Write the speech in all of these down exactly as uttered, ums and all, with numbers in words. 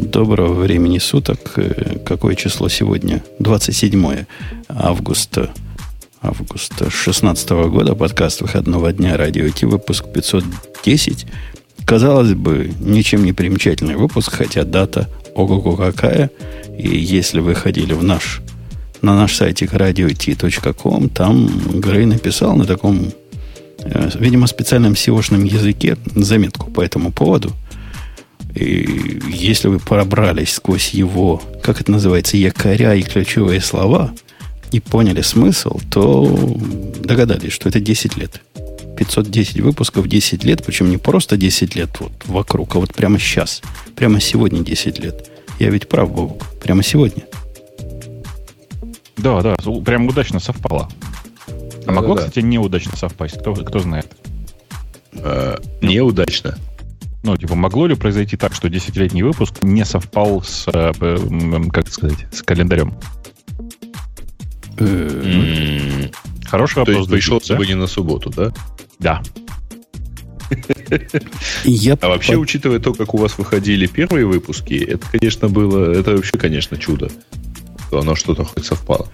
Доброго времени суток. Какое число сегодня? двадцать седьмое августа. Августа шестнадцатого года. Подкаст выходного дня Радио Ти. Выпуск пятьсот десять. Казалось бы, ничем не примечательный выпуск, хотя дата ого-го какая. И если вы ходили в наш, на наш сайтик радио ти точка ком, там Грей написал на таком, видимо, специальном сеошном языке заметку по этому поводу. И если вы пробрались сквозь его, как это называется, якоря и ключевые слова, и поняли смысл, то догадались, что это десять лет. пятьсот десять выпусков, десять лет, причем не просто десять лет вот вокруг, а вот прямо сейчас. Прямо сегодня десять лет. Я ведь прав, Бобук. Прямо сегодня. Да, да, прям удачно совпало. А да, могло, да, кстати, неудачно совпасть? Кто, кто знает? А, неудачно. Ну, типа, могло ли произойти так, что десятилетний выпуск не совпал с, как сказать, с календарем? Mm. Хороший То вопрос. есть пришелся бы не на субботу, да? Да. Я а вообще, под... учитывая то, как у вас выходили первые выпуски, это, конечно, было... Это вообще, конечно, чудо. Что оно что-то хоть совпало.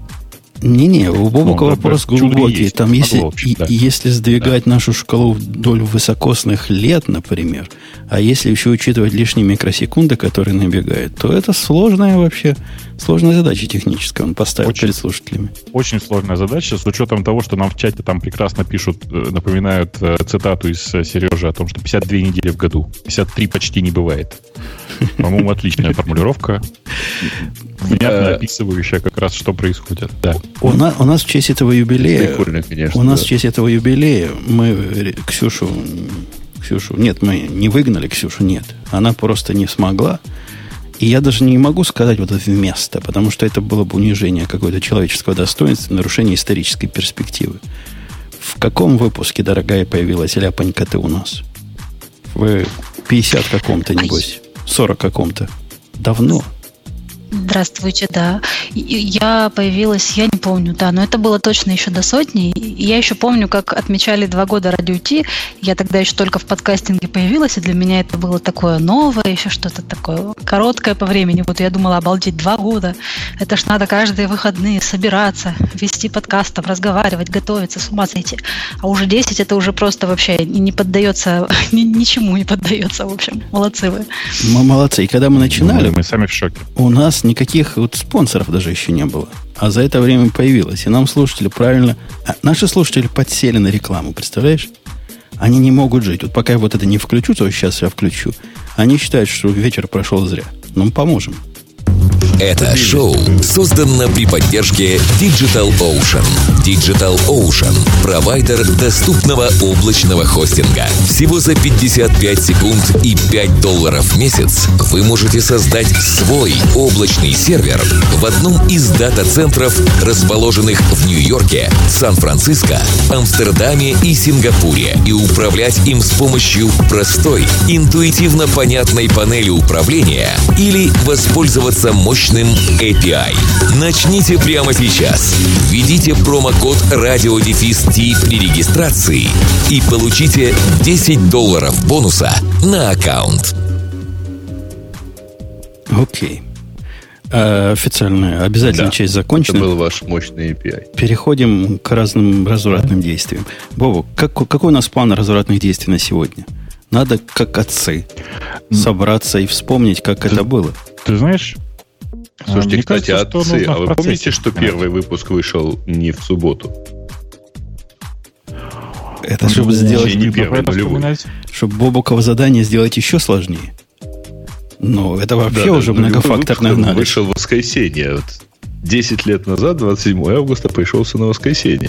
Не-не, у Бобука ну, вопрос да, глубокий. Там, если, общем, да. если сдвигать да. нашу шкалу вдоль высокосных лет, например, а если еще учитывать лишние микросекунды, которые набегают, то это сложная вообще, сложная задача техническая. Он поставил очень, перед слушателями. Очень сложная задача, с учетом того, что нам в чате там прекрасно пишут, напоминают цитату из Сережи о том, что пятьдесят две недели в году. пятьдесят три почти не бывает. По-моему, отличная формулировка. Внятно описывающая как раз, что происходит. Да. У, на, у нас в честь этого юбилея... Прикольно, конечно. У нас да. в честь этого юбилея мы Ксюшу... Ксюшу... Нет, мы не выгнали Ксюшу, нет. Она просто не смогла. И я даже не могу сказать вот это вместо, потому что это было бы унижение какого-то человеческого достоинства, нарушение исторической перспективы. В каком выпуске, дорогая, появилась ляпонька ты у нас? В пятидесятом каком-то, небось. сорок каком-то. Давно. Здравствуйте, да. Я появилась, я не помню, да, но это было точно еще до сотни. Я еще помню, как отмечали два года Радио Ти. Я тогда еще только в подкастинге появилась, и для меня это было такое новое, еще что-то такое короткое по времени. Вот я думала, обалдеть, два года. Это ж надо каждые выходные собираться, вести подкаст, разговаривать, готовиться, с ума сойти. А уже десять это уже просто вообще не поддается, ничему не поддается, в общем. Молодцы вы. Мы молодцы. И когда мы начинали... Мы сами в шоке. У нас никаких вот спонсоров даже еще не было. А за это время появилось. И нам слушатели правильно... А наши слушатели подсели на рекламу, представляешь? Они не могут жить. Вот пока я вот это не включу, то сейчас я включу. Они считают, что вечер прошел зря. Но мы поможем. Это шоу создано при поддержке DigitalOcean. DigitalOcean – провайдер доступного облачного хостинга. Всего за пятьдесят пять секунд и пять долларов в месяц вы можете создать свой облачный сервер в одном из дата-центров, расположенных в Нью-Йорке, Сан-Франциско, Амстердаме и Сингапуре, и управлять им с помощью простой, интуитивно понятной панели управления или воспользоваться мощным эй пи ай. Начните прямо сейчас. Введите промокод радиодефис-ти при регистрации и получите десять долларов бонуса на аккаунт. Окей. А, официальная, обязательная да, часть закончена. Это был ваш мощный эй пи ай. Переходим к разным развратным действиям. Бобу, как, какой у нас план развратных действий на сегодня? Надо, как отцы, собраться и вспомнить, как ты, это было. Ты знаешь... Слушайте, Мне кстати, кажется, отцы, а вы процессе, помните, что понимаете? Первый выпуск вышел не в субботу? Это чтобы сделать... Не первый, нулевой. Чтобы Бобуково задание сделать еще сложнее. Ну, это вообще да, уже да, многофакторный анализ. Вышел в воскресенье. Вот десять лет назад, двадцать седьмого августа, пришелся на воскресенье.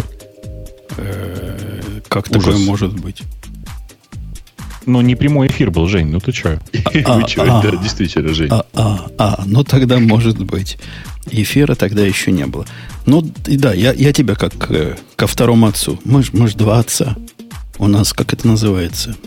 Как такое может быть? Ну, не прямой эфир был, Жень, ну ты что? Вы что, да, действительно, Жень. А, а, а, ну тогда может быть. Эфира тогда еще не было. Ну, и да, я, я тебя как э, ко второму отцу. Мы ж, мы ж два отца. У нас, как это называется?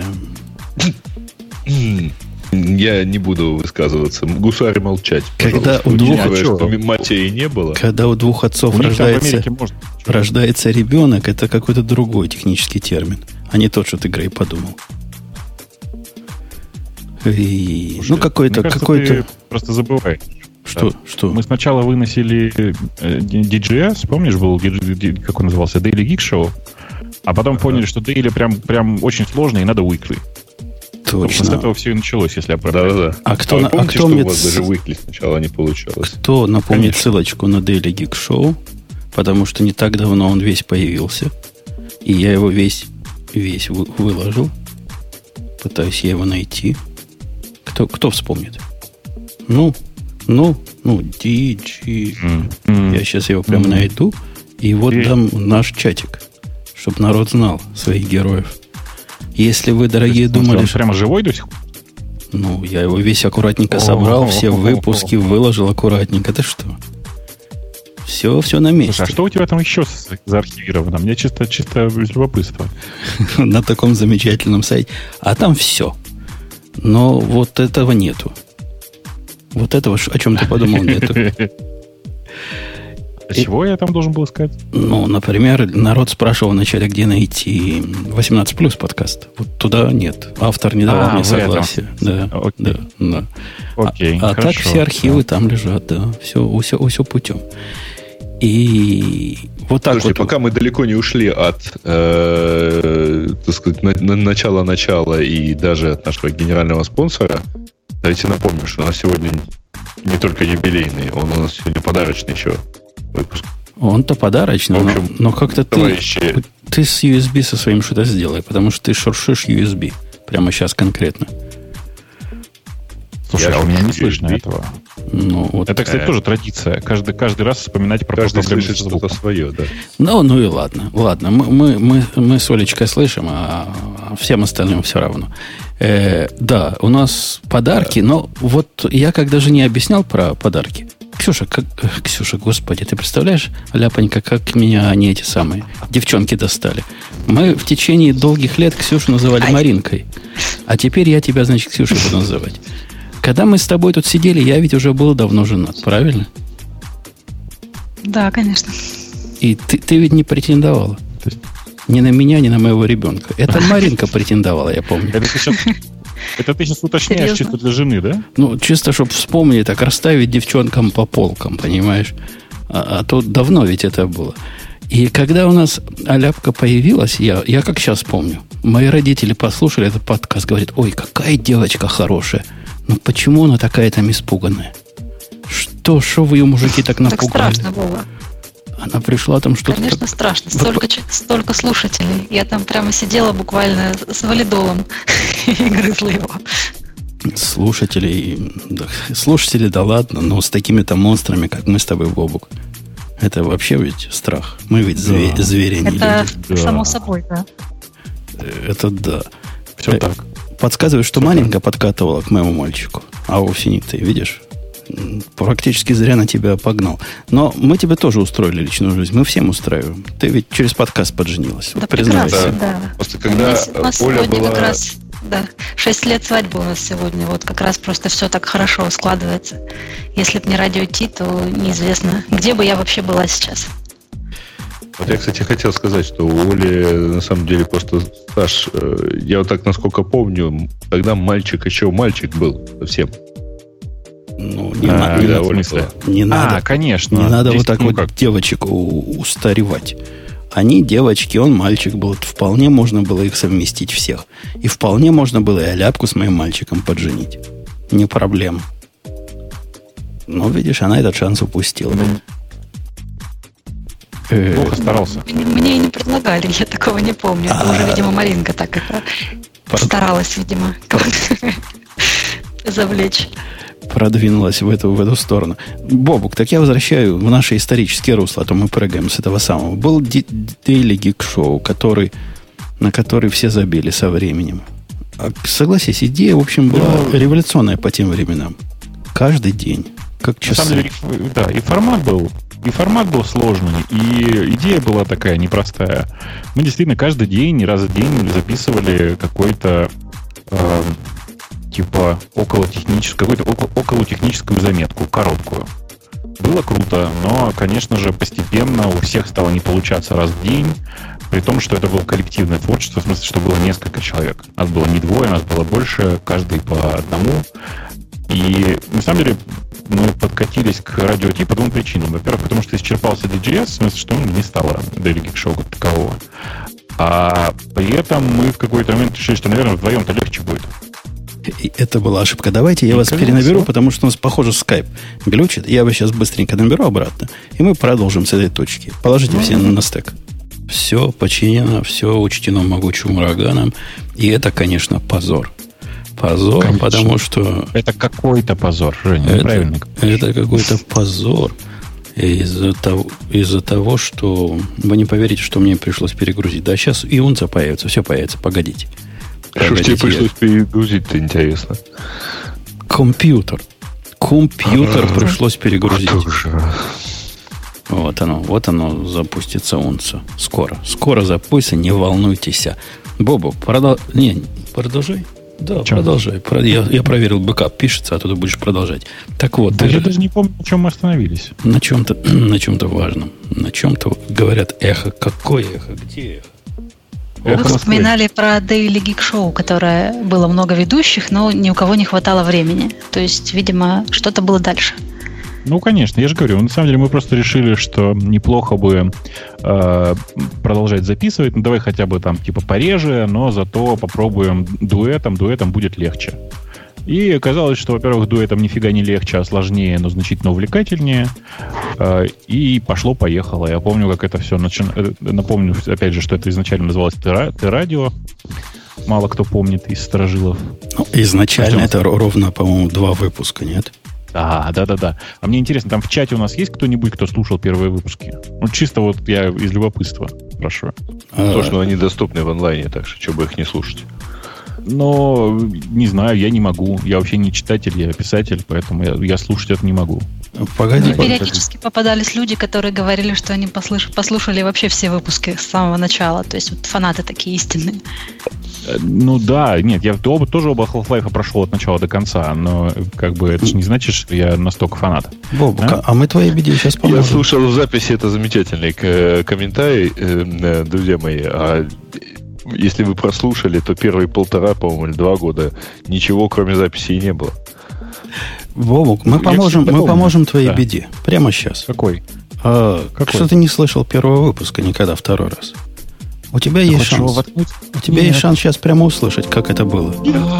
Я не буду высказываться. Гусары молчать. Когда у двух отцов матери не было. Когда у двух отцов у рождается, рождается ребенок, это какой-то другой технический термин, а не тот, что ты, Грей, подумал. И, Слушай, ну, какой-то... Мне кажется, какой-то... ты просто забываешь. Что? Да. Что? Мы сначала выносили ди джей эс, помнишь, был, как он назывался, Daily Geek Show, а потом ага. поняли, что Daily прям, прям очень сложно и надо Weekly. Точно. С этого все и началось, если я правильно. Да, да, да. А кто, а на, помните, а кто что мне у вас даже Weekly сначала не получалось? Кто напомнит Конечно. ссылочку на Daily Geek Show, потому что не так давно он весь появился, и я его весь, весь вы, выложил. Пытаюсь я его найти. Кто, кто вспомнит? Ну, ну, ну, ди джи. Mm. Mm. Я сейчас его прям mm. найду, и вот mm. дам наш чатик, чтобы народ знал своих героев. Если вы, дорогие, есть, думали... Он прямо живой до сих пор? Ну, я его весь аккуратненько собрал, О-о-о-о-о-о. все выпуски выложил аккуратненько. Это что? Все, все на месте. Слушай, а что у тебя там еще заархивировано? Мне чисто, чисто из любопытства. На таком замечательном сайте. А там все. Но вот этого нету. Вот этого, о чем ты подумал, нету. А чего я там должен был искать? Ну, например, народ спрашивал вначале, где найти восемнадцать плюс подкаст. Вот туда нет. Автор не давал а, мне согласия. Да, Окей. да, да. Окей, а, а хорошо, так все архивы да. там лежат, да. Все, все, все путем. И вот так Слушайте, вот. пока мы далеко не ушли от, э, так сказать, на, на начала-начала и даже от нашего генерального спонсора, давайте напомню, что у нас сегодня не только юбилейный, он у нас сегодня подарочный еще выпуск. Он-то подарочный, В общем, но, но как-то товарищи... ты, ты с ю эс би со своим что-то сделай, потому что ты шуршишь ю эс би. Прямо сейчас конкретно. Слушай, Я а у меня не ю эс би. слышно этого. Ну, вот. Это, кстати, тоже традиция. Каждый, каждый раз вспоминать про Каждый проблемы слышит со что-то звуком. свое, да. Ну, ну и ладно. Ладно, мы, мы, мы, мы с Олечкой слышим, а всем остальным все равно. Э, да, у нас подарки, да. Но вот я как даже не объяснял про подарки. Ксюша, как, Ксюша, господи, ты представляешь, ляпонька, как меня они эти самые девчонки достали. Мы в течение долгих лет Ксюшу называли Ай. Маринкой. А теперь я тебя, значит, Ксюшей буду называть. Когда мы с тобой тут сидели, я ведь уже был давно женат, правильно? Да, конечно. И ты, ты ведь не претендовала. То есть ни на меня, ни на моего ребенка. Это Маринка претендовала, я помню. Это ты сейчас, это ты сейчас уточняешь Серьезно? чисто для жены, да? Ну, чисто, чтобы вспомнить, так расставить девчонкам по полкам, понимаешь? А, а то давно ведь это было. И когда у нас Аляпка появилась, я, я как сейчас помню, мои родители послушали этот подкаст, говорят, ой, какая девочка хорошая. Но почему она такая там испуганная? Что, что вы ее, мужики, так напугали? Так страшно было. Она пришла там что-то... Конечно, так... страшно. Столько, столько слушателей. Я там прямо сидела буквально с валидолом и грызла его. Слушателей... Да, слушатели, да ладно, но с такими-то монстрами, как мы с тобой, Бобук. Это вообще ведь страх. Мы ведь да. зве- звери не Это люди. само Да. собой, да. Это да. Все э, так. Подсказывает, что Все маленько подкатывала к моему мальчику. А вовсе не ты, видишь? Практически зря на тебя погнал. Но мы тебе тоже устроили личную жизнь. Мы всем устраиваем. Ты ведь через подкаст подженилась. Да, Вот признайся. прекрасно, да. Просто У когда нас, у нас Оля сегодня была... как раз, да, шесть лет свадьбы у нас сегодня. Вот как раз просто все так хорошо складывается. Если бы не радио Ти, то неизвестно, где бы я вообще была сейчас. Вот я, кстати, хотел сказать, что у Оли на самом деле просто стаж. Я вот так, насколько помню, тогда мальчик еще мальчик был совсем. Ну, не, А, на- не, да, на- в смысле? не надо, А, конечно. не надо вот Здесь, так ну, вот как? девочек у- устаревать. Они девочки, он мальчик был. Вполне можно было их совместить всех. И вполне можно было и Аляпку с моим мальчиком подженить. Не проблема. Но, видишь, она этот шанс упустила. Э, Плохо старался. Мне, мне и не предлагали, я такого не помню. Это А. уже, видимо, Маринка так это Пар- старалась, видимо, завлечь. Продвинулась в эту, в эту сторону. Бобук, так я возвращаю в наше историческое русло, а то мы прыгаем с этого самого. Был Ди- Daily Geek Show, который, на который все забили со временем. А, согласись, идея, в общем, была революционная по тем временам. Каждый день, как На часы. самом деле, да, и формат был, и формат был сложный, и идея была такая непростая. Мы действительно каждый день, раз в день записывали какой-то э, типа около техническую, какую-то около, около техническую заметку, короткую. Было круто, но, конечно же, постепенно у всех стало не получаться раз в день. При том, что это было коллективное творчество, в смысле, что было несколько человек. Нас было не двое, нас было больше, каждый по одному. И на самом деле мы подкатились к радио Ти по двум причинам. Во-первых, потому что исчерпался ди джей эс, в смысле, что ну, не стало Daily Geek Show как такового. А при этом мы в какой-то момент решили, что, наверное, вдвоем-то легче будет. И это была ошибка. Давайте я и вас перенаберу, потому что у нас, похоже, скайп глючит. Я вас сейчас быстренько наберу обратно, и мы продолжим с этой точки. Положите все на стек. Все починено, все учтено могучим ураганом. И это, конечно, позор. Позор, конечно. Потому что... Это какой-то позор, Женя. Это, это какой-то позор из-за того, из-за того, что вы не поверите, что мне пришлось перегрузить. Да, сейчас и унца появится, все появится. Погодите. Что ж тебе пришлось перегрузить-то, интересно? Компьютер. Компьютер пришлось перегрузить. Вот оно, вот оно запустится унца. Скоро. Скоро запустится, не волнуйтесь. Бобу, продол... не, продолжай. Да, чем? Продолжай. Я, я проверил, бэкап пишется, а туда будешь продолжать. Так вот. Да ты... Я даже не помню, на чем мы остановились. На чем-то, на чем-то важном. На чем-то говорят эхо. Какое эхо? Где эхо? Вы вспоминали про Daily Geek Show, которое было много ведущих, но ни у кого не хватало времени. То есть, видимо, что-то было дальше. Ну, конечно, я же говорю, на самом деле мы просто решили, что неплохо бы э, продолжать записывать. Ну, давай хотя бы там типа пореже, но зато попробуем дуэтом, дуэтом будет легче. И оказалось, что, во-первых, дуэтом нифига не легче, а сложнее, но значительно увлекательнее. Э, и пошло-поехало. Я помню, как это все начиналось. Напомню, опять же, что это изначально называлось Т-радио. Мало кто помнит из старожилов. Ну, изначально это ровно, по-моему, два выпуска, нет? Да, да, да, да. А мне интересно, там в чате у нас есть кто-нибудь, кто слушал первые выпуски? Ну, чисто вот я из любопытства спрашиваю. А, То, что они доступны в онлайне, так что, чего бы их не слушать? Но, не знаю, я не могу. Я вообще не читатель, я писатель, поэтому я, я слушать это не могу. Погоди, ну, периодически попадались люди, которые говорили, что они послуш... послушали вообще все выпуски с самого начала. То есть вот фанаты такие истинные. Ну да, нет, я тоже оба Half-Life прошел от начала до конца, но как бы это же не значит, что я настолько фанат. Боб, а? а мы твоей беде сейчас поможем. Я слушал в записи, это замечательный комментарий, друзья мои. А если вы прослушали, то первые полтора, по-моему, или два года ничего, кроме записи, и не было. Бобук, мы поможем, мы поможем твоей да. беде. Прямо сейчас. Какой? А, Какой? Что ты не слышал первого выпуска никогда второй раз? У тебя ты есть шанс. У тебя Нет. есть шанс сейчас прямо услышать, как это было.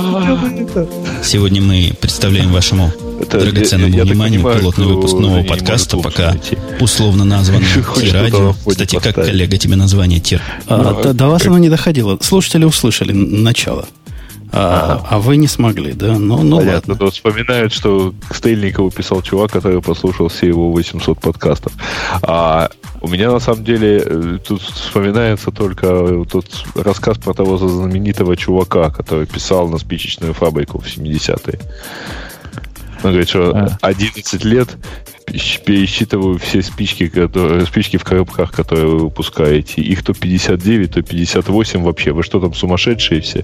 Сегодня мы представляем вашему это, драгоценному я, я вниманию понимаю, пилотный выпуск нового подкаста, пока найти. условно назван Ти-радио. Кстати, как, коллега, тебе название Ти? А, ну, до, до вас как... оно не доходило. Слушатели услышали начало. А, ага. а вы не смогли, да? Ну, ну Понятно. ладно. Вот вспоминают, что к Стельникову писал чувак, который послушал все его восемьсот подкастов. А у меня, на самом деле, тут вспоминается только тот рассказ про того знаменитого чувака, который писал на спичечную фабрику в семидесятые. Он говорит, что одиннадцать лет пересчитываю все спички, которые, спички в коробках, которые вы выпускаете. Их то пятьдесят девять, то пятьдесят восемь вообще. Вы что там, сумасшедшие все?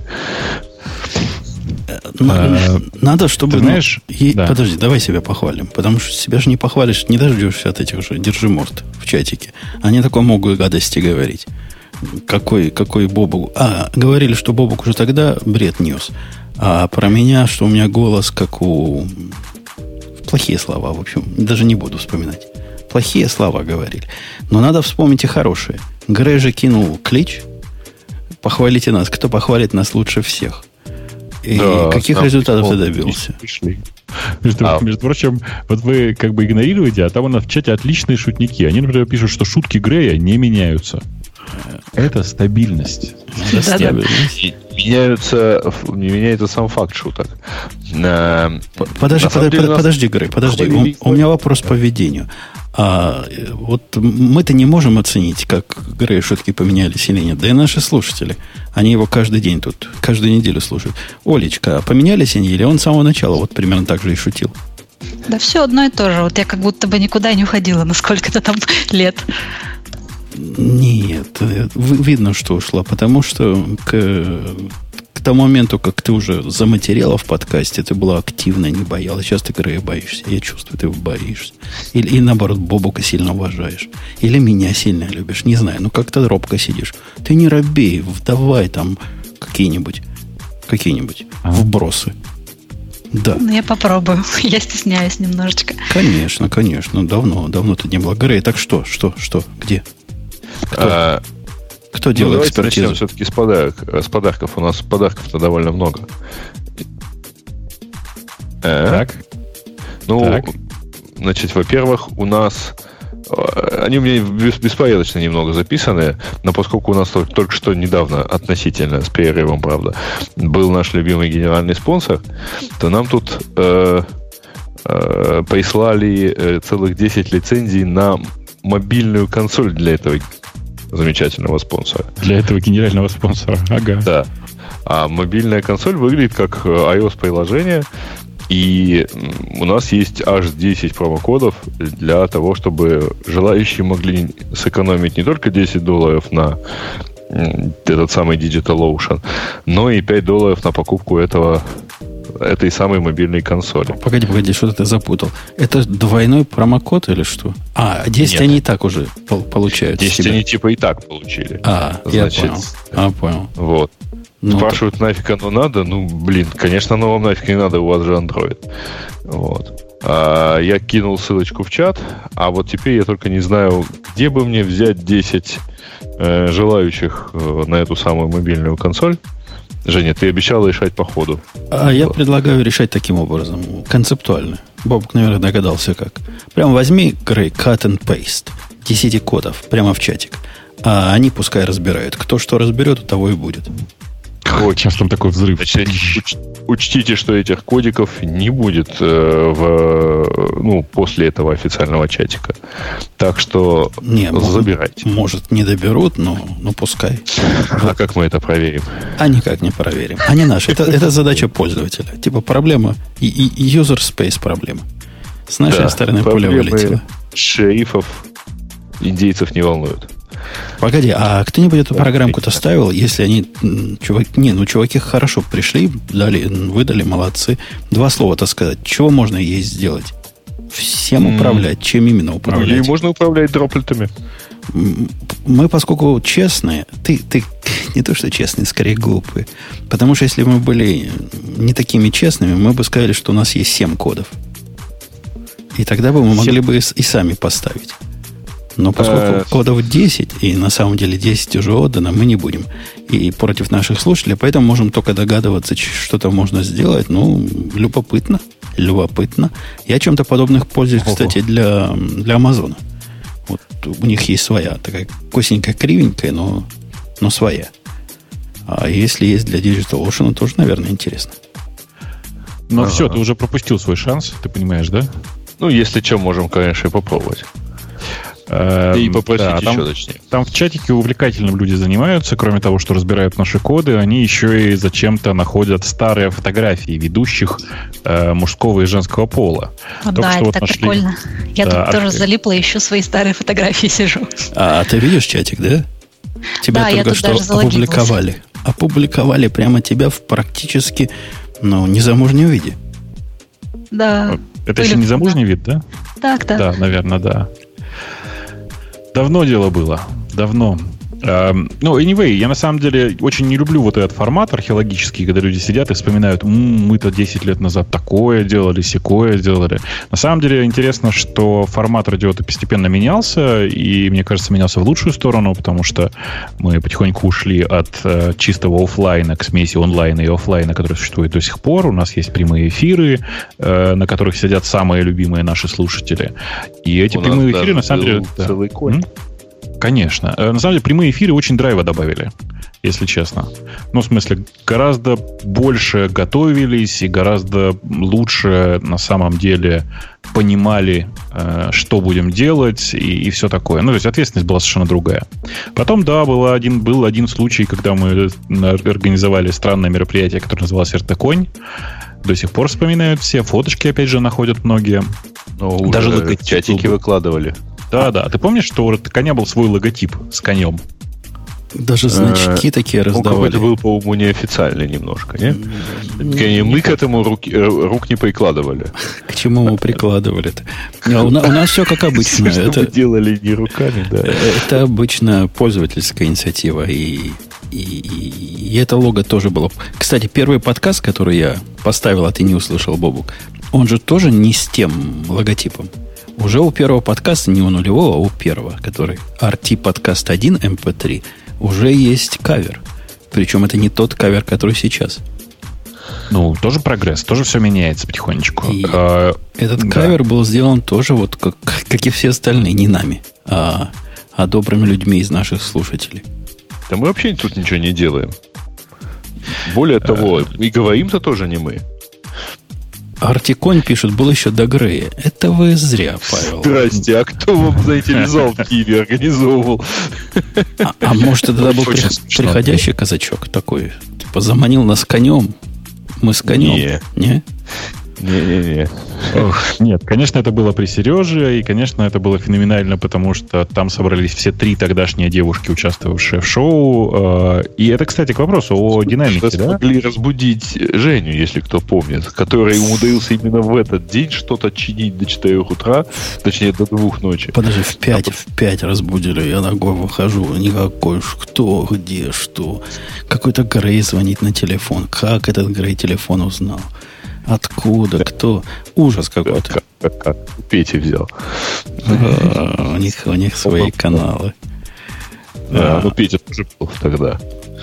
Надо, чтобы... Ты знаешь... Ну, и, да. Подожди, давай себя похвалим. Потому что себя же не похвалишь, не дождешься от этих же держиморд в чатике. Они такой могут гадости говорить. Какой, какой Бобук... А, говорили, что Бобук уже тогда бред нес. А про меня, что у меня голос как у... Плохие слова, в общем. Даже не буду вспоминать. Плохие слова говорили. Но надо вспомнить и хорошие. Грей же кинул клич. Похвалите нас. Кто похвалит нас лучше всех? И да, каких результатов ты добился? Между, а. между прочим, вот вы как бы игнорируете, а там у нас в чате отличные шутники. Они, например, пишут, что шутки Грея не меняются. Это стабильность. Да, да. Меняются, не меняется сам факт шуток. Подожди, под, деле, под, подожди, Грей, подожди. У, у меня вопрос по ведению. А, вот мы-то не можем оценить, как Грей шутки поменялись или нет. Да и наши слушатели. Они его каждый день тут, каждую неделю слушают. Олечка, а поменялись они или он с самого начала вот примерно так же и шутил? Да все одно и то же. Вот я как будто бы никуда не уходила на сколько-то там лет. Нет, видно, что ушла, потому что к, к тому моменту, как ты уже заматерела в подкасте, ты была активна, не боялась. Сейчас ты, Грея, боишься. Я чувствую, ты боишься. Или, или наоборот, Бобука сильно уважаешь. Или меня сильно любишь. Не знаю, ну как-то робко сидишь. Ты не робей, давай там какие-нибудь, какие-нибудь ага. вбросы. Да. Ну, я попробую. Я стесняюсь немножечко. Конечно, конечно. Давно, давно тут не было. Грей, так что, что, что, где? Кто? А... Кто ну, делает экспертизу? Начнем все-таки с, подарок, с подарков. У нас подарков-то довольно много. Э? Так. Ну, так. значит, во-первых, у нас... Они у меня беспорядочно немного записаны, но поскольку у нас только, только что недавно, относительно, с перерывом, правда, был наш любимый генеральный спонсор, то нам тут э, э, прислали э, целых десять лицензий на мобильную консоль для этого замечательного спонсора. Для этого генерального спонсора, ага. Да. А мобильная консоль выглядит как iOS-приложение, и у нас есть аж десять промокодов для того, чтобы желающие могли сэкономить не только десять долларов на этот самый DigitalOcean, но и пять долларов на покупку этого, этой самой мобильной консоли. Погоди, погоди, что ты запутал. Это двойной промокод или что? А, десять Нет. они и так уже получают. десять они типа и так получили. А, значит, я понял. А, понял. Вот. Ну, спрашивают, так... нафиг оно надо? Ну, блин, конечно, оно вам нафиг не надо, у вас же Android. Вот. А, я кинул ссылочку в чат, а вот теперь я только не знаю, где бы мне взять десять э, желающих э, на эту самую мобильную консоль. Женя, ты обещала решать по ходу. А я предлагаю решать таким образом, концептуально. Бобок, наверное, догадался как. Прямо возьми, Грей, cut and paste десять кодов прямо в чатик. А они пускай разбирают. Кто что разберет, у того и будет. Ой, сейчас там такой взрыв. Значит, уч, учтите, что этих кодиков не будет э, в, ну, после этого официального чатика. Так что не, забирайте. Может, не доберут, но, но пускай. А как мы это проверим? А никак не проверим. А не наши. Это, это задача пользователя. Типа проблема, и, и user space проблема. С нашей да, стороны поле вылетело. Шерифов индейцев не волнуют. Погоди, а кто-нибудь эту программку-то ставил, если они... Чувак, не, ну, чуваки хорошо пришли, дали, выдали, молодцы. Два слова-то сказать. Чего можно ей сделать? Всем управлять. Mm. Чем именно управлять? Ну, ей можно управлять дроплетами. Мы, поскольку честные, ты, ты не то, что честные, скорее глупые. Потому что если бы мы были не такими честными, мы бы сказали, что у нас есть семь кодов. И тогда бы мы могли бы и сами поставить. Но поскольку кодов десять, и на самом деле десять уже отдано, мы не будем. И против наших слушателей, поэтому можем только догадываться, что там можно сделать. Ну, любопытно. Любопытно. Я чем-то подобных пользуюсь, кстати, для, для Амазона. Вот у них есть своя, такая косенькая, кривенькая, но, но своя. А если есть для DigitalOcean, тоже, наверное, интересно. Но ага. все, ты уже пропустил свой шанс, ты понимаешь, да? Ну, если что, можем, конечно, и попробовать. И попросить да, еще, там, точнее. Там в чатике увлекательным люди занимаются. Кроме того, что разбирают наши коды, они еще и зачем-то находят старые фотографии ведущих э, мужского и женского пола. О, да, это вот так нашли... прикольно. Я да, тут тоже залипла, ищу свои старые фотографии, сижу. А ты видишь чатик, да? Тебя да, только что опубликовали. Опубликовали прямо тебя в практически, ну, незамужнем виде. Да. Это еще незамужний вид, да? Так, так. Да, наверное, да. Давно дело было. Давно. Эм, ну, anyway, я на самом деле очень не люблю вот этот формат археологический, когда люди сидят и вспоминают, м-м, мы-то десять лет назад такое делали, сякое делали. На самом деле интересно, что формат радиота постепенно менялся, и, мне кажется, менялся в лучшую сторону, потому что мы потихоньку ушли от э, чистого офлайна к смеси онлайна и офлайна, который существует до сих пор. У нас есть прямые эфиры, э, на которых сидят самые любимые наши слушатели. И эти У прямые эфиры, на самом деле... Целый да. конь. Конечно. На самом деле, прямые эфиры очень драйва добавили, если честно. Ну, в смысле, гораздо больше готовились и гораздо лучше на самом деле понимали, что будем делать и, и все такое. Ну, то есть ответственность была совершенно другая. Потом, да, был один, был один случай, когда мы организовали странное мероприятие, которое называлось эр тэ-конь. До сих пор вспоминают все. Фоточки, опять же, находят многие. Но даже логотип чатики выкладывали. Да, да. Ты помнишь, что у коня был свой логотип с конем? Даже значки а, такие раздавали. Это был, по-моему, неофициальный немножко, не? не мы к этому рук, рук не прикладывали. К чему мы прикладывали-то? А у, нас, у нас все как обычно. Все, это, мы делали не руками, да. Это обычно пользовательская инициатива. И, и, и, и это лого тоже было. Кстати, первый подкаст, который я поставил, а ты не услышал, Бобук, он же тоже не с тем логотипом. Уже у первого подкаста, не у нулевого, а у первого, который ар ти подкаст один эм пи три, уже есть кавер. Причем это не тот кавер, который сейчас. Ну, тоже прогресс, тоже все меняется потихонечку. И а, этот да. кавер был сделан тоже, вот как, как и все остальные, не нами, а, а добрыми людьми из наших слушателей. Да мы вообще тут ничего не делаем. Более того, и говорим-то тоже не мы. Артиконь пишет, был еще до Грея. Это вы зря, Павел. Здрасте, а кто вам, знаете ли, зал в Киеве организовывал? А, а может, это был при, приходящий казачок такой? Типа заманил нас конем. Мы с конем. Не. Не? Не-не-не. Нет, конечно, это было при Сереже, и, конечно, это было феноменально, потому что там собрались все три тогдашние девушки, участвовавшие в шоу. И это, кстати, к вопросу о динамике, да? Смогли разбудить Женю, если кто помнит, который умудрился именно в этот день что-то чинить до четырех утра, точнее, до двух ночи. Подожди, в пять, в пять разбудили, я ногой выхожу, никакой, кто, где, что. Какой-то Грей звонит на телефон. Как этот Грей телефон узнал? Откуда? Кто? Ужас какой-то. Как, как, как? Петя взял. А, у них, у них свои каналы. Да, ну Петя тоже был тогда.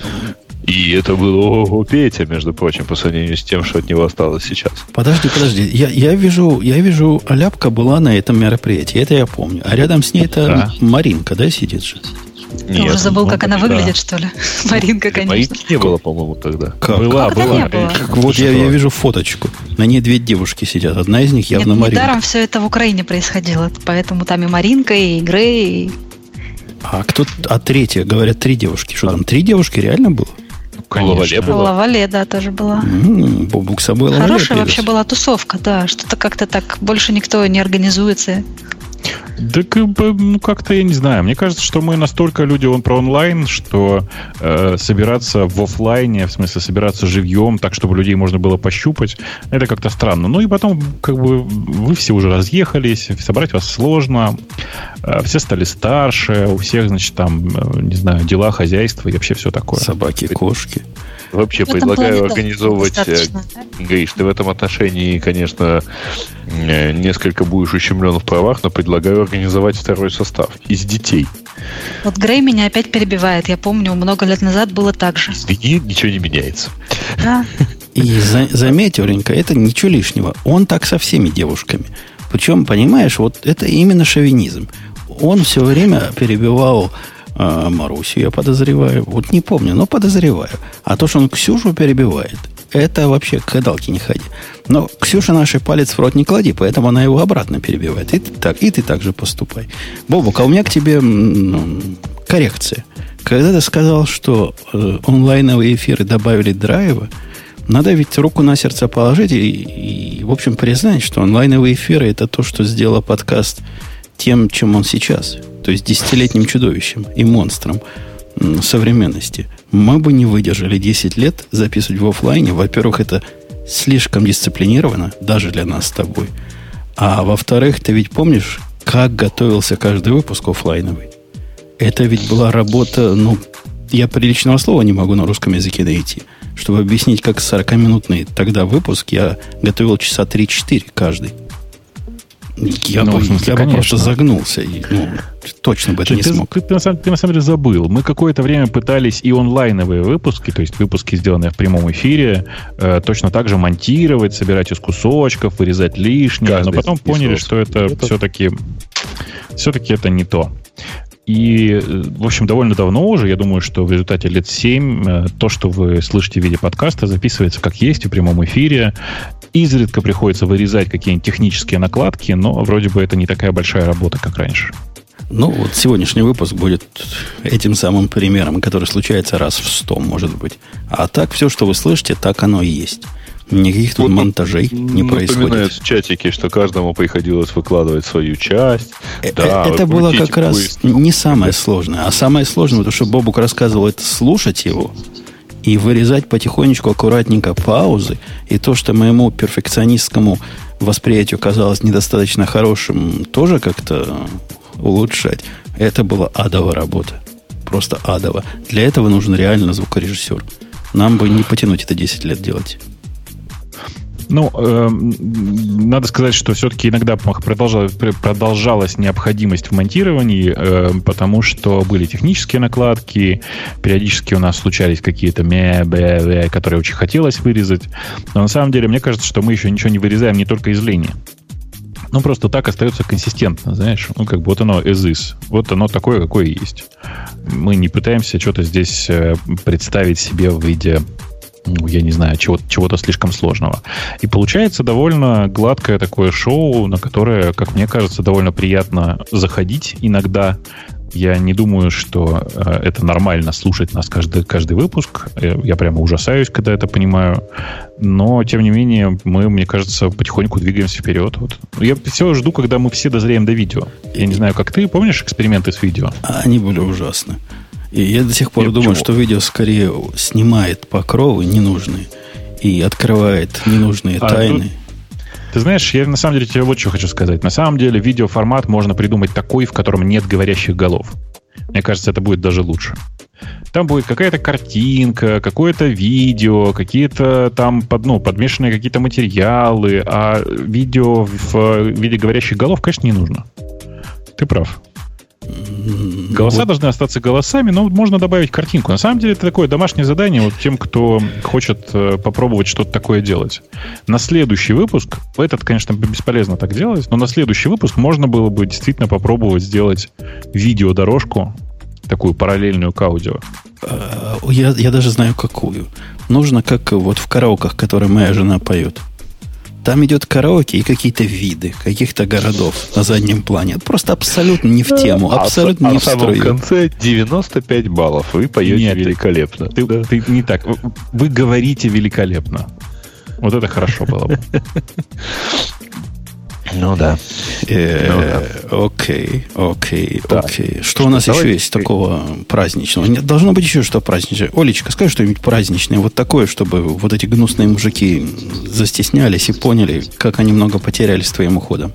И это было ого, Петя, между прочим, по сравнению с тем, что от него осталось сейчас. Подожди, подожди. Я, я вижу, я вижу, Аляпка была на этом мероприятии. Это я помню. А рядом с ней это да. Маринка, да, сидит же? Ты уже забыл, как она выглядит, да. что ли? Маринка, конечно. Маринки не было, по-моему, тогда. Как? Была, как была. Не было? Вот я, я вижу фоточку. На ней две девушки сидят. Одна из них явно Нет, Маринка. Недаром все это в Украине происходило. Поэтому там и Маринка, и Грей. И... А кто? А третья? Говорят, три девушки. Что там, три девушки реально было? Лавале была. Лавале, да, тоже была. М-м, Бобук с собой Лавале Хорошая привез. вообще была тусовка, да. Что-то как-то так больше никто не организуется. Да, ну, как-то я не знаю. Мне кажется, что мы настолько люди он про онлайн, что э, собираться в офлайне, в смысле собираться живьем, так, чтобы людей можно было пощупать, это как-то странно. Ну и потом, как бы, вы все уже разъехались, собрать вас сложно, э, все стали старше, у всех, значит, там, э, не знаю, дела, хозяйство и вообще все такое. Собаки, кошки. Вообще предлагаю организовывать, Гриш, ты в этом отношении, конечно, несколько будешь ущемлен в правах, но предлагаю организовать второй состав из детей. Вот Грей меня опять перебивает. Я помню, много лет назад было так же. Извини, ничего не меняется. Да. И за, заметь, Оренька, это ничего лишнего. Он так со всеми девушками. Причем, понимаешь, вот это именно шовинизм. Он все время перебивал а, Марусю, я подозреваю. Вот не помню, но подозреваю. А то, что он Ксюшу перебивает, это вообще к гадалке не ходи. Но Ксюша нашей палец в рот не клади, поэтому она его обратно перебивает. И ты так, и ты так же поступай. Бобук, а у меня к тебе ну, коррекция. Когда ты сказал, что э, онлайновые эфиры добавили драйва, надо ведь руку на сердце положить и, и, в общем, признать, что онлайновые эфиры это то, что сделало подкаст тем, чем он сейчас. То есть десятилетним чудовищем и монстром м, современности. Мы бы не выдержали десять лет записывать в офлайне. Во-первых, это слишком дисциплинировано, даже для нас с тобой. А во-вторых, ты ведь помнишь, как готовился каждый выпуск офлайновый? Это ведь была работа, ну, я приличного слова не могу на русском языке найти. Чтобы объяснить, как сорокаминутный тогда выпуск, я готовил часа три-четыре каждый. Я, ну, бы, смысле, я бы просто загнулся и ну, точно бы это не ты, смог. Ты, ты, ты, ты на самом деле забыл. Мы какое-то время пытались и онлайновые выпуски, то есть выпуски, сделанные в прямом эфире, э, точно так же монтировать, собирать из кусочков, вырезать лишнее. Каждый но потом поняли, что это, это все-таки, все-таки это не то. И, в общем, довольно давно уже, я думаю, что в результате лет семь то, что вы слышите в виде подкаста, записывается как есть в прямом эфире. Изредка приходится вырезать какие-нибудь технические накладки, но вроде бы это не такая большая работа, как раньше. Ну, вот сегодняшний выпуск будет этим самым примером, который случается раз в сто, может быть. А так, все, что вы слышите, так оно и есть. Никаких тут вот монтажей не происходит. Напоминают в чатике, что каждому приходилось выкладывать свою часть. Да, это было как раз не самое сложное. А самое сложное, то, что Бобук рассказывал, это слушать его и вырезать потихонечку, аккуратненько паузы. И то, что моему перфекционистскому восприятию казалось недостаточно хорошим, тоже как-то улучшать. Это была адовая работа. Просто адово. Для этого нужен реально звукорежиссер. Нам бы не потянуть это десять лет делать. Ну, э, надо сказать, что все-таки иногда продолжалась, продолжалась необходимость в монтировании, э, потому что были технические накладки, периодически у нас случались какие-то мя-бя-бя, которые очень хотелось вырезать. Но на самом деле, мне кажется, что мы еще ничего не вырезаем не только из лени. Ну, просто так остается консистентно, знаешь. Ну, как бы вот оно as is. Вот оно такое, какое есть. Мы не пытаемся что-то здесь представить себе в виде, ну, я не знаю, чего- чего-то слишком сложного. И получается довольно гладкое такое шоу, на которое, как мне кажется, довольно приятно заходить иногда. Я не думаю, что э, это нормально слушать нас каждый, каждый выпуск. Я прямо ужасаюсь, когда это понимаю. Но, тем не менее, мы, мне кажется, потихоньку двигаемся вперед. Вот. Я все жду, когда мы все дозреем до видео. Я не знаю, как ты. Помнишь эксперименты с видео? Они были ужасны. И я до сих пор Нет, думаю, почему? Что видео скорее снимает покровы ненужные и открывает ненужные а тайны. Тут... Ты знаешь, я на самом деле тебе вот что хочу сказать. На самом деле видеоформат можно придумать такой, в котором нет говорящих голов. Мне кажется, это будет даже лучше. Там будет какая-то картинка, какое-то видео, какие-то там под, ну, подмешанные какие-то материалы, а видео в виде говорящих голов, конечно, не нужно. Ты прав. Голоса вот. Должны остаться голосами, но можно добавить картинку. На самом деле это такое домашнее задание вот тем, кто хочет э, попробовать что-то такое делать. На следующий выпуск, этот, конечно, бесполезно так делать, но на следующий выпуск можно было бы действительно попробовать сделать видеодорожку, такую параллельную к аудио. Я, я даже знаю, какую. Нужно, как вот в караоках, которые моя жена поет. Там идет караоке и какие-то виды каких-то городов на заднем плане. Просто абсолютно не в тему, абсолютно а, не а в струю. А в самом конце девяносто пять баллов. Вы поете Нет, великолепно. Ты, да. ты не так. Вы говорите великолепно. Вот это хорошо было бы. Ну да. Окей, окей, окей. Что у нас еще есть такого праздничного? Должно быть еще что праздничное. Олечка, скажи что-нибудь праздничное. Вот такое, чтобы вот эти гнусные мужики застеснялись и поняли, как они много потеряли с твоим уходом.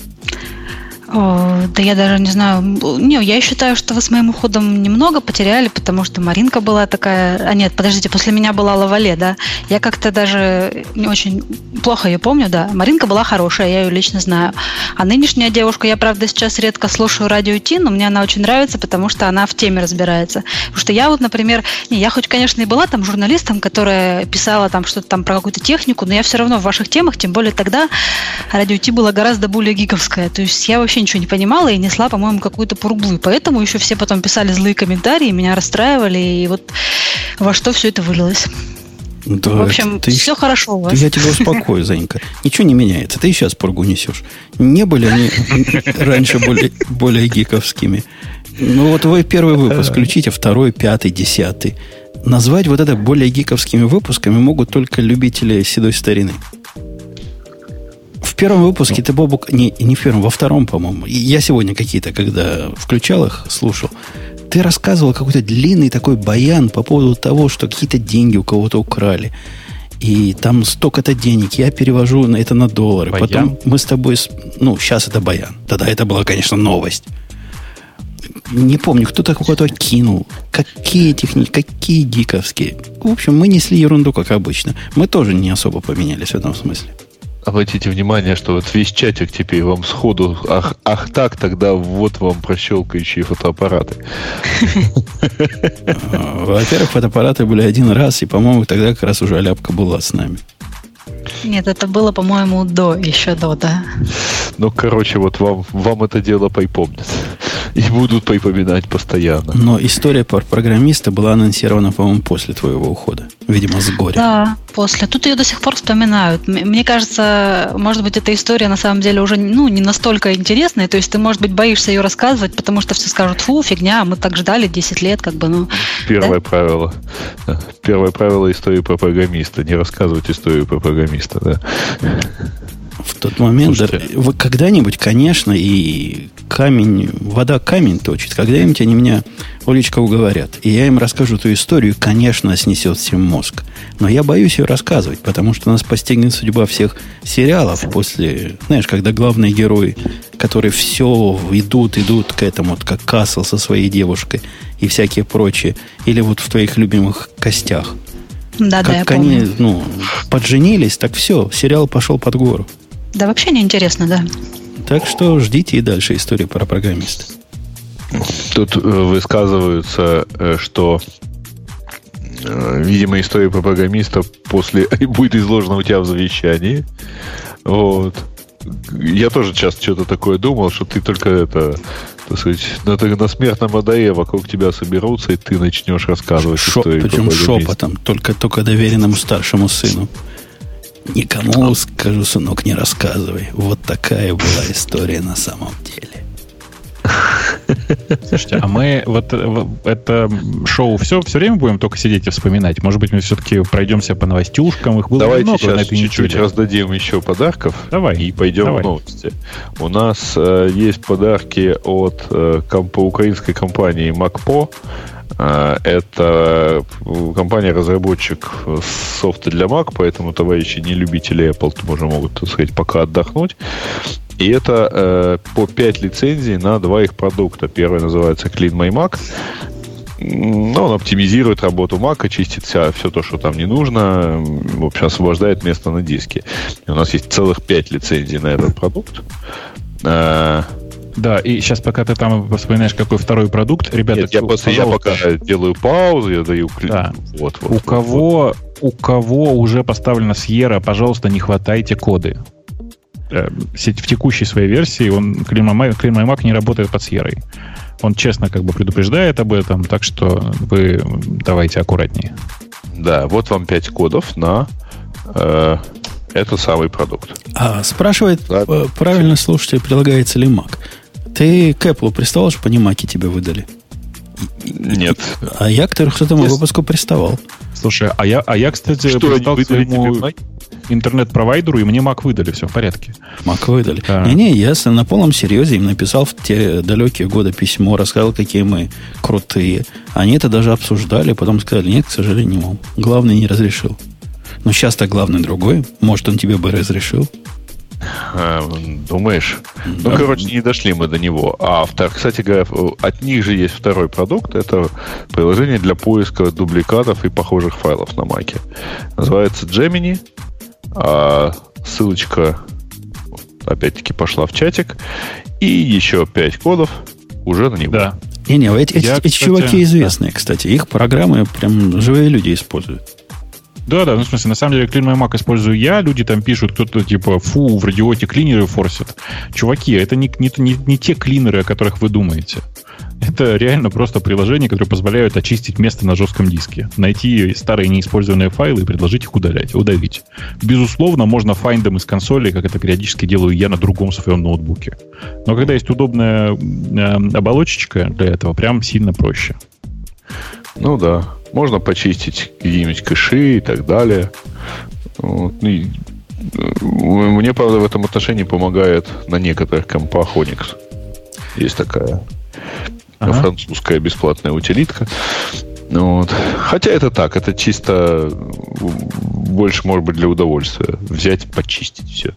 О, да я даже не знаю. Не, я считаю, что вы с моим уходом немного потеряли, потому что Маринка была такая... А нет, подождите, после меня была Лавале, да? Я как-то даже не очень плохо ее помню, да. Маринка была хорошая, я ее лично знаю. А нынешняя девушка, я, правда, сейчас редко слушаю радио Ти, но мне она очень нравится, потому что она в теме разбирается. Потому что я вот, например... Не, я хоть, конечно, и была там журналистом, которая писала там что-то там про какую-то технику, но я все равно в ваших темах, тем более тогда радио Ти было гораздо более гиковское. То есть я вообще ничего не понимала и несла, по-моему, какую-то пургу. И поэтому еще все потом писали злые комментарии, меня расстраивали, и вот во что все это вылилось. Да, в общем, ты, все хорошо у вас. Я тебя успокою, Занька. Ничего не меняется. Ты и сейчас пургу несешь. Не были они раньше более, более гиковскими. Ну вот вы первый выпуск включите, второй, пятый, десятый. Назвать вот это более гиковскими выпусками могут только любители седой старины. В первом выпуске ты, Бобук, не, не в первом, во втором, по-моему. Я сегодня какие-то, когда включал их, слушал, ты рассказывал какой-то длинный такой баян по поводу того, что какие-то деньги у кого-то украли. И там столько-то денег, я перевожу это на доллары. Баян? Потом мы с тобой... Ну, сейчас это баян. Тогда это была, конечно, новость. Не помню, кто-то кого-то кинул. Какие техники, какие гиковские. В общем, мы несли ерунду, как обычно. Мы тоже не особо поменялись в этом смысле. Обратите внимание, что вот весь чатик теперь вам сходу, ах, ах так, тогда вот вам прощелкающие фотоаппараты. Во-первых, фотоаппараты были один раз, и, по-моему, тогда как раз уже Аляпка была с нами. Нет, это было, по-моему, до, еще до, да. Ну, короче, вот вам, вам это дело припомнит. И будут припоминать постоянно. Но история про программиста была анонсирована, по-моему, после твоего ухода. Видимо, с горя. Да, после. Тут ее до сих пор вспоминают. Мне кажется, может быть, эта история на самом деле уже ну, не настолько интересная. То есть ты, может быть, боишься ее рассказывать, потому что все скажут, фу, фигня, мы так ждали десять лет, как бы, ну... Первое да? правило. Первое правило истории про программиста. Не рассказывать историю про программиста, да. В тот момент, да, вы когда-нибудь, конечно, и камень, вода камень точит, когда-нибудь они меня, Олечка, уговорят, и я им расскажу эту историю, конечно, снесет всем мозг. Но я боюсь ее рассказывать, потому что нас постигнет судьба всех сериалов после, знаешь, когда главные герои, которые все идут, идут к этому, вот как Касл со своей девушкой и всякие прочие, или вот в твоих любимых Костях. Да, как да, я они, помню. ну, подженились, так все, сериал пошел под гору. Да, вообще неинтересно, да. Так что ждите и дальше истории про программиста. Тут э, высказываются, э, что, э, видимо, история про программиста после будет изложена у тебя в завещании. Вот. Я тоже часто что-то такое думал, что ты только это, так сказать, на, на смертном одре вокруг тебя соберутся, и ты начнешь рассказывать Шо, историю про причем программиста. шепотом, только, только доверенному старшему сыну. Никому, скажу, сынок, не рассказывай. Вот такая была история на самом деле. Слушайте, а мы вот это шоу все, все время будем только сидеть и вспоминать? Может быть, мы все-таки пройдемся по новостюшкам? Их было Давайте много сейчас на этой чуть-чуть неделе. Раздадим еще подарков. Давай. И пойдем Давай. в новости. У нас э, есть подарки от э, комп- украинской компании Макпо. Это компания-разработчик софта для Mac, поэтому товарищи не любители Apple тоже могут, так сказать, пока отдохнуть. И это э, по пять лицензий на два их продукта. Первый называется Clean My Mac. Ну, он оптимизирует работу Mac, чистит вся, все то, что там не нужно. В общем, освобождает место на диске. И у нас есть целых пять лицензий на этот продукт. Да, и сейчас, пока ты там вспоминаешь, какой второй продукт, ребята... Нет, я, просто, я пока делаю паузу, я даю клик. Да. Вот, вот, у, вот, кого, вот. у кого уже поставлена Sierra, пожалуйста, не хватайте коды. В текущей своей версии он Clean My Mac, Clean My Mac не работает под Sierra. Он честно как бы предупреждает об этом, так что вы давайте аккуратнее. Да, вот вам пять кодов на... Э, этот самый продукт. А спрашивает, да, правильно слушатель, прилагается ли Mac. Ты к Apple приставал, что они Mac'и тебе выдали? Нет. А я к трехсотому yes. выпуску приставал. Слушай, а я, а я кстати, что пристал к своему интернет-провайдеру, и мне Mac выдали, все в порядке. Mac выдали. Да. Не-не, я на полном серьезе им написал в те далекие годы письмо, рассказал, какие мы крутые. Они это даже обсуждали, потом сказали, нет, к сожалению, не мог. Главный не разрешил. Но сейчас-то главный другой. Может, он тебе бы разрешил? А, думаешь? Да. Ну, короче, не дошли мы до него. А, втор... кстати говоря, от них же есть второй продукт. Это приложение для поиска дубликатов и похожих файлов на Маке. Называется Gemini. А, ссылочка опять-таки пошла в чатик. И еще пять кодов уже на него. Да. Не-не, эти, эти, эти чуваки известные, кстати. Их программы прям живые люди используют. Да, да, ну, в смысле, на самом деле, Clean My Mac использую я, люди там пишут, кто-то типа, фу, в радиоте клинеры форсят. Чуваки, это не, не, не, не те клинеры, о которых вы думаете. Это реально просто приложения, которые позволяют очистить место на жестком диске, найти старые неиспользованные файлы и предложить их удалять, удавить. Безусловно, можно файндом из консоли, как это периодически делаю я на другом своем ноутбуке. Но когда есть удобная э, оболочечка для этого, прям сильно проще. Ну да. Можно почистить где-нибудь кэши и так далее. Вот. И мне, правда, в этом отношении помогает на некоторых компах Onyx. Есть такая ага. французская бесплатная утилитка. Вот. Хотя это так, это чисто больше, может быть, для удовольствия. Взять, почистить все.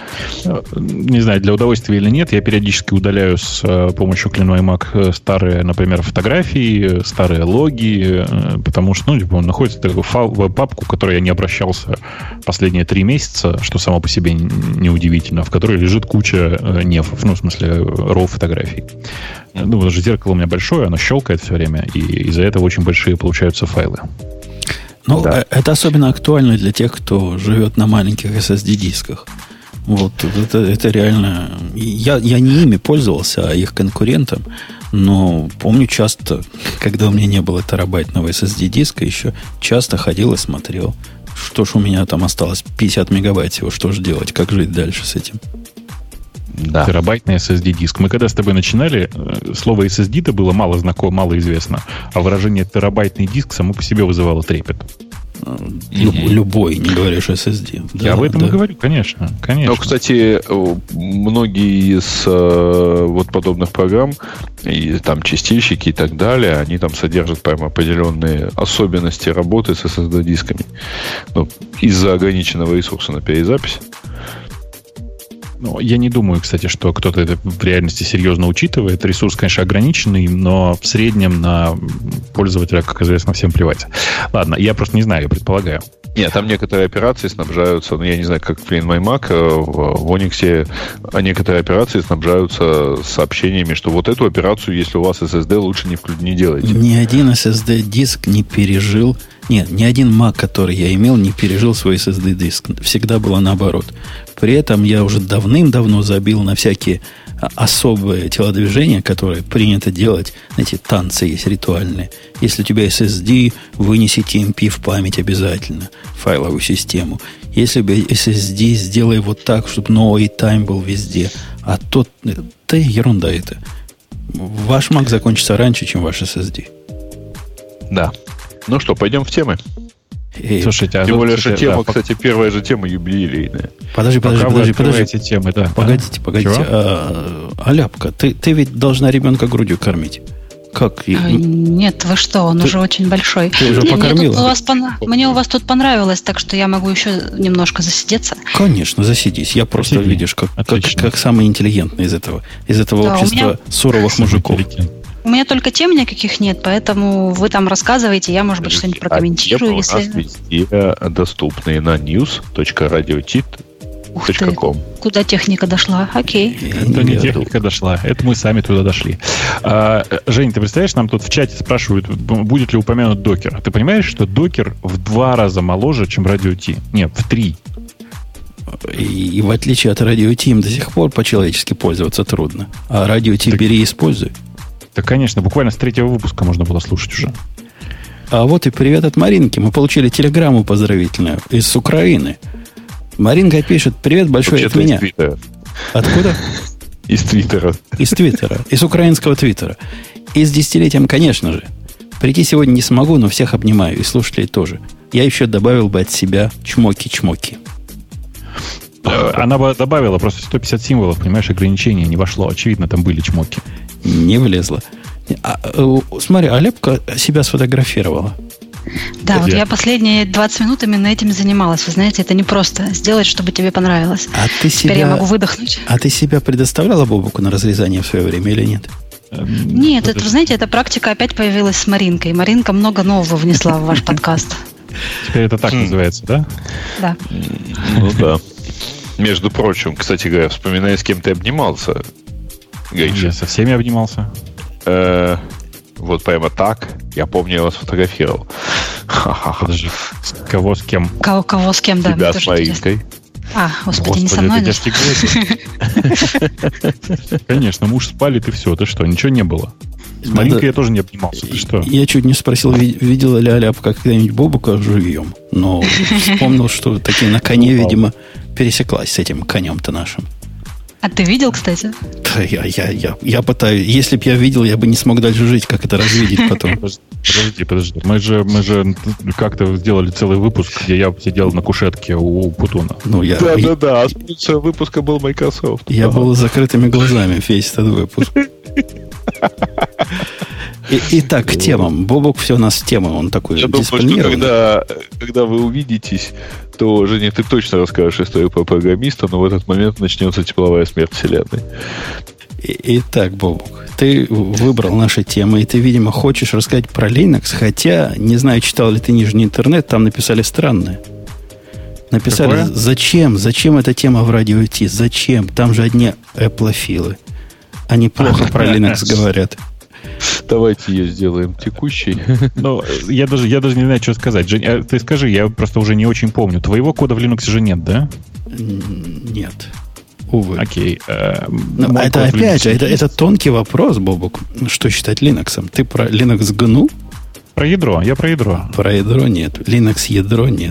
Не знаю, для удовольствия или нет. Я периодически удаляю с помощью Clean My Mac старые, например, фотографии, старые логи, потому что, ну, типа, он находится в папку, в которой я не обращался последние три месяца, что само по себе неудивительно, в которой лежит куча нефов, ну, в смысле, роу фотографий. Ну, потому что зеркало у меня большое, оно щелкает все время, и из-за этого очень большие получаются файлы. Ну, да. Это особенно актуально для тех, кто живет на маленьких эс эс ди-дисках. Вот, это, это реально Я, я не ими пользовался, а их конкурентом. Но помню часто, когда у меня не было терабайтного эс эс ди-диска, еще часто ходил и смотрел. Что ж у меня там осталось? пятьдесят мегабайт всего. Что же делать? Как жить дальше с этим? Да. Терабайтный эс эс ди-диск. Мы когда с тобой начинали, слово эс эс ди-то было мало знакомо, мало известно. А выражение терабайтный диск само по себе вызывало трепет. Люб, mm-hmm. Любой, не говоришь эс эс ди. Да, я об этом да. и говорю, конечно, конечно. Но, кстати, многие из э, вот подобных программ, и там чистильщики и так далее, они там содержат прямо определенные особенности работы с эс эс ди-дисками. Ну, из-за ограниченного ресурса на перезапись. Ну, я не думаю, кстати, что кто-то это в реальности серьезно учитывает. Ресурс, конечно, ограниченный, но в среднем на пользователя, как известно, всем плевать. Ладно, я просто не знаю, я предполагаю. Нет, там некоторые операции снабжаются, ну, я не знаю, как в FreeMyMac, в, в Onyx, а некоторые операции снабжаются сообщениями, что вот эту операцию, если у вас эс эс ди, лучше не, не делайте. Ни один эс эс ди-диск не пережил, нет, ни один Mac, который я имел, не пережил свой эс эс ди-диск. Всегда было наоборот. При этом я уже давным-давно забил на всякие особые телодвижения, которые принято делать. Знаете, танцы есть ритуальные. Если у тебя эс эс ди, вынеси ти эм пи в память обязательно, файловую систему. Если у тебя эс эс ди, сделай вот так, чтобы no wait time был везде. А то, это ерунда это. Ваш Mac закончится раньше, чем ваш эс эс ди. Да. Ну что, пойдем в темы. Эй, Слушайте, а тем более, что тема, да, кстати, первая же тема юбилейная. Подожди, подожди, Пока подожди, подожди. Темы, да. Погодите, погодите. А, Аляпка, ты, ты ведь должна ребенка грудью кормить. Как? А, нет, вы что, он ты, уже очень большой. Ты уже не, покормила? Мне, у вас пон... мне у вас тут понравилось, так что я могу еще немножко засидеться. Конечно, засидись. Я просто, Засиди. видишь, как, как, как самый интеллигентный из этого, из этого да, общества меня... суровых мужиков. У меня только тем никаких нет, поэтому вы там рассказываете, я, может быть, что-нибудь прокомментирую. А если... у нас везде доступные на news точка радиотит точка ком. Куда техника дошла? Окей. Это не техника дошла, это мы сами туда дошли. А, Жень, ты представляешь, нам тут в чате спрашивают, будет ли упомянут докер. Ты понимаешь, что докер в два раза моложе, чем радио Ти? Нет, в три. И, и в отличие от радио Ти, им до сих пор по-человечески пользоваться трудно. А радио Ти так... бери и используй. Да, конечно, буквально с третьего выпуска можно было слушать уже. А вот и привет от Маринки. Мы получили телеграмму поздравительную из Украины. Маринка пишет: привет большой от меня. Откуда? Из Твиттера. Из Твиттера. Из украинского Твиттера. И с десятилетием, конечно же. Прийти сегодня не смогу, но всех обнимаю. И слушателей тоже. Я еще добавил бы от себя чмоки-чмоки. Она бы добавила просто сто пятьдесят символов, понимаешь, ограничения не вошло. Очевидно, там были чмоки. Не влезла. А, смотри, Аляпка себя сфотографировала. Да, вот я последние двадцать минут именно этим занималась. Вы знаете, это не просто сделать, чтобы тебе понравилось. А ты себя... Теперь я могу выдохнуть. А ты себя предоставляла Бобуку на разрезание в свое время или нет? Нет, это, вы знаете, эта практика опять появилась с Маринкой. Маринка много нового внесла в ваш подкаст. Теперь это так называется, да? Да. Ну да. Между прочим, кстати говоря, вспоминая, с кем ты обнимался. Я со всеми обнимался. Вот прямо так. Я помню, я вас фотографировал. Подожди. Кого с кем? Кого, кого с кем, да. Тебя с Маринкой. А, господи, господи, не со мной. Конечно, муж спали, ты все, ты что, ничего не было. С Маринкой Надо... я тоже не обнимался, ты что? Я чуть не спросил, видела ли Аляпка когда-нибудь Бобука живьем, но вспомнил, что таки на коне, видимо, пересеклась с этим конем-то нашим. А ты видел, кстати? Да, я, я, я, я пытаюсь. Если бы я видел, я бы не смог дальше жить, как это развидеть потом. Подожди, подожди. Мы же, мы же как-то сделали целый выпуск, где я сидел на кушетке у Путуна. Ну, я, да, я, да, да. А спонсор выпуска был Microsoft. Я был с закрытыми глазами весь этот выпуск. И, итак, к темам. Бобок все у нас в темы, он такой я дисциплинированный. Думаю, что когда, когда вы увидитесь, то, Женя, ты точно расскажешь историю про программиста, но в этот момент начнется тепловая смерть вселенной. И, итак, Бобок, ты выбрал наши темы, и ты, видимо, хочешь рассказать про Linux, хотя, не знаю, читал ли ты Нижний интернет, там написали странное. Написали, Какое? зачем, зачем эта тема в радио Ти, зачем? Там же одни эплофилы. Они плохо про Linux говорят. Давайте ее сделаем текущей. Ну, я даже, я даже не знаю, что сказать. Жень, а ты скажи, я просто уже не очень помню. Твоего кода в Linux же нет, да? Нет. Увы. Окей. Э, Но это опять же, это, это тонкий вопрос, Бобук. Что считать Linux? Ты про Linux джи эн ю? Про ядро. Я про ядро. Про ядро нет. Linux ядро нет.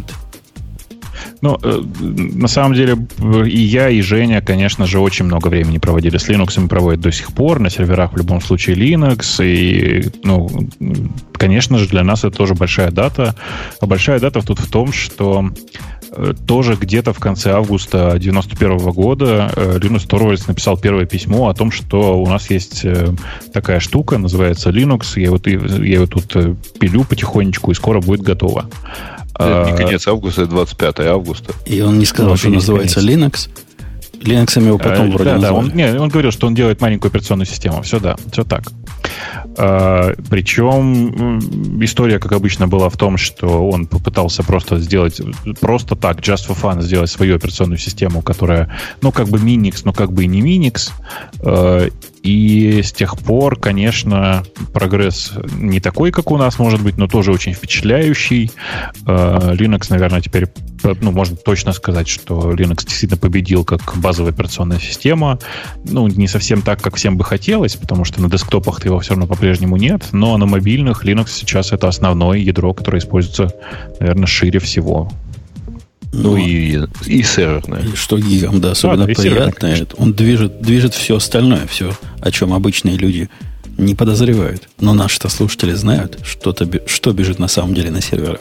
Ну, э, на самом деле, и я, и Женя, конечно же, очень много времени проводили с Linux, и проводят до сих пор, на серверах в любом случае Linux, и, ну, конечно же, для нас это тоже большая дата. А большая дата тут в том, что э, тоже где-то в конце августа девяносто первого года э, Линус Торвальдс написал первое письмо о том, что у нас есть э, такая штука, называется Linux, я вот, я его тут э, пилю потихонечку, и скоро будет готово. Это не конец августа, это двадцать пятое августа. И он не сказал, ну, что называется конец. Linux. Linux его потом а, вроде да, назвали. Да, он, не, он говорил, что он делает маленькую операционную систему. Все, да, все так. А, причем история, как обычно, была в том, что он попытался просто сделать, просто так, just for fun, сделать свою операционную систему, которая, ну, как бы Minix, но как бы и не Minix. А, и с тех пор, конечно, прогресс не такой, как у нас, может быть, но тоже очень впечатляющий. А, Linux, наверное, теперь, ну, можно точно сказать, что Linux действительно победил как базовая операционная система. Ну, не совсем так, как всем бы хотелось, потому что на десктопах его все равно по-прежнему нет, но на мобильных Linux сейчас это основное ядро, которое используется, наверное, шире всего. Ну, ну и, и серверное. И что гигам, да, особенно а, да, приятное. Он движет, движет все остальное, все, о чем обычные люди не подозревают. Но наши-то слушатели знают, что-то, что бежит на самом деле на серверах.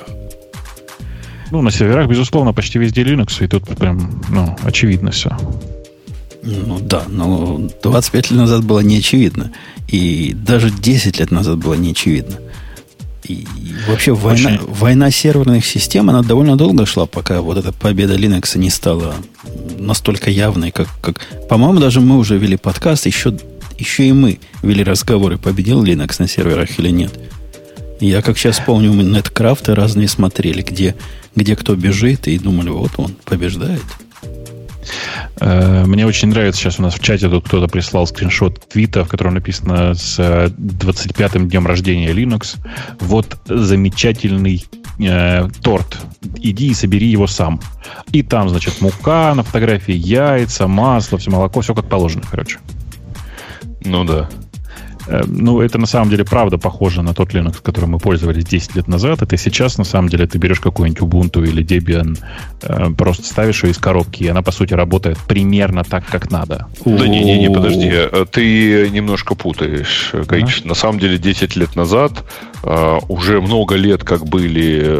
Ну, на серверах, безусловно, почти везде Linux, и тут прям, ну, очевидно все. Ну да, но двадцать пять лет назад было не очевидно. И даже десять лет назад было не очевидно. И вообще война, Очень... война серверных систем, она довольно долго шла, пока вот эта победа Linux не стала настолько явной, как, как... По-моему, даже мы уже вели подкаст, еще, еще и мы вели разговоры, победил Linux на серверах или нет. И я, как сейчас помню, мы неткрафты разные смотрели, где, где кто бежит, и думали, вот он побеждает. Мне очень нравится, сейчас у нас в чате тут кто-то прислал скриншот твита, в котором написано с двадцать пятым днем рождения Linux. Вот замечательный э, торт. Иди и собери его сам. И там, значит, мука на фотографии, яйца, масло, все молоко, все как положено, короче. Ну да. Ну, это на самом деле правда похоже на тот Linux, которым мы пользовались десять лет назад. Это сейчас, на самом деле, ты берешь какой-нибудь Ubuntu или Debian, просто ставишь ее из коробки, и она, по сути, работает примерно так, как надо. Да не-не-не, подожди. Ты немножко путаешь. А? На самом деле, десять лет назад уже много лет как были,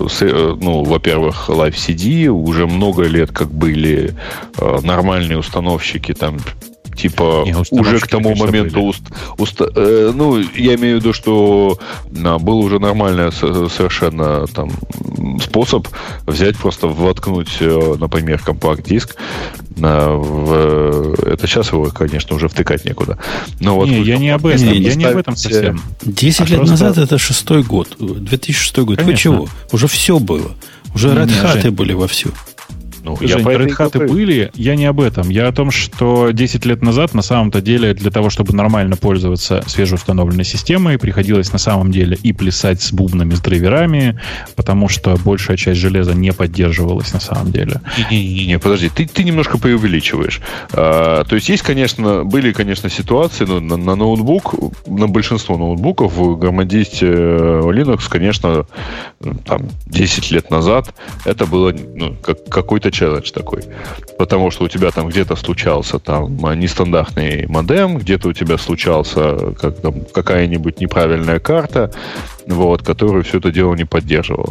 ну, во-первых, Live си ди, уже много лет как были нормальные установщики, там, типа, не, уже к тому моменту уст, уст, э, ну, я имею в виду, что да, был уже нормальный совершенно там способ взять, просто воткнуть, например, компакт-диск. На, в, это сейчас его, конечно, уже втыкать некуда. Но вот не, я не об этом, не, я не об этом совсем. десять а лет просто... назад это шестой год, две тысячи шестой год. Конечно. Вы чего? Уже все было. Уже Red Hat были вовсю. Ну, Жень, Red Hat были, я не об этом. Я о том, что десять лет назад на самом-то деле для того, чтобы нормально пользоваться свежеустановленной системой, приходилось на самом деле и плясать с бубнами, с драйверами, потому что большая часть железа не поддерживалась на самом деле. Не-не-не, подожди, ты, ты немножко преувеличиваешь. А, то есть есть, конечно, были, конечно, ситуации, но на, на ноутбук, на большинство ноутбуков громоздить Linux, конечно, там, десять лет назад это было, ну, как, какой-то челлендж такой. Потому что у тебя там где-то случался там нестандартный модем, где-то у тебя случался как, там, какая-нибудь неправильная карта, вот, которую все это дело не поддерживала.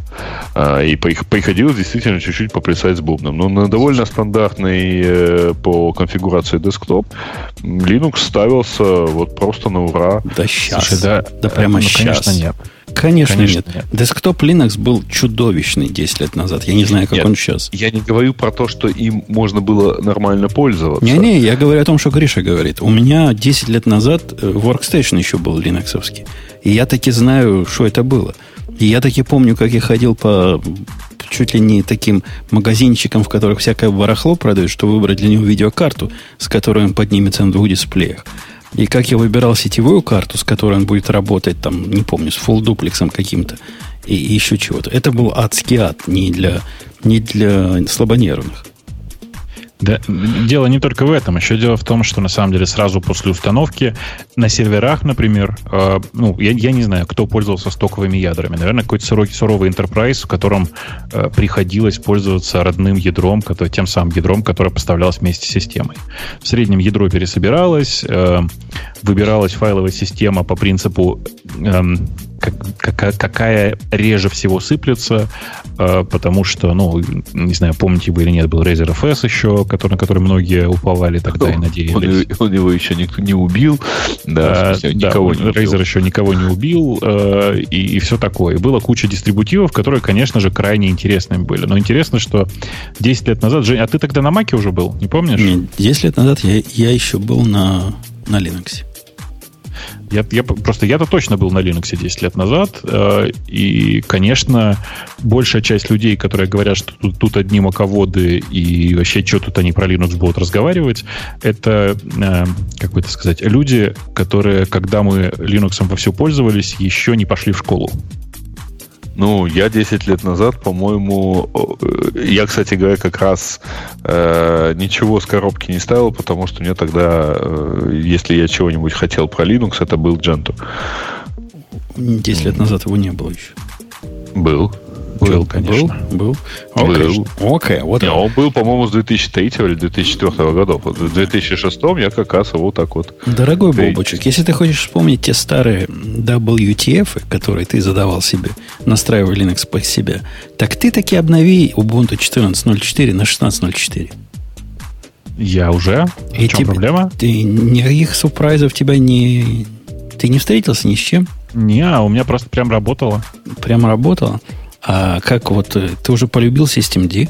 И приходилось действительно чуть-чуть поплясать с бубном. Но на довольно стандартный по конфигурации десктоп Linux ставился вот просто на ура. Да сейчас. Слушай, да, да прямо ну, сейчас. Конечно, нет. Конечно, Конечно нет. нет. Десктоп Linux был чудовищный десять лет назад. Я не знаю, как нет, он сейчас. Я не говорю про то, что им можно было нормально пользоваться. Не-не, я говорю о том, что Гриша говорит. У меня десять лет назад Workstation еще был линоксовский. И я таки знаю, что это было. И я таки помню, как я ходил по чуть ли не таким магазинчикам, в которых всякое барахло продают, чтобы выбрать для него видеокарту, с которой он поднимется на двух дисплеях. И как я выбирал сетевую карту, с которой он будет работать, там, не помню, с фулл-дуплексом каким-то, и, и еще чего-то. Это был адский ад, не для, не для слабонервных. Да, дело не только в этом. Еще дело в том, что на самом деле сразу после установки на серверах, например, э, ну, я, я не знаю, кто пользовался стоковыми ядрами. Наверное, какой-то суровый, суровый enterprise, в котором э, приходилось пользоваться родным ядром, который, тем самым ядром, которое поставлялось вместе с системой. В среднем ядро пересобиралось, э, выбиралась файловая система по принципу э, как, какая реже всего сыплется, э, потому что, ну, не знаю, помните вы или нет, был Razer эф эс еще, который, на который многие уповали тогда и надеялись. Он, он его еще никто не убил. Да, а, смысле, никого да, не убил. Razer еще никого не убил, э, и, и все такое. И было куча дистрибутивов, которые, конечно же, крайне интересными были. Но интересно, что десять лет назад... Жень, а ты тогда на Маке уже был, не помнишь? Нет, десять лет назад я, я еще был на, на Linux. Я, я, просто я-то точно был на Linux десять лет назад, э, и, конечно, большая часть людей, которые говорят, что тут, тут одни маководы, и вообще, что тут они про Linux будут разговаривать, это, э, как бы это сказать, люди, которые, когда мы Linux вовсю пользовались, еще не пошли в школу. Ну, я десять лет назад, по-моему... Я, кстати говоря, как раз э, ничего с коробки не ставил, потому что мне тогда, э, если я чего-нибудь хотел про Linux, это был Gentoo. десять лет назад его не было еще. Был. Был, конечно. Был? Был. Окей. Okay, вот не, он был, по-моему, с две тысячи третьего или две тысячи четвёртого годов. В две тысячи шестом я как раз вот так вот... Дорогой Бобочек, если ты хочешь вспомнить те старые дабл ю ти эф, которые ты задавал себе, настраивая Linux под себя, так ты таки обнови Ubuntu четырнадцать ноль четыре на шестнадцать ноль четыре. Я уже? И в чем тебе, проблема? Ты, никаких сюрпризов тебя не... Ты не встретился ни с чем? Не, у меня просто прям работало. Прям работало? А как вот ты уже полюбил системд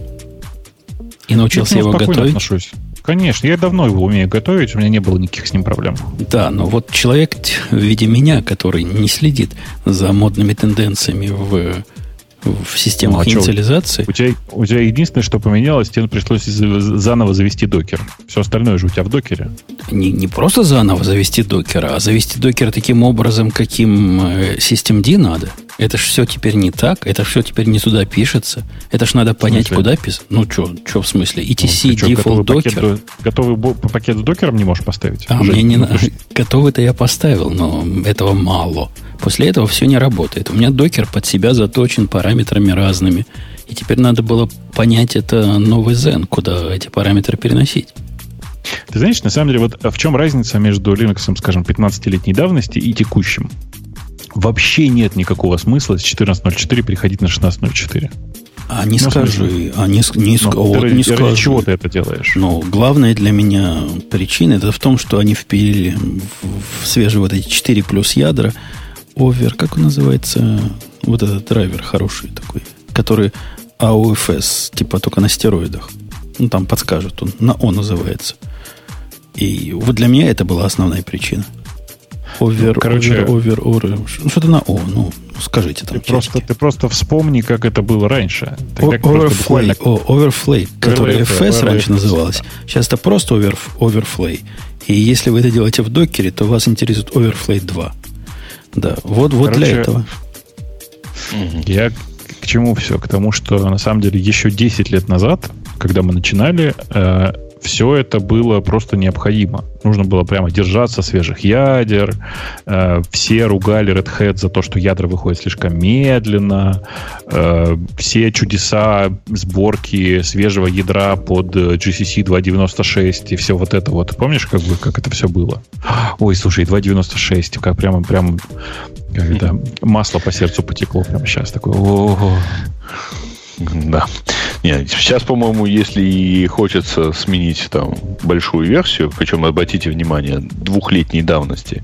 и научился его готовить? Отношусь. Конечно, я давно его умею готовить, у меня не было никаких с ним проблем. Да, но вот человек в виде меня, который не следит за модными тенденциями в, в системах ну, а инициализации. У тебя, у тебя единственное, что поменялось, тебе пришлось заново завести докер. Все остальное же у тебя в докере. Не, не просто заново завести докер, а завести докер таким образом, каким системд надо. Это ж все теперь не так, это ж все теперь не туда пишется. Это ж надо понять, куда писать. Ну, что в смысле? и ти си, ну, default, докер. Готовый пакет с докером не можешь поставить? А мне не надо. Готовый-то я поставил, но этого мало. После этого все не работает. У меня докер под себя заточен параметрами разными. И теперь надо было понять, это новый Zen, куда эти параметры переносить. Ты знаешь, на самом деле, вот в чем разница между Linux, скажем, пятнадцатилетней давности и текущим? Вообще нет никакого смысла с четырнадцать ноль четыре переходить на шестнадцать ноль четыре. А не ну, скажи, а не, не, ну, вот ради, не скажи. Ради чего ты это делаешь? Ну, главная для меня причина это в том, что они впилили в, в свежие вот эти четыре плюс ядра овер, как он называется, вот этот драйвер хороший такой, который эй о эф эс, типа только на стероидах. Ну, там подскажут, он на О называется. И вот для меня это была основная причина. Овер, ну, короче, овер, овер, овер. Ну, что-то на О, ну, скажите там. Ты просто, ты просто вспомни, как это было раньше. Overflay, Overflay, который эф эс раньше называлось. Сейчас это просто over, Overflay. И если вы это делаете в докере, то вас интересует Overflay два. Да, вот, вот для этого. Я к чему все? К тому, что на самом деле еще десять лет назад, когда мы начинали, э, все это было просто необходимо. Нужно было прямо держаться свежих ядер. Э, все ругали Red Hat за то, что ядра выходят слишком медленно. Э, все чудеса сборки свежего ядра под джи си си два девяносто шесть и все вот это вот. Помнишь, как, бы, как это все было? Ой, слушай, два девяносто шесть, как прямо, прямо как это, масло по сердцу потекло прямо сейчас. Такое, о-о-о. Да. Нет, сейчас, по-моему, если и хочется сменить там большую версию, причем обратите внимание, двухлетней давности,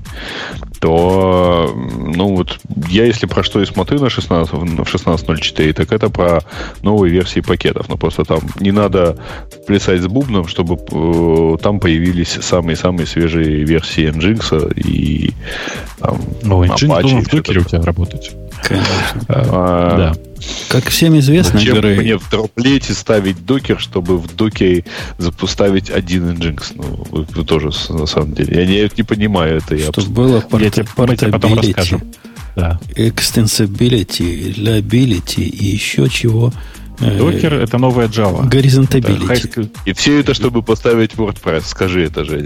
то, ну вот, я если про что и смотрю на шестнадцать ноль четыре, так это про новые версии пакетов. Но просто там не надо плясать с бубном, чтобы э, там появились самые-самые свежие версии Nginx и там, ну, Nginx должен в докере у тебя работать. Конечно. А, да. Как всем известно, зачем Грей... мне в дроплете ставить докер, чтобы в докере запускать один Nginx? Ну, вы, вы тоже, на самом деле. Я не, не понимаю это. Чтобы я было порт... я тебе, потом расскажу. Да. Extensibility, reliability и еще чего. Докер — это новая Java. Горизонтабилити. И все это, чтобы поставить WordPress. Скажи это, Женя.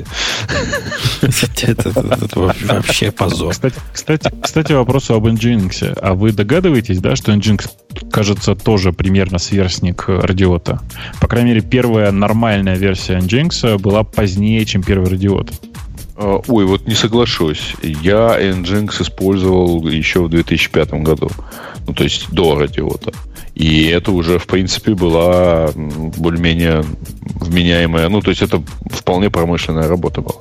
Это вообще позор. Кстати, вопрос об Nginx. А вы догадываетесь, да, что Nginx, кажется, тоже примерно сверстник Радиота? По крайней мере, первая нормальная версия Nginx была позднее, чем первый Радиот. Ой, вот не соглашусь. Я Nginx использовал еще в две тысячи пятом году. Ну, то есть до Радиота. И это уже, в принципе, была более-менее вменяемая... Ну, то есть это вполне промышленная работа была.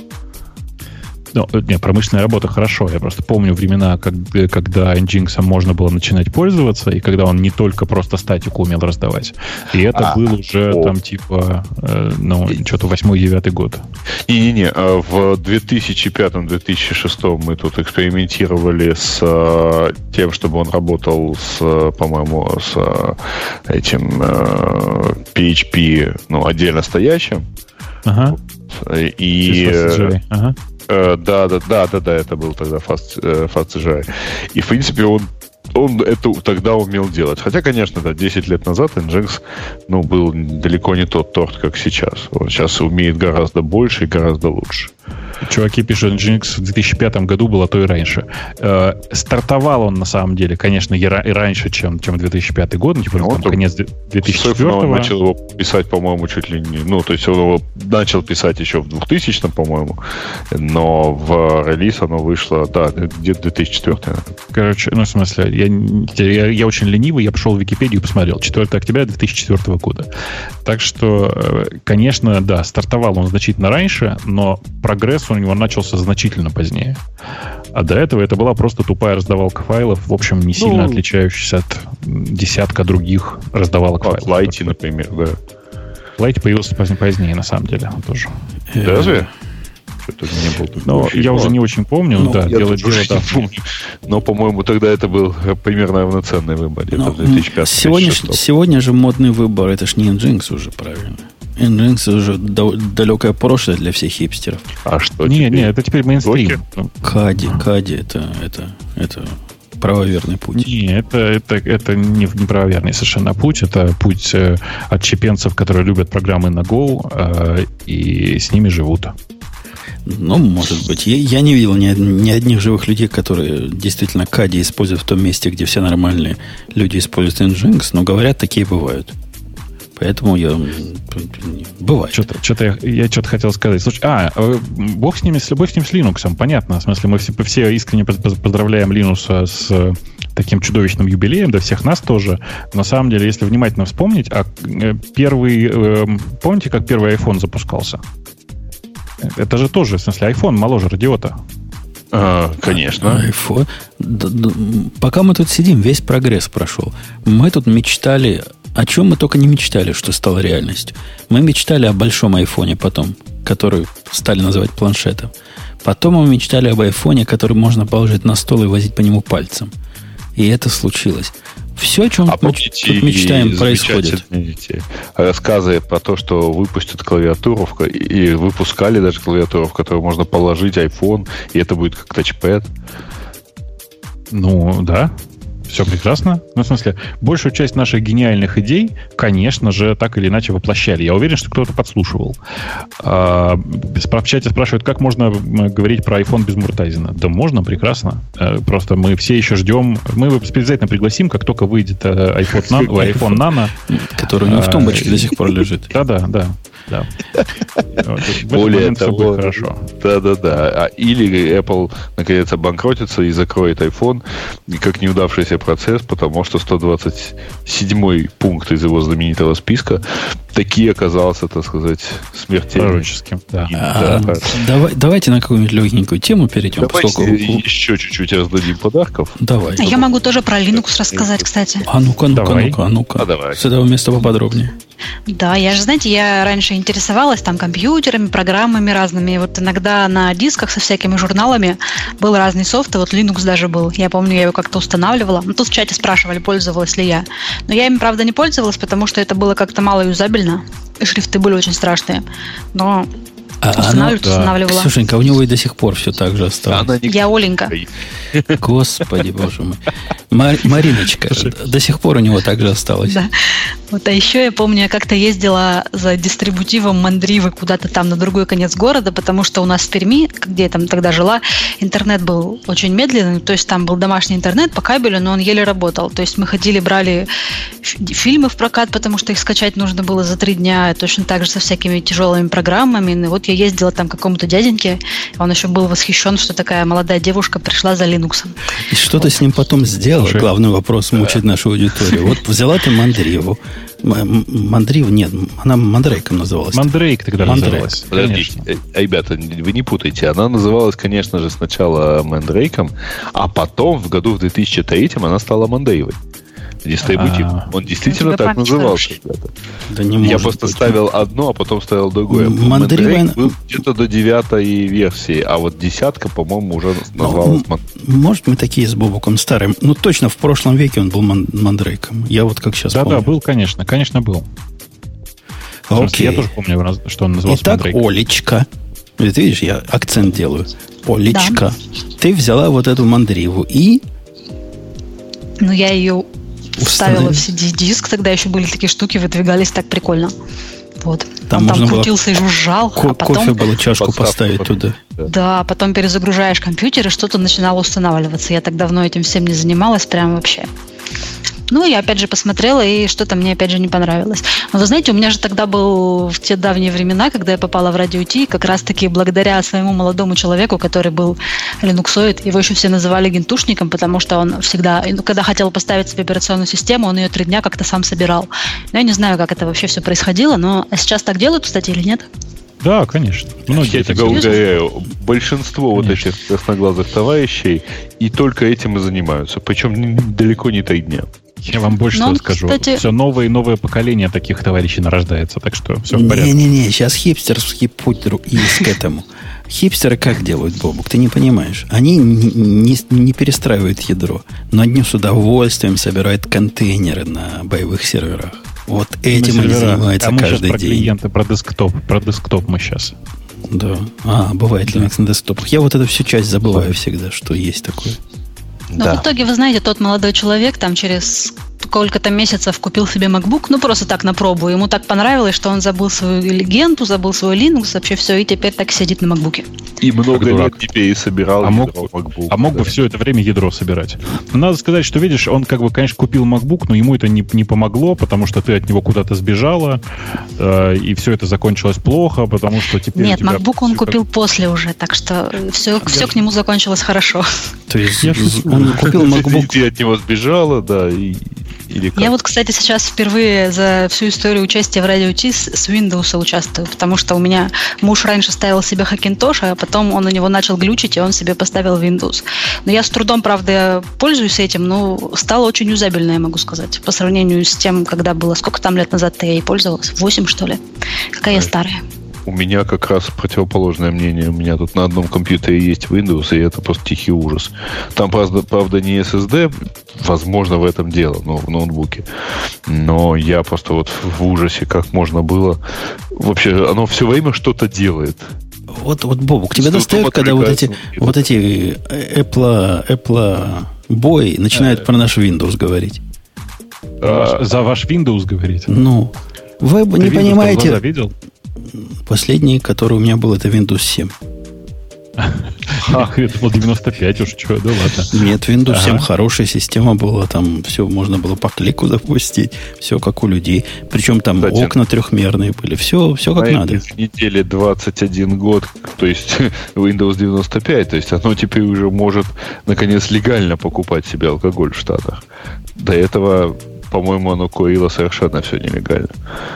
Ну, не, промышленная работа хорошо. Я просто помню времена, когда, когда Nginx можно было начинать пользоваться, и когда он не только просто статику умел раздавать. И это а, был уже о. там типа, э, ну, что-то восьмой-девятый год. Не-не-не, в две тысячи пятом - две тысячи шестом мы тут экспериментировали с э, тем, чтобы он работал с, по-моему, с э, этим э, пи эйч пи, ну, отдельно стоящим. Ага. И... Ага. Uh, да, да, да, да, да, это был тогда Fast, uh, FastCGI. И, в принципе, он, он это тогда умел делать. Хотя, конечно, да, десять лет назад Nginx, ну, был далеко не тот торт, как сейчас. Он сейчас умеет гораздо больше и гораздо лучше. Чуваки пишут, Nginx в две тысячи пятом году было, то и раньше. Э, стартовал он, на самом деле, конечно, и, ра- и раньше, чем, чем две тысячи пятый год, ну, типа, ну, там, конец две тысячи четвёртого. Он начал его писать, по-моему, чуть ли не... Ну, то есть он его начал писать еще в двухтысячном, по-моему, но в релиз оно вышло, да, где-то две тысячи четвёртый. Короче, ну, в смысле, я, я, я очень ленивый, я пошел в Википедию и посмотрел. четвёртого октября две тысячи четвёртого года. Так что, конечно, да, стартовал он значительно раньше, но прогресс у него начался значительно позднее. А до этого это была просто тупая раздавалка файлов, в общем, не сильно ну, отличающаяся от десятка других раздавалок от файлов. Light, например, да. Light появился позднее, на самом деле, тоже. Разве? Что-то не было. Но я уже не очень помню. Ну, да, дело, дело, да. помню. Но, по-моему, тогда это был примерно равноценный выбор. Но, сегодня, сегодня же модный выбор. Это ж не Nginx уже, правильно. Nginx уже далекое прошлое для всех хипстеров. А что Не, не, это теперь мейнстрим. Кади, Кади, это, это, это правоверный путь. Не, это, это, это не, не правоверный совершенно путь. Это путь отщепенцев, которые любят программы на Go э, и с ними живут. Ну, может быть. Я, я не видел ни, ни одних живых людей, которые действительно Кади используют в том месте, где все нормальные люди используют Nginx, но говорят, такие бывают. Поэтому я... Бывает. Что-то, что-то я, я что-то хотел сказать. Слушай, а, бог с ними, бог с ним с Linux, понятно. В смысле, мы все, все искренне поздравляем Linux с таким чудовищным юбилеем, да всех нас тоже. На самом деле, если внимательно вспомнить, а первый... Помните, как первый iPhone запускался? Это же тоже, в смысле, iPhone моложе Радиота. А, конечно. iPhone. Да, да, пока мы тут сидим, весь прогресс прошел. Мы тут мечтали... О чем мы только не мечтали, что стало реальностью. Мы мечтали о большом айфоне потом, который стали называть планшетом. Потом мы мечтали об айфоне, который можно положить на стол и возить по нему пальцем. И это случилось. Все, о чем а мы тут мечтаем, происходит. Рассказы про то, что выпустят клавиатуру, и выпускали даже клавиатуру, в которую можно положить iPhone, и это будет как тачпэд. Ну, да. Все прекрасно. Ну, в смысле, большую часть наших гениальных идей, конечно же, так или иначе воплощали. Я уверен, что кто-то подслушивал. А, в чате спрашивают, как можно говорить про iPhone без Муртазина. Да можно, прекрасно. Просто мы все еще ждем. Мы его обязательно пригласим, как только выйдет iPhone Nano, iPhone Nano. Который у него в тумбочке до сих пор лежит. Да-да, да. Да. Более того, хорошо. Да-да-да. Или Apple наконец обанкротится и закроет iPhone, как неудавшийся процесс, потому что сто двадцать седьмой пункт из его знаменитого списка таки оказался, так сказать, смертельным. Пророческим. Да. А, да. Давай, давайте на какую-нибудь легенькую тему перейдем. Давайте поскольку... еще чуть-чуть раздадим подарков. Давай. Я могу тоже про Linux рассказать, кстати. А ну-ка, ну-ка, давай. ну-ка, ну-ка. А давай. С этого места поподробнее. Да, я же, знаете, я раньше интересовалась там компьютерами, программами разными. Вот иногда на дисках со всякими журналами был разный софт, и вот Linux даже был. Я помню, я его как-то устанавливала. Ну, тут в чате спрашивали, пользовалась ли я. Но я им, правда, не пользовалась, потому что это было как-то мало юзабельно. И шрифты были очень страшные. Но а, устанавливать она, устанавливала. Ксюшенька, у него и до сих пор все так же осталось. Я Оленька. Господи, боже мой. Мариночка, до сих пор у него так же осталось. Да. Вот, а еще я помню, я как-то ездила за дистрибутивом Мандривы куда-то там на другой конец города, потому что у нас в Перми, где я там тогда жила, интернет был очень медленный, то есть там был домашний интернет по кабелю, но он еле работал. То есть мы ходили, брали фильмы в прокат, потому что их скачать нужно было за три дня, точно так же со всякими тяжелыми программами. И вот я ездила там к какому-то дяденьке, он еще был восхищен, что такая молодая девушка пришла за Linux. И что вот. Ты с ним потом сделал? Слушай, главный вопрос мучает да. нашу аудиторию. Вот взяла ты Мандриву. Мандрив, нет, она Мандрейком называлась. Мандрейк тогда Мандрейк. называлась. Подождите, ребята, вы не путайте. Она называлась, конечно же, сначала Мандрейком, а потом, в году в две тысячи третьем, она стала Мандейвой. Дистрибутив. А-а-а. Он действительно так назывался. Да не Я просто быть. ставил одно, а потом ставил другое. Мандрейк был где-то до девятой версии, а вот десятка, по-моему, уже называлась ну, Может, мы такие с Бобуком старым. Ну, точно, в прошлом веке он был Мандрейком. Я вот как сейчас да, помню. Да-да, был, конечно. Конечно, был. Окей. Я тоже помню, что он назывался Итак, Мандрейком. Олечка. Ведь видишь, я акцент делаю. Олечка. Да. Ты взяла вот эту Мандриву и... Ну, я ее... Вставила в си ди-диск, тогда еще были такие штуки, выдвигались так прикольно. Вот. Там, он можно там крутился и жужжал. Ко- а потом... Кофе было чашку поставить туда. Да, потом перезагружаешь компьютер, и что-то начинало устанавливаться. Я так давно этим всем не занималась, прям вообще. Ну, я опять же посмотрела, и что-то мне опять же не понравилось. Но вы знаете, у меня же тогда был в те давние времена, когда я попала в Радио Ти, как раз-таки благодаря своему молодому человеку, который был линуксоид, его еще все называли гентушником, потому что он всегда, когда хотел поставить себе операционную систему, он ее три дня как-то сам собирал. Но я не знаю, как это вообще все происходило, но сейчас так делают, кстати, или нет? Да, конечно. Многие я тебя уверяю, большинство конечно. вот этих красноглазых товарищей и только этим и занимаются. Причем далеко не три дня. Я вам больше того скажу. Кстати... Все новое и новое поколение таких товарищей нарождается, так что все в порядке. Не-не-не, сейчас хипстерский путь есть к этому. Хипстеры как делают, Бобук? Ты не понимаешь. Они не, не, не перестраивают ядро, но они с удовольствием собирают контейнеры на боевых серверах. Вот этим они занимаются а каждый про день. Клиенты, про десктоп. Про десктоп мы сейчас. Да. А, бывает Linux да. на десктопах. Я вот эту всю часть забываю всегда, что есть такое. Но да. в итоге, вы знаете, тот молодой человек там через сколько-то месяцев купил себе MacBook, ну просто так на пробу. Ему так понравилось, что он забыл свою легенду, забыл свой Linux, вообще все, и теперь так сидит на MacBook. И много лет теперь и собирал а мог, MacBook. А мог да. бы все это время ядро собирать. Но надо сказать, что, видишь, он как бы, конечно, купил MacBook, но ему это не, не помогло, потому что ты от него куда-то сбежала, э, и все это закончилось плохо, потому что теперь... Нет, MacBook он купил как... после уже, так что все, все к нему закончилось хорошо. То есть он купил MacBook... Ты от него сбежала, да, и... Или как? Я вот, кстати, сейчас впервые за всю историю участия в Радио Ти с, с Windows участвую, потому что у меня муж раньше ставил себе Hackintosh, а потом он у него начал глючить, и он себе поставил Windows. Но я с трудом, правда, пользуюсь этим, но стало очень юзабельно, я могу сказать, по сравнению с тем, когда было, сколько там лет назад-то я ей пользовалась? Восемь, что ли? Какая я старая. У меня как раз противоположное мнение. У меня тут на одном компьютере есть Windows, и это просто тихий ужас. Там, правда, правда не эс эс ди, возможно, в этом дело, но в ноутбуке. Но я просто вот в ужасе, как можно было. Вообще, оно все время что-то делает. Вот, вот Бобук, тебе достает, когда вот эти, вот эти Apple, Apple boy начинают про наш Windows говорить. А, за ваш Windows говорить? Ну, вы Ты не Windows понимаете... Видел? Последний, который у меня был, это Windows семь. Ах, это был девяносто пять уж, что, да ладно. Нет, Windows семь хорошая система была, там все можно было по клику запустить, все как у людей. Причем там Кстати, окна трехмерные были, все, все как надо. В неделе двадцать один год, то есть Windows девяносто пять, то есть оно теперь уже может наконец легально покупать себе алкоголь в Штатах. До этого, по-моему, оно курило совершенно все нелегально.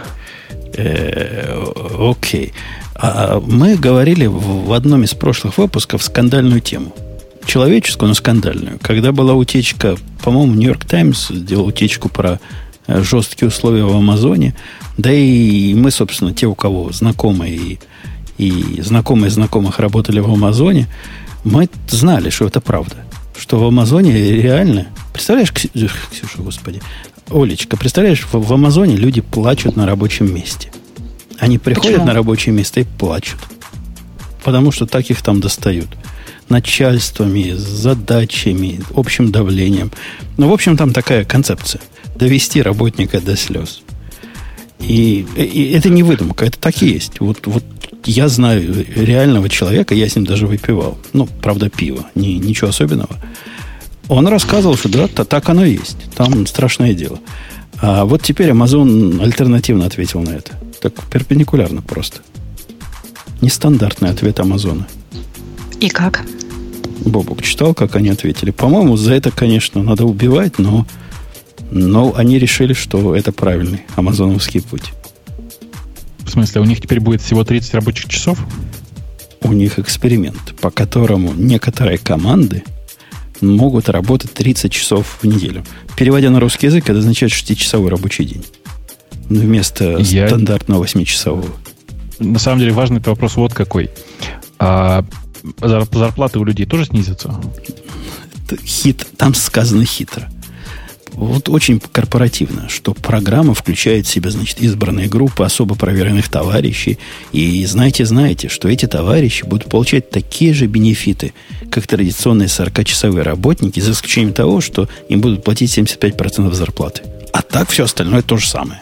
Окей. А мы говорили в одном из прошлых выпусков скандальную тему. Человеческую, но скандальную. Когда была утечка, по-моему, Нью-Йорк Таймс сделал утечку про жесткие условия в Амазоне. Да и мы, собственно, те, у кого знакомые и, и знакомые знакомых работали в Амазоне, мы знали, что это правда. Что в Амазоне реально... Представляешь, Ксюша, господи, Олечка, представляешь, в, в Амазоне люди плачут на рабочем месте. Они приходят Почему? на рабочее место и плачут. потому что так их там достают. Начальствами, задачами, общим давлением. Ну, в общем, там такая концепция. Довести работника до слез. И, и это не выдумка, это так и есть. Вот, вот я знаю реального человека, я с ним даже выпивал. Ну, правда, пиво, не, ничего особенного. Он рассказывал, что да, то, так оно и есть. Там страшное дело. А вот теперь Amazon альтернативно ответил на это. Так перпендикулярно просто. Нестандартный ответ Амазона. И как? Бобок читал, как они ответили. По-моему, за это, конечно, надо убивать, но, но они решили, что это правильный амазоновский путь. В смысле, у них теперь будет всего тридцать рабочих часов? У них эксперимент, по которому некоторые команды могут работать тридцать часов в неделю. Переводя на русский язык, это означает шестичасовой рабочий день. Вместо Я... стандартного восьмичасового. На самом деле важный вопрос вот какой. А зарплаты у людей тоже снизятся? Хит, там сказано хитро. Вот очень корпоративно, что программа включает в себя, значит, избранные группы особо проверенных товарищей. И знаете, знаете, что эти товарищи будут получать такие же бенефиты, как традиционные сорокачасовые работники, за исключением того, что им будут платить семьдесят пять процентов зарплаты. А так все остальное то же самое.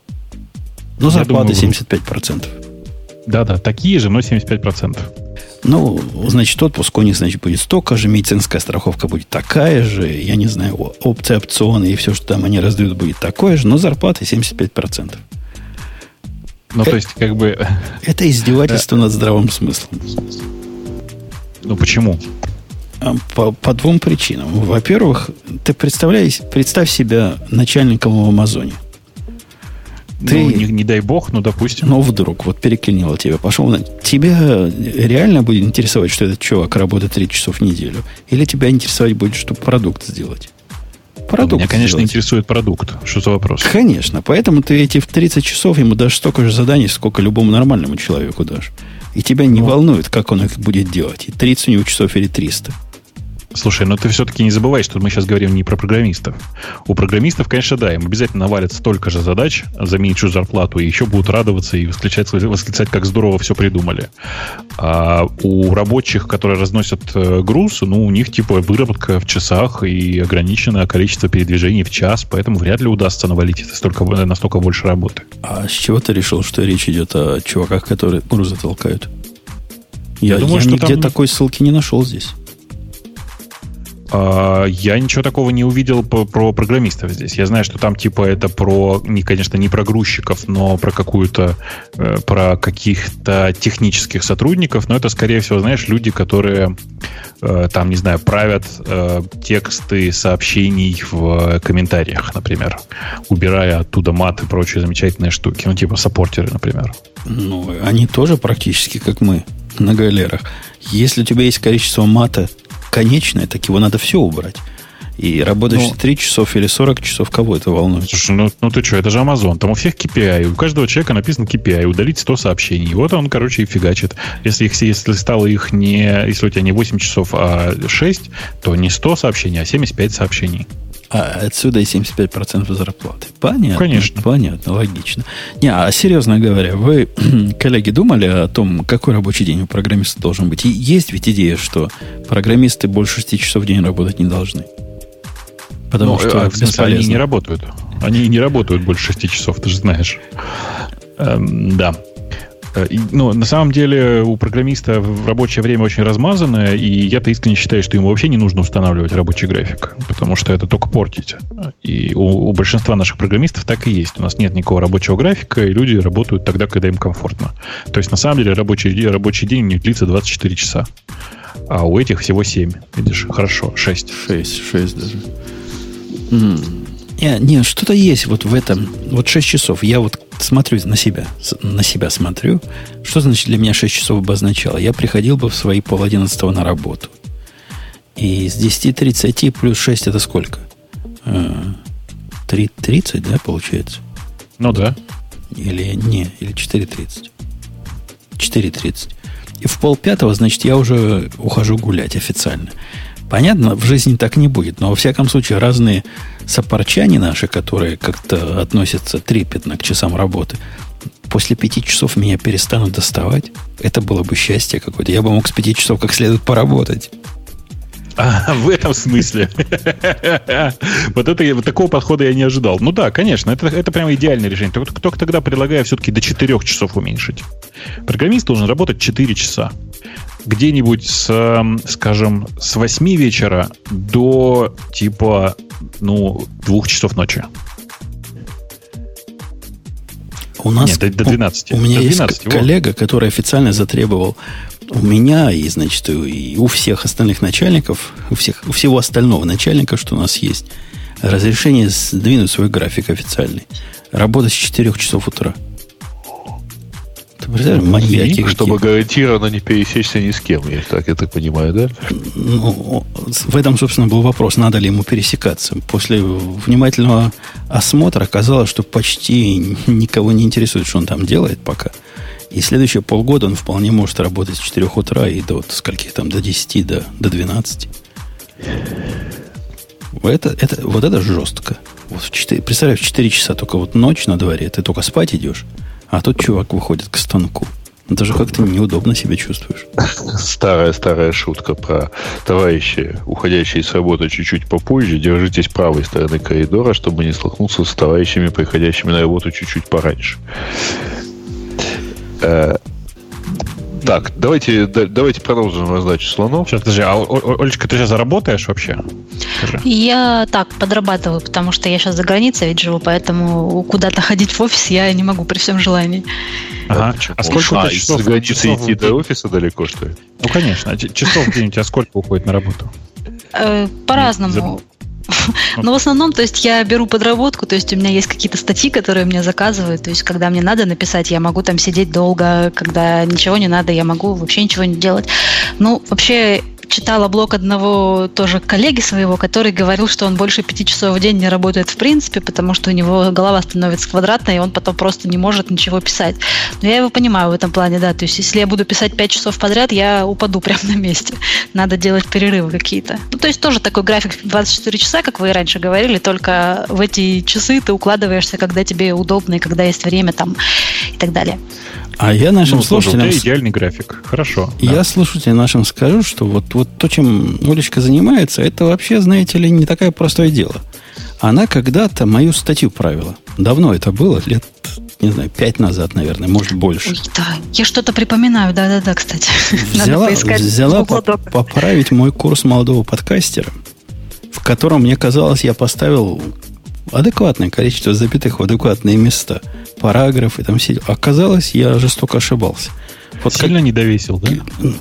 Но зарплата думаю, семьдесят пять процентов. Да-да, такие же, но семьдесят пять процентов. Ну, значит, отпуск у них, значит, будет столько же, медицинская страховка будет такая же, я не знаю, опции, опционы и все, что там они раздают, будет такое же, но зарплата семьдесят пять процентов. Ну, это, то есть, как бы... Это издевательство над здравым смыслом. Ну, почему? По, по двум причинам. Во-первых, ты представляешь, представь себя начальником в Амазоне. Ты, ну, не, не дай бог, ну, допустим. Ну, вдруг, вот переклинило тебя. Пошел на... Тебя реально будет интересовать, что этот чувак работает тридцать часов в неделю? Или тебя интересовать будет, чтобы продукт сделать? Продукт Меня, конечно, сделать. Интересует продукт. Что за вопрос? Конечно. Поэтому ты эти в тридцать часов ему дашь столько же заданий, сколько любому нормальному человеку дашь. И тебя не ну. волнует, как он их будет делать. И тридцать у него часов или триста. Слушай, но ты все-таки не забывай, что мы сейчас говорим не про программистов. У программистов, конечно, да, им обязательно навалят столько же задач за меньшую зарплату, и еще будут радоваться и восклицать, восклицать, как здорово все придумали. А у рабочих, которые разносят груз, ну, у них типа выработка в часах и ограниченное количество передвижений в час, поэтому вряд ли удастся навалить столько, настолько больше работы. А с чего ты решил, что речь идет о чуваках, которые грузы толкают? Я, я, думаю, я что нигде там... такой ссылки не нашел здесь. Я ничего такого не увидел по, про программистов здесь. Я знаю, что там типа это про, не, конечно, не про грузчиков, но про какую-то, э, про каких-то технических сотрудников. Но это, скорее всего, знаешь, люди, которые э, там, не знаю, правят э, тексты сообщений в комментариях, например, убирая оттуда мат и прочие замечательные штуки. Ну, типа саппортеры, например. Ну, они тоже практически как мы на галерах. Если у тебя есть количество мата конечное, так его надо все убрать. И работаешь ну, три часов или сорок часов, кого это волнует? Слушай, ну, ну ты что, это же Amazon. Там у всех кей пи ай. У каждого человека написано кей пи ай. Удалить сто сообщений. И вот он, короче, и фигачит. Если, их, если стало их не... Если у тебя не восемь часов, а шесть, то не сто сообщений, а семьдесят пять сообщений. А отсюда и семьдесят пять процентов зарплаты. Понятно. Конечно. Понятно, логично. Не, а серьезно говоря, вы, коллеги, думали о том, какой рабочий день у программиста должен быть? И есть ведь идея, что программисты больше шести часов в день работать не должны. Потому ну, что а, в смысле, они не работают. Они не работают больше шести часов, ты же знаешь. Эм, да. Ну, на самом деле, у программиста рабочее время очень размазанное, и я-то искренне считаю, что ему вообще не нужно устанавливать рабочий график, потому что это только портить. И у, у большинства наших программистов так и есть. У нас нет никакого рабочего графика, и люди работают тогда, когда им комфортно. То есть, на самом деле, рабочий, рабочий день у них длится двадцать четыре часа. А у этих всего семь. Видишь, хорошо, шесть. шесть, шесть даже. Mm. Не, не, что-то есть вот в этом. Вот шесть часов. Я вот смотрю на себя. На себя смотрю. Что значит для меня шесть часов бы означало? Я приходил бы в свои пол одиннадцатого на работу. И с десяти тридцати плюс шесть это сколько? три тридцать, да, получается? Ну да. Или не, или четыре тридцать. четыре тридцать. И в полпятого, значит, я уже ухожу гулять официально. Понятно, в жизни так не будет, но во всяком случае разные сопарчане наши, которые как-то относятся трепетно к часам работы, после пяти часов меня перестанут доставать. Это было бы счастье какое-то. Я бы мог с пяти часов как следует поработать. А, в этом смысле. Вот это вот такого подхода я не ожидал. Ну да, конечно, это, это прямо идеальное решение. Только, только тогда предлагаю все-таки до четырех часов уменьшить. Программист должен работать четыре часа. Где-нибудь с, скажем, с восьми вечера до типа, ну, двух часов ночи. У нас, Нет, до, до двенадцати. У, у меня до двенадцати, есть коллега, вот. который официально затребовал у меня и, значит, и у всех остальных начальников, у, всех, у всего остального начальника, что у нас есть, разрешение сдвинуть свой график официальный. Работать с четырех часов утра. Ты представляешь, маньяки какие. Чтобы гарантированно не пересечься ни с кем, я так, я так понимаю, да? Ну, в этом, собственно, был вопрос, надо ли ему пересекаться. После внимательного осмотра оказалось, что почти никого не интересует, что он там делает пока. И следующие полгода он вполне может работать с четырех утра и до скольких там, до десяти, до, до двенадцати. Это, это, вот это жестко. Вот в четыре, представляешь, в четыре часа только вот ночь на дворе, ты только спать идешь, а тут чувак выходит к станку. Даже как-то неудобно себя чувствуешь. Старая-старая шутка про товарищи, уходящие с работы чуть-чуть попозже. Держитесь правой стороны коридора, чтобы не столкнуться с товарищами, приходящими на работу чуть-чуть пораньше. Так, давайте, давайте продолжим раздачу слонов. Сейчас, подожди, а Олечка, ты сейчас работаешь вообще? Скажи. Я так подрабатываю, потому что я сейчас за границей ведь живу, поэтому куда-то ходить в офис я не могу при всем желании. Ага. А сколько а, у тебя часов? Из-за границы идти до офиса далеко, что ли? Ну, конечно. Часов в день у тебя сколько уходит на работу? Э, по-разному. Но в основном, то есть я беру подработку, то есть у меня есть какие-то статьи, которые мне заказывают, то есть когда мне надо написать, я могу там сидеть долго, когда ничего не надо, я могу вообще ничего не делать. Ну, вообще, читала блог одного тоже коллеги своего, который говорил, что он больше пяти часов в день не работает в принципе, потому что у него голова становится квадратной, и он потом просто не может ничего писать. Но я его понимаю в этом плане, да, то есть если я буду писать пять часов подряд, я упаду прямо на месте. Надо делать перерывы какие-то. Ну, то есть тоже такой график двадцать четыре часа, как вы и раньше говорили, только в эти часы ты укладываешься, когда тебе удобно и когда есть время там и так далее. А я нашим ну, слушателям... Слушай, идеальный график. Хорошо. Я да. слушателям нашим скажу, что вот, вот то, чем Олечка занимается, это вообще, знаете ли, не такое простое дело. Она когда-то мою статью правила. Давно это было, лет, не знаю, пять назад, наверное, может, больше. Ой, да, я что-то припоминаю, да-да-да, кстати. Взяла, взяла по- поправить мой курс молодого подкастера, в котором, мне казалось, я поставил адекватное количество запятых в адекватные места. Параграфы там все. Оказалось, я жестоко ошибался. Вот сильно как... не довесил, да?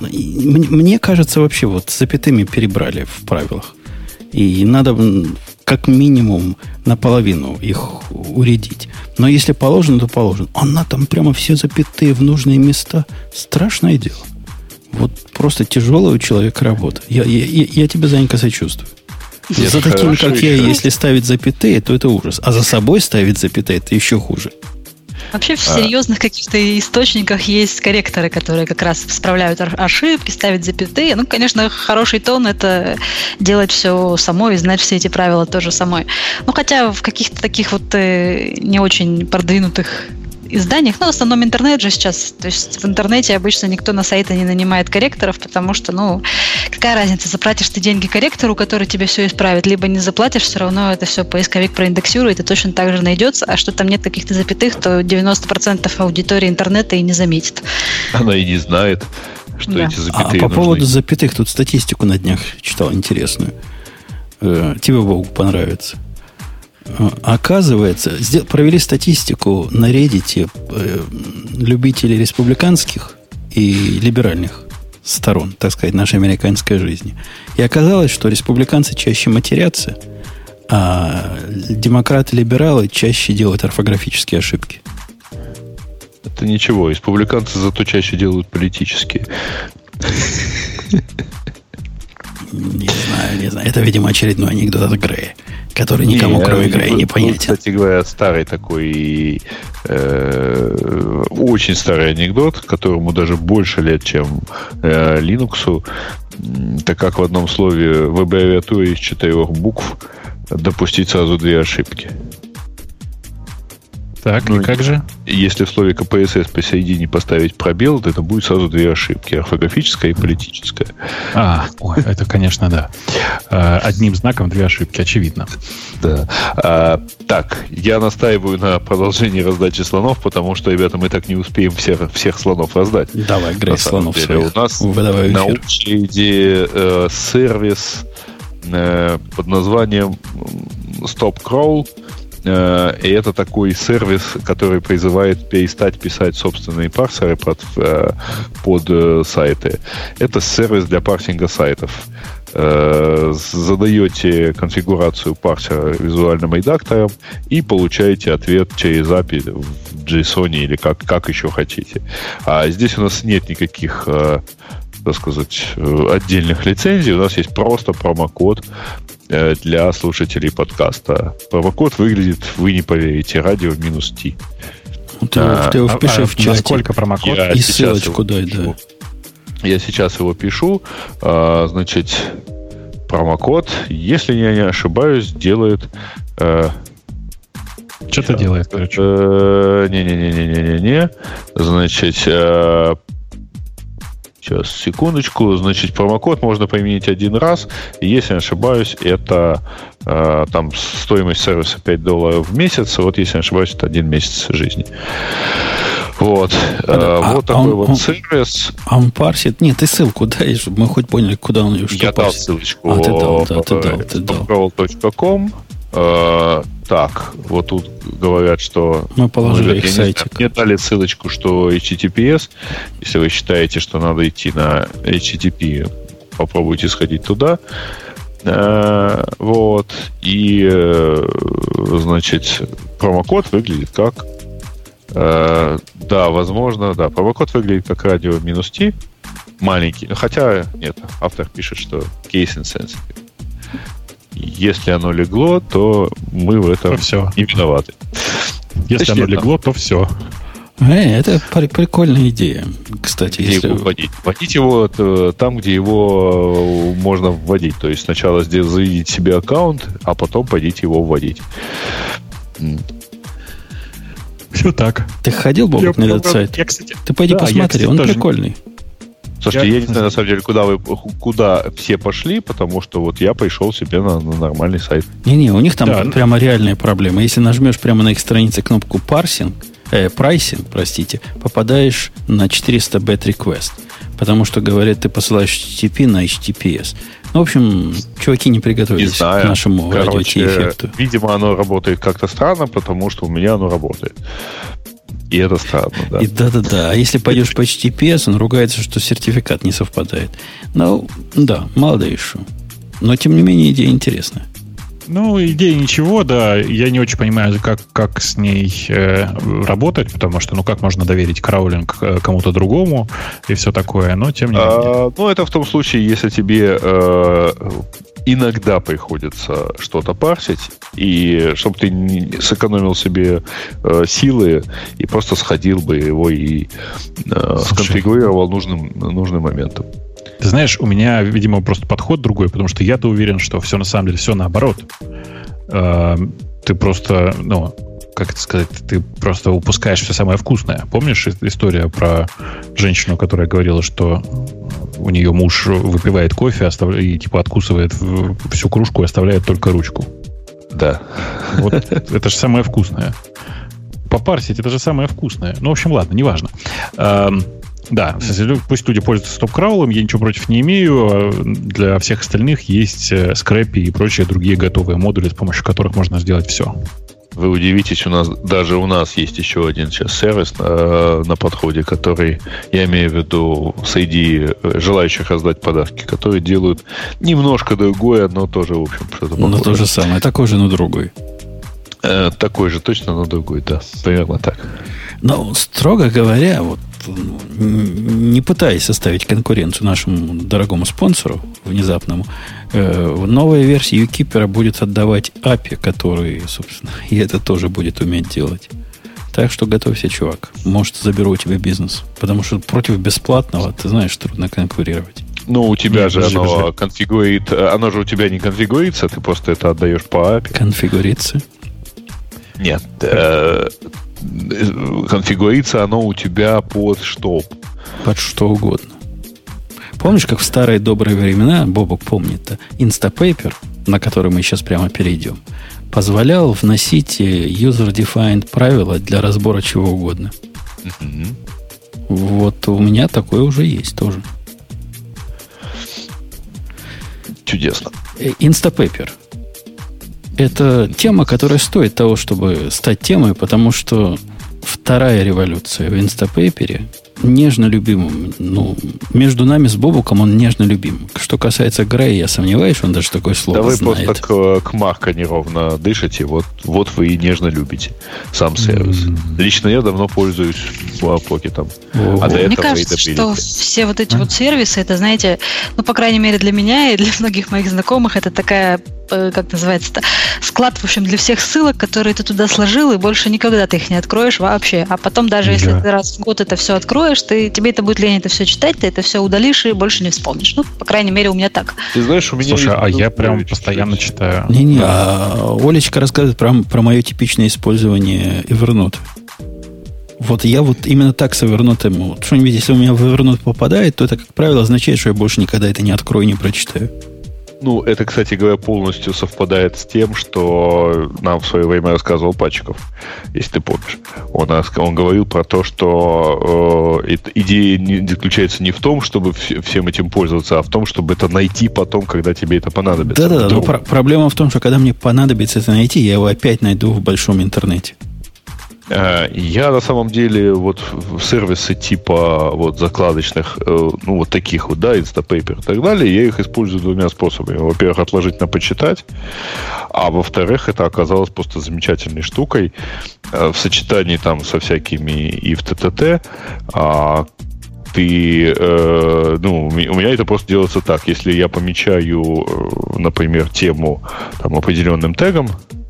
Мне кажется, вообще вот с запятыми перебрали в правилах. И надо как минимум наполовину их уредить. Но если положено, то положено. Она там прямо все запятые в нужные места. Страшное дело. Вот просто тяжелая у человека работа. Я, я, я, я тебе, Занька, сочувствую. Нет, за таким, как я, если ставить запятые, то это ужас. А за собой ставить запятые, это еще хуже. Вообще в серьезных каких-то источниках есть корректоры, которые как раз исправляют ошибки, ставят запятые. Ну, конечно, хороший тон – это делать все самой и знать все эти правила тоже самой. Ну, хотя в каких-то таких вот не очень продвинутых изданиях, ну, в основном интернет же сейчас, то есть в интернете обычно никто на сайты не нанимает корректоров, потому что, ну, какая разница, заплатишь ты деньги корректору, который тебе все исправит, либо не заплатишь, все равно это все поисковик проиндексирует и точно так же найдется, а что там нет каких-то запятых, то девяносто процентов аудитории интернета и не заметит. Она и не знает, что да. эти запятые А по нужны. поводу запятых, тут статистику на днях читал интересную. Тебе, Богу, понравится. Оказывается, провели статистику на Reddit любителей республиканских и либеральных сторон, так сказать, нашей американской жизни. И оказалось, что республиканцы чаще матерятся, а демократы-либералы чаще делают орфографические ошибки. Это ничего, республиканцы зато чаще делают политические. Не знаю, не знаю. Это, видимо, очередной анекдот от Грея. который никому, не, кроме Грея, не понятен. Кстати говоря, старый такой, э, очень старый анекдот, которому даже больше лет, чем э, Linux, так как в одном слове в аббревиатуре из четырех букв допустить сразу две ошибки. Так, ну, и как же? Если в слове ка пэ эс эс посередине поставить пробел, то это будет сразу две ошибки. Орфографическая и политическая. А, ой, это, конечно, да. Одним знаком две ошибки, очевидно. Да. А, так, я настаиваю на продолжении раздачи слонов, потому что, ребята, мы так не успеем всех, всех слонов раздать. Давай, Грей, слонов деле. Своих. У нас Выдавай на очереди э, сервис э, под названием StopCrawl. И это такой сервис, который призывает перестать писать собственные парсеры под, под сайты. Это сервис для парсинга сайтов. Задаете конфигурацию парсера визуальным редактором и получаете ответ через эй пи ай в JSON или как, как еще хотите. А здесь у нас нет никаких, так сказать, отдельных лицензий. У нас есть просто промокод для слушателей подкаста. Промокод выглядит, вы не поверите, радио минус T. Ты, а, ты его впиши а, в чате. Сколько промокод? И ссылочку дай, да. Я сейчас его пишу. А, значит, промокод, если я не ошибаюсь, делает... А, Что-то делает, короче. А, не-не-не-не-не-не. Значит... А, Сейчас, секундочку. Значит, промокод можно применить один раз. И, если не ошибаюсь, это э, там стоимость сервиса пять долларов в месяц. Вот, если не ошибаюсь, это один месяц жизни. Вот. А, а, вот такой он, вот он, сервис. А он парсит? Нет, ты ссылку дай, чтобы мы хоть поняли, куда он ее, что Я парсит. дал ссылочку. А, ты дал, да, ты дал, ты дал. стопкраул точка ком. Uh, так, вот тут говорят, что мы положили их сайтик. Мне дали ссылочку, что эйч ти ти пи эс. Если вы считаете, что надо идти на эйч ти ти пи, попробуйте сходить туда. Uh, вот. И, uh, значит, промокод выглядит как... Uh, да, возможно, да. Промокод выглядит как радио минус T. Маленький. Хотя, нет, автор пишет, что case insensitive. Если оно легло, то мы в этом все. не виноваты. Если Точнее, оно легло, то все. Э, это прикольная идея, кстати. Где если... его вводить? Вводить его там, где его можно вводить. То есть сначала заведите себе аккаунт, а потом пойдите его вводить. Все так. Ты ходил, Бобок, на этот сайт? Я, кстати, Ты пойди да, посмотри, я, кстати, он тоже... прикольный. Слушайте, я, я не знаю, на самом деле, куда вы куда все пошли, потому что вот я пришел себе на, на нормальный сайт. Не-не, у них там да. прямо реальная проблема. Если нажмешь прямо на их странице кнопку парсинг, э, прайсинг, простите, попадаешь на четыреста бет request. Потому что, говорят, ты посылаешь эйч ти ти пи на эйч ти ти пи эс. Ну, в общем, чуваки не приготовились не знаю. К нашему радио Ти-эффекту. Видимо, оно работает как-то странно, потому что у меня оно работает. И это странно, да. И да-да-да. А если пойдешь по эйч ти ти пи эс, он ругается, что сертификат не совпадает. Ну, да, мало да еще. Но, тем не менее, идея интересная. Ну, идея ничего, да. Я не очень понимаю, как, как с ней э, работать, потому что, ну, как можно доверить краулинг кому-то другому и все такое, но тем не менее. А, ну, это в том случае, если тебе э, иногда приходится что-то парсить, и чтобы ты не сэкономил себе э, силы и просто сходил бы его и э, сконфигурировал нужным, нужным моментом. Ты знаешь, у меня, видимо, просто подход другой, потому что я-то уверен, что все на самом деле все наоборот. Ты просто, ну, как это сказать, ты просто упускаешь все самое вкусное. Помнишь история про женщину, которая говорила, что у нее муж выпивает кофе и типа откусывает всю кружку и оставляет только ручку? Да. Вот это же самое вкусное. Попарсить, это же самое вкусное. Ну, в общем, ладно, неважно. Да, пусть люди пользуются стоп-краулом, я ничего против не имею. Для всех остальных есть скрэпи и прочие другие готовые модули, с помощью которых можно сделать все. Вы удивитесь, у нас даже у нас есть еще один сейчас сервис на, на подходе, который, я имею в виду, среди желающих раздать подарки, которые делают немножко другое, но тоже, в общем, что-то похожее. Но то же самое, такой же, но другой. Э, такой же, точно, но другой, да. Примерно так. Но, строго говоря, вот не пытаясь составить конкуренцию нашему дорогому спонсору внезапному, э, новая версия YouKeeper будет отдавать эй пи ай, который, собственно, и это тоже будет уметь делать. Так что готовься, чувак. Может, заберу у тебя бизнес. Потому что против бесплатного, ты знаешь, трудно конкурировать. Ну, у тебя Нет, же подожди, оно подожди. конфигурирует... Оно же у тебя не конфигурируется, ты просто это отдаешь по эй пи ай. Конфигурируется? Нет. Э, конфигурируется оно у тебя под что? Под что угодно. Помнишь, как в старые добрые времена, Бобок помнит-то, Instapaper, на который мы сейчас прямо перейдем, позволял вносить user-defined правила для разбора чего угодно. Mm-hmm. Вот у меня такое уже есть тоже. Чудесно. Instapaper. Это тема, которая стоит того, чтобы стать темой, потому что вторая революция в Instapaper нежно любимым. Ну, между нами с Бобуком он нежно любим. Что касается Грея, я сомневаюсь, что он даже такое слово да знает. Да вы просто к, к Марка неровно дышите, вот, вот вы и нежно любите сам сервис. Mm-hmm. Лично я давно пользуюсь покетом. Oh. А Мне кажется, что все вот эти а? вот сервисы, это, знаете, ну, по крайней мере, для меня и для многих моих знакомых, это такая, как называется-то, склад, в общем, для всех ссылок, которые ты туда сложил, и больше никогда ты их не откроешь вообще. А потом, даже yeah. если ты раз в год это все откроешь, ты, тебе это будет лень это все читать, ты это все удалишь и больше не вспомнишь. Ну, по крайней мере, у меня так. Ты знаешь, у меня... Слушай, а я прям Олечка постоянно читаю. Не-не, а Олечка рассказывает про, про мое типичное использование Evernote. Вот я вот именно так с Evernote... Вот, что-нибудь, если у меня в Evernote попадает, то это, как правило, означает, что я больше никогда это не открою, не прочитаю. Ну, это, кстати говоря, полностью совпадает с тем, что нам в свое время рассказывал Пачков, если ты помнишь. Он, он говорил про то, что э, идея не, заключается не в том, чтобы в, всем этим пользоваться, а в том, чтобы это найти потом, когда тебе это понадобится. Да-да-да, но про- проблема в том, что когда мне понадобится это найти, я его опять найду в большом интернете. Я на самом деле вот сервисы типа вот закладочных, ну вот таких вот, да, Instapaper и так далее, я их использую двумя способами. Во-первых, отложить на почитать, а во-вторых, это оказалось просто замечательной штукой в сочетании там со всякими и в ТТТ. А ты, э, ну, у меня это просто делается так. Если я помечаю, например, тему там определенным тегом,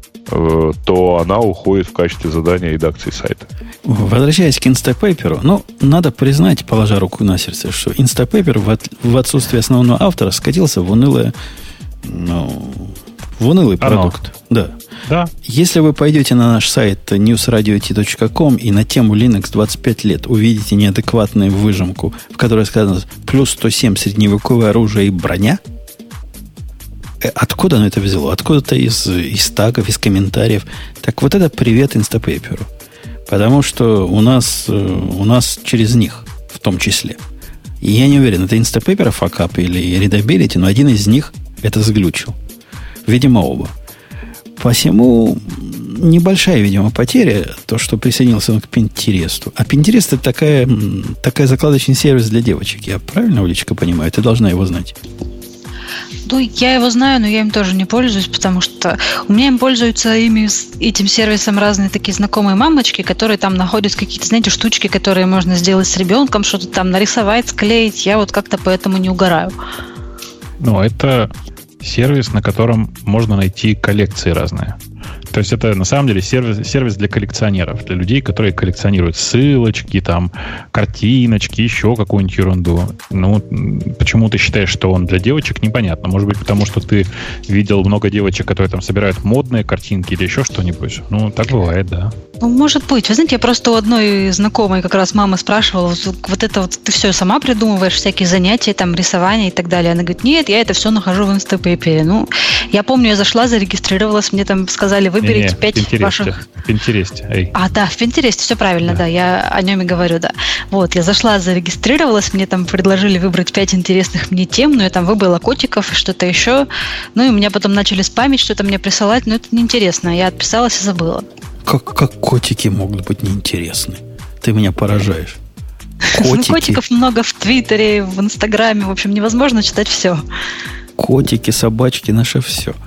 то она уходит в качестве задания редакции сайта. Возвращаясь к Instapaper, ну, надо признать, положа руку на сердце, что Instapaper в, от, в отсутствие основного автора скатился в унылое, ну, в унылый Оно. продукт. Да. Да. Если вы пойдете на наш сайт ньюс радио ти точка ком и на тему Linux двадцать пять лет увидите неадекватную выжимку, в которой сказано плюс сто семь средневековое оружие и броня, откуда оно это взяло? Откуда-то из, из тагов, из комментариев. Так вот это привет Instapaper. Потому что у нас, у нас через них в том числе. И я не уверен, это Instapaper факап или Readability, но один из них это заглючил. Видимо, оба. Посему небольшая, видимо, потеря, то, что присоединился он к Pinterest. А Pinterest это такая, такая закладочный сервис для девочек. Я правильно, Олечка, понимаю? Ты должна его знать. Ну, я его знаю, но я им тоже не пользуюсь, потому что у меня им пользуются ими, этим сервисом разные такие знакомые мамочки, которые там находят какие-то, знаете, штучки, которые можно сделать с ребенком, что-то там нарисовать, склеить. Я вот как-то поэтому не угораю. Ну, это сервис, на котором можно найти коллекции разные. То есть это на самом деле сервис, сервис для коллекционеров, для людей, которые коллекционируют ссылочки, там, картиночки, еще какую-нибудь ерунду. Ну, почему ты считаешь, что он для девочек, непонятно. Может быть, потому что ты видел много девочек, которые там собирают модные картинки или еще что-нибудь. Ну, так бывает, да. Ну, может быть. Вы знаете, я просто у одной знакомой как раз мама спрашивала, вот, вот это вот ты все сама придумываешь, всякие занятия, там, рисование и так далее. Она говорит, нет, я это все нахожу в Instapaper. Ну, я помню, я зашла, зарегистрировалась, мне там сказали, выберите пять ваших... В Pinterest. Эй. А, да, в Pinterest, все правильно, да. да, я о нем и говорю, да. Вот, я зашла, зарегистрировалась, мне там предложили выбрать пять интересных мне тем, но я там выбрала котиков и что-то еще. Ну, и у меня потом начали спамить, что-то мне присылать, но это неинтересно. Я отписалась и забыла. Как, как котики могут быть неинтересны? Ты меня поражаешь. Котики. Ну, котиков много в Твиттере, в Инстаграме. В общем, невозможно читать все. Котики, собачки, наше все.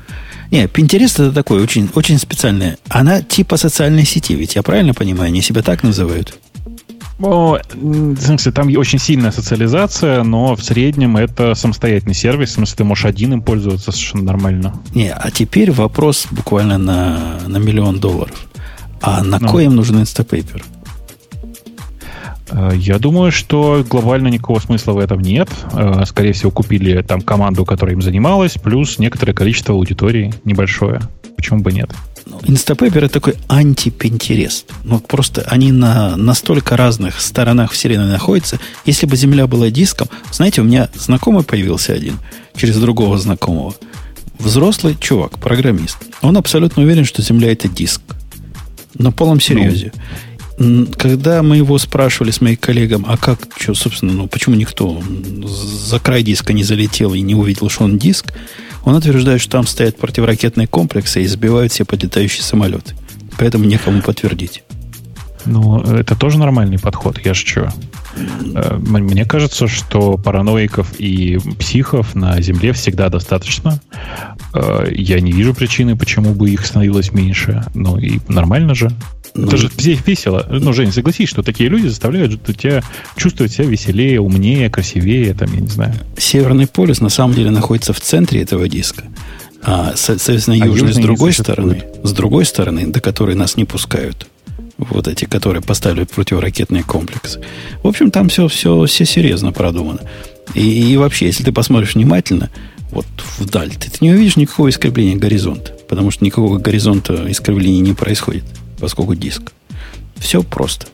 Не, Pinterest это такое очень, очень специальное. Она типа социальной сети, ведь я правильно понимаю? Они себя так называют? Ну, в смысле, там очень сильная социализация, но в среднем это самостоятельный сервис. В смысле, ты можешь один им пользоваться совершенно нормально. Не, а теперь вопрос буквально на, на миллион долларов. А на ну. кой им нужен Instapaper? Я думаю, что глобально никакого смысла в этом нет. Скорее всего, купили там команду, которая им занималась, плюс некоторое количество аудитории небольшое. Почему бы нет? Instapaper это такой анти-Pinterest. Ну, просто они на настолько разных сторонах вселенной находятся. Если бы Земля была диском... Знаете, у меня знакомый появился один через другого знакомого. Взрослый чувак, программист. Он абсолютно уверен, что Земля это диск. На полном серьезе. Ну. Когда мы его спрашивали с моим коллегом, а как, что, собственно, ну, почему никто за край диска не залетел и не увидел, что он диск, он утверждает, что там стоят противоракетные комплексы и сбивают все подлетающие самолеты. Поэтому некому подтвердить. Ну, это тоже нормальный подход. Я же что? Мне кажется, что параноиков и психов на Земле всегда достаточно. Я не вижу причины, почему бы их становилось меньше. Ну, и нормально же. Ну, это же весело. Ну, Жень, согласись, что такие люди заставляют тебя чувствовать себя веселее, умнее, красивее, там, я не знаю. Северный полюс на самом деле находится в центре этого диска. А, соответственно, а южный с другой стороны, с другой стороны, до которой нас не пускают. Вот эти, которые поставили противоракетные комплексы. В общем, там все, все, все серьезно продумано. И, и вообще, если ты посмотришь внимательно, вот вдаль, ты, ты не увидишь никакого искривления горизонта, потому что никакого горизонта искривления не происходит, поскольку диск. Все просто.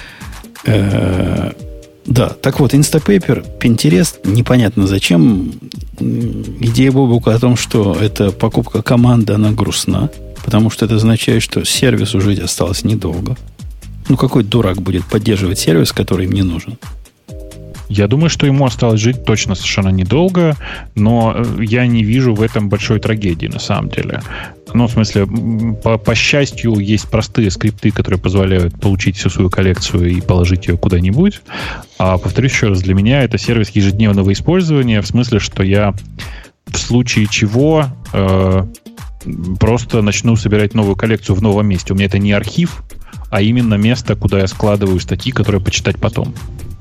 Э-э- да, так вот, Instapaper, Pinterest, непонятно зачем. Идея Бобука о том, что это покупка команды, она грустна. Потому что это означает, что сервису жить осталось недолго. Ну, какой дурак будет поддерживать сервис, который им не нужен? Я думаю, что ему осталось жить точно совершенно недолго, но я не вижу в этом большой трагедии, на самом деле. Ну, в смысле, по, по счастью, есть простые скрипты, которые позволяют получить всю свою коллекцию и положить ее куда-нибудь. А, повторюсь еще раз, для меня это сервис ежедневного использования, в смысле, что я в случае чего... Э, просто начну собирать новую коллекцию в новом месте. У меня это не архив, а именно место, куда я складываю статьи, которые почитать потом.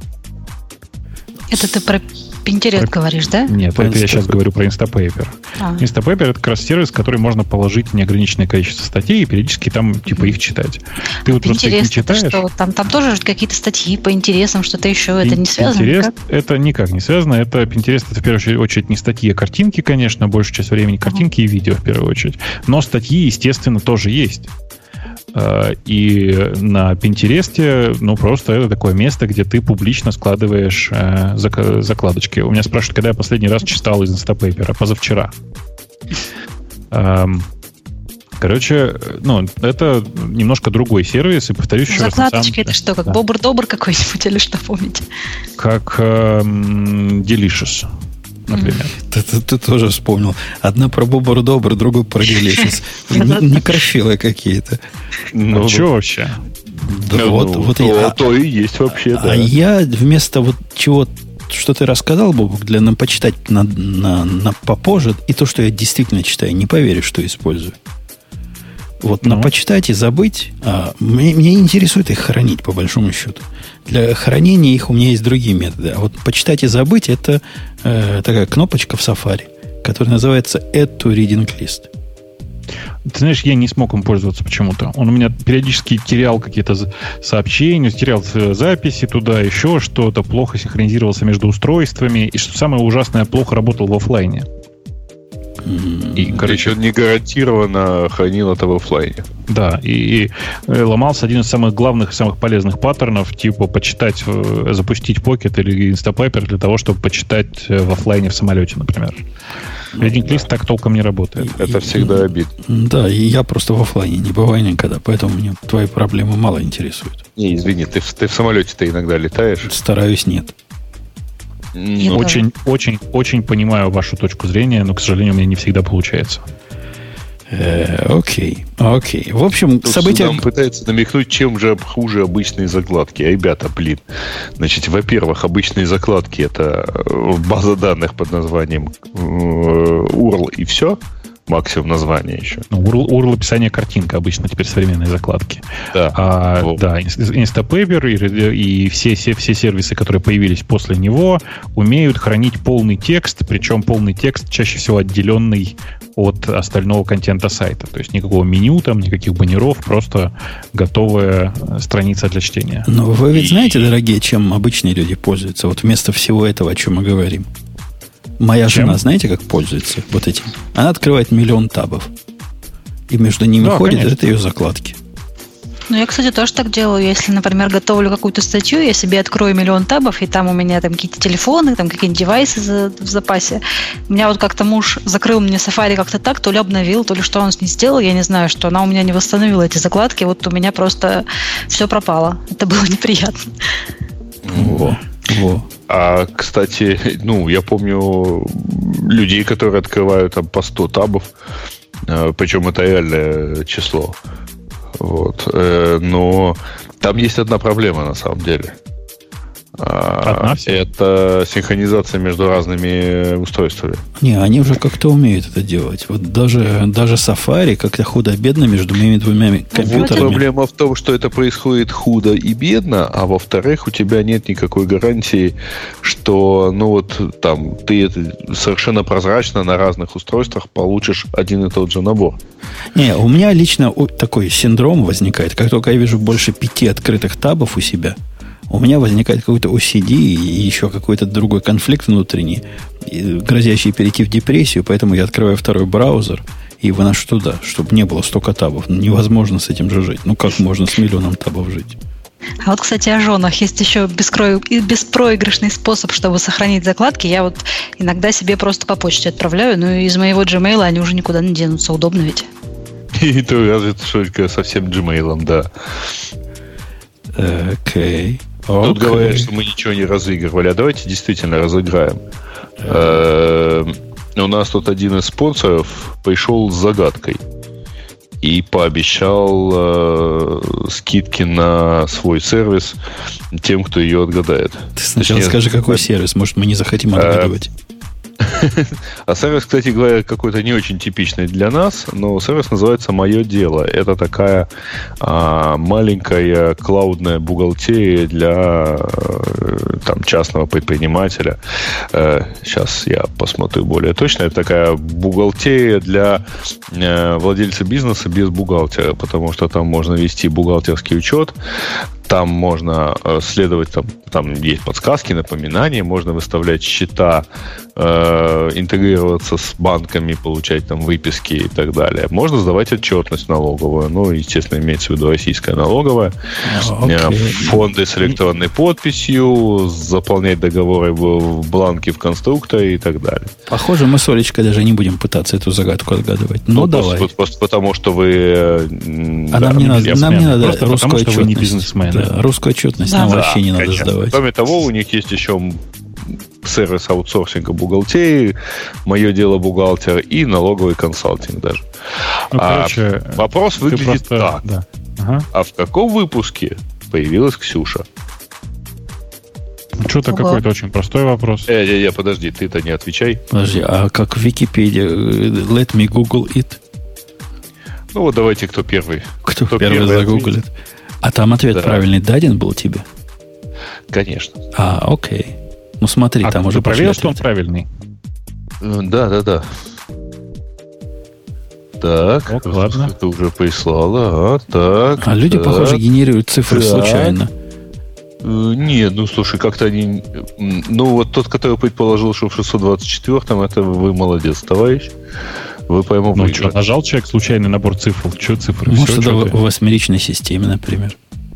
Это ты про Pinterest про... говоришь, да? Нет, про это я сейчас говорю про Instapaper. А. Instapaper — это как раз сервис, в который можно положить неограниченное количество статей и периодически там типа их читать. Ты вот просто их не читаешь. Что? Там, там тоже какие-то статьи по интересам, что-то еще. Это не связано Pinterest никак? Это никак не связано. Это Pinterest — это в первую очередь не статьи, а картинки, конечно. Большую часть времени картинки uh-huh. и видео в первую очередь. Но статьи, естественно, тоже есть. И на Pinterest, ну, просто это такое место, где ты публично складываешь э, зак- закладочки. У меня спрашивают, когда я последний раз читал из Instapaper. Позавчера. Эм, короче, ну, это немножко другой сервис, и повторюсь еще раз. Закладочки — это что, как да. Бобр-добр какой-нибудь или что, помните? Как эм, Delicious, например. Ты, ты, ты тоже вспомнил. Одна про Бобр-добр, другую про Delicious. Некрофилы какие-то. Ну, что вообще? Да вот, вот я, то и есть вообще, да. А я вместо вот чего, что ты рассказал, Бобук, для нам почитать на, на, на попозже, и то, что я действительно читаю, не поверишь, что использую. Вот ну. на почитать и забыть, а, мне, мне интересует их хранить, по большому счету. Для хранения их у меня есть другие методы. А вот почитать и забыть — это э, такая кнопочка в Safari, которая называется Add to Reading List. Ты знаешь, я не смог им пользоваться почему-то. Он у меня периодически терял какие-то сообщения, терял записи туда, еще что-то, плохо синхронизировался между устройствами. И что самое ужасное, плохо работал в офлайне. И, короче, он не гарантированно хранил это в офлайне. Да, и, и ломался один из самых главных и самых полезных паттернов, типа почитать, запустить Pocket или Instapaper для того, чтобы почитать в офлайне в самолете, например. Reading List так толком не работает. Это и, всегда обидно. Да, и я просто в офлайне не бываю никогда, поэтому мне твои проблемы мало интересуют. Не, извини, ты, ты в самолете-то иногда летаешь? Стараюсь, нет. Ну, очень, очень, очень понимаю вашу точку зрения, но, к сожалению, у меня не всегда получается. Э, окей, окей. В общем, тут события... Нам пытается намекнуть, чем же хуже обычные закладки. А, ребята, блин. Значит, во-первых, обычные закладки — это база данных под названием ю ар эл и все. максимум название еще. Ну, ю ар эл описание картинка обычно теперь современные закладки. Да. А, вот. Да, Instapaper и, и все, все, все сервисы, которые появились после него, умеют хранить полный текст, причем полный текст чаще всего отделенный от остального контента сайта. То есть никакого меню, там, никаких баннеров, просто готовая страница для чтения. Но вы ведь и... знаете, дорогие, чем обычные люди пользуются? Вот вместо всего этого, о чем мы говорим. Моя чем? Жена, знаете, как пользуется вот этим? Она открывает миллион табов. И между ними да, ходит, конечно. Это ее закладки. Ну, я, кстати, тоже так делаю. Если, например, готовлю какую-то статью, я себе открою миллион табов, и там у меня там какие-то телефоны, там какие-нибудь девайсы в запасе. У меня вот как-то муж закрыл мне Safari как-то так, то ли обновил, то ли что он с ней сделал, я не знаю, что она у меня не восстановила эти закладки, вот у меня просто все пропало. Это было неприятно. Во, во. А, кстати, ну, я помню людей, которые открывают там по сто табов, причем это реальное число. Вот. Но там есть одна проблема на самом деле. Одна? Это синхронизация между разными устройствами. Не, они уже как-то умеют это делать. Вот даже, даже Safari как-то худо-бедно между моими двумя компьютерами. Вот проблема в том, что это происходит худо и бедно, а во-вторых, у тебя нет никакой гарантии, что ну вот там ты это совершенно прозрачно на разных устройствах получишь один и тот же набор. Не, у меня лично такой синдром возникает. Как только я вижу больше пяти открытых табов у себя, у меня возникает какой-то о си ди и еще какой-то другой конфликт внутренний, грозящий перейти в депрессию, поэтому я открываю второй браузер и выношу туда, чтобы не было столько табов. Невозможно с этим же жить. Ну, как можно с миллионом табов жить? А вот, кстати, о женах. Есть еще бескро... беспроигрышный способ, чтобы сохранить закладки. Я вот иногда себе просто по почте отправляю, но из моего Gmail они уже никуда не денутся. Удобно ведь? И то разве только совсем Gmail, да. Окей. Okay. Тут okay. говорят, что мы ничего не разыгрывали. А давайте действительно разыграем. Uh. У нас тут один из спонсоров пришел с загадкой и пообещал э, скидки на свой сервис тем, кто ее отгадает. Ты сначала Точнее, скажи, какой сервис. Может, мы не захотим отгадывать. А сервис, кстати говоря, какой-то не очень типичный для нас, но сервис называется «Мое дело». Это такая а, маленькая клаудная бухгалтерия для а, там, частного предпринимателя. А, сейчас я посмотрю более точно. Это такая бухгалтерия для а, владельца бизнеса без бухгалтера, потому что там можно вести бухгалтерский учет, там можно следовать, там, там есть подсказки, напоминания, можно выставлять счета, э, интегрироваться с банками, получать там выписки и так далее. Можно сдавать отчетность налоговую, ну, естественно, имеется в виду российская налоговая, okay. фонды с электронной подписью, заполнять договоры в бланке в конструкторе и так далее. Похоже, мы с Олечкой даже не будем пытаться эту загадку отгадывать. Ну, ну давай. Просто, просто потому, что вы... А да, нам не надо, нам не надо русскую потому, отчетность. Вы не бизнесмен. Да, русскую отчетность да. нам да, вообще не конечно. Надо сдавать. Кроме того, у них есть еще сервис аутсорсинга бухгалтерии, «Мое дело бухгалтер» и налоговый консалтинг даже. Ну, а короче, вопрос выглядит просто... так. Да. Ага. А в каком выпуске появилась Ксюша? Что-то Ого. Какой-то очень простой вопрос. Э, э, э, подожди, ты-то не отвечай. Подожди, а как в Википедии let me Google it? Ну вот давайте, кто первый. Кто, кто первый, первый загуглит. А там ответ да. правильный даден был тебе? Конечно. А, окей. Ну смотри, а там уже пошли проверил, что он правильный? Да, да, да. Так, Ок, ладно. Ты уже прислала. А, так. А люди, так, похоже, генерируют цифры так. случайно. Нет, ну слушай, как-то они... Ну вот тот, который предположил, что в шестьсот двадцать четвёртом, это вы молодец, товарищ. Вы пойму. Ну что, нажал человек случайный набор цифр? Что цифры? Может, это в восьмеричной системе, например.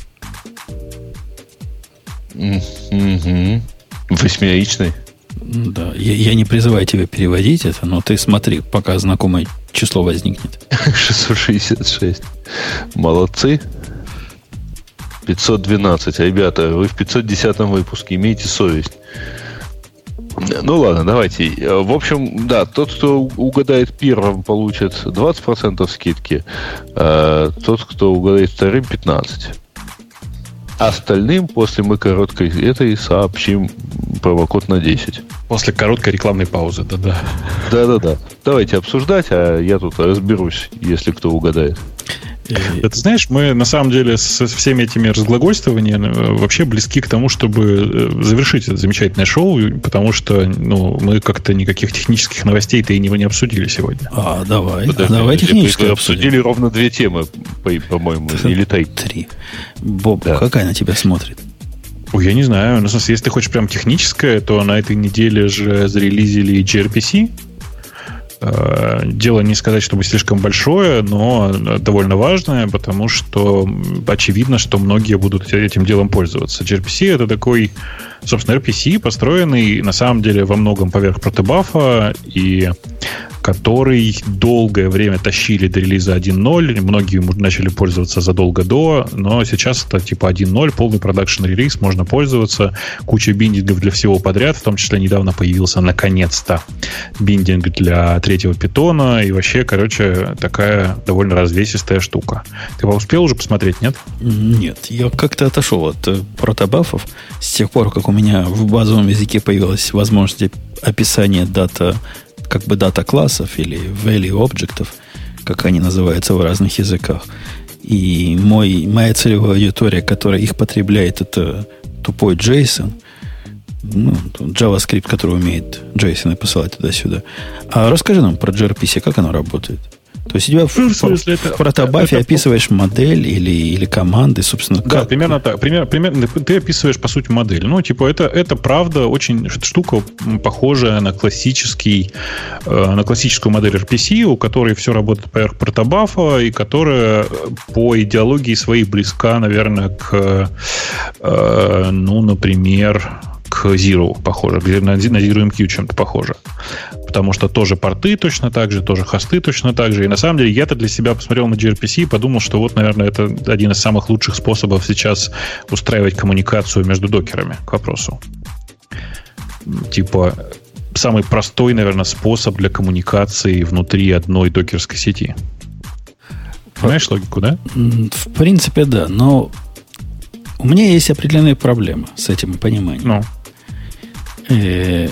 Mm-hmm. Восьмеричной? Да. Я, я не призываю тебя переводить это, но ты смотри, пока знакомое число возникнет. шестьсот шестьдесят шесть. Молодцы. пятьсот двенадцать. Ребята, вы в пятьсот десятом выпуске. Имейте совесть. Ну ладно, давайте. В общем, да, тот, кто угадает первым, получит двадцать процентов скидки, а тот, кто угадает вторым, пятнадцать процентов. Остальным после мы короткой этой сообщим промокод на десять. После короткой рекламной паузы, да-да. Да-да-да. Давайте обсуждать, а я тут разберусь, если кто угадает. Да, ты знаешь, мы на самом деле со всеми этими разглагольствованиями вообще близки к тому, чтобы завершить это замечательное шоу, потому что ну, мы как-то никаких технических новостей-то и не, не обсудили сегодня. А, давай. Подожди, давай технические обсудили ровно две темы, по-моему, или три. Три. Боб, да. Какая на тебя смотрит? Ой, я не знаю. Ну, в смысле, если ты хочешь прям техническое, то на этой неделе же зарелизили джи ар пи си. Дело не сказать, чтобы слишком большое, но довольно важное, потому что очевидно, что многие будут этим делом пользоваться. джи ар пи си — это такой, собственно, эр пи си, построенный на самом деле во многом поверх протобафа, и который долгое время тащили до релиза один ноль. Многие начали пользоваться задолго до, но сейчас это типа один ноль, полный продакшн-релиз, можно пользоваться. Куча биндингов для всего подряд, в том числе недавно появился, наконец-то, биндинг для третьего питона, и вообще, короче, такая довольно развесистая штука. Ты успел уже посмотреть, нет? Нет, я как-то отошел от протобафов с тех пор, как у меня в базовом языке появилась возможность описания дата, как бы дата классов или value объектов, как они называются в разных языках. И мой, моя целевая аудитория, которая их потребляет, это тупой JSON, ну, JavaScript, который умеет JSON посылать туда-сюда. А расскажи нам про джи ар пи си, как оно работает. То есть у тебя в, в, в протобафе описываешь модель или, или команды, собственно. Да, как? примерно так. Пример, примерно, ты описываешь, по сути, модель. Ну, типа, это, это правда очень штука, похожая на классический, на классическую модель эр пи си, у которой все работает поверх протобафа, и которая по идеологии своей близка, наверное, к, ну, например, к Zero похоже, на Zero эм кью чем-то похоже. Потому что тоже порты точно так же, тоже хосты точно так же. И на самом деле я-то для себя посмотрел на джи ар пи си и подумал, что вот, наверное, это один из самых лучших способов сейчас устраивать коммуникацию между докерами, к вопросу. Типа, самый простой, наверное, способ для коммуникации внутри одной докерской сети. Понимаешь логику, да? В принципе, да, но у меня есть определенные проблемы с этим пониманием. Ну. Э-э-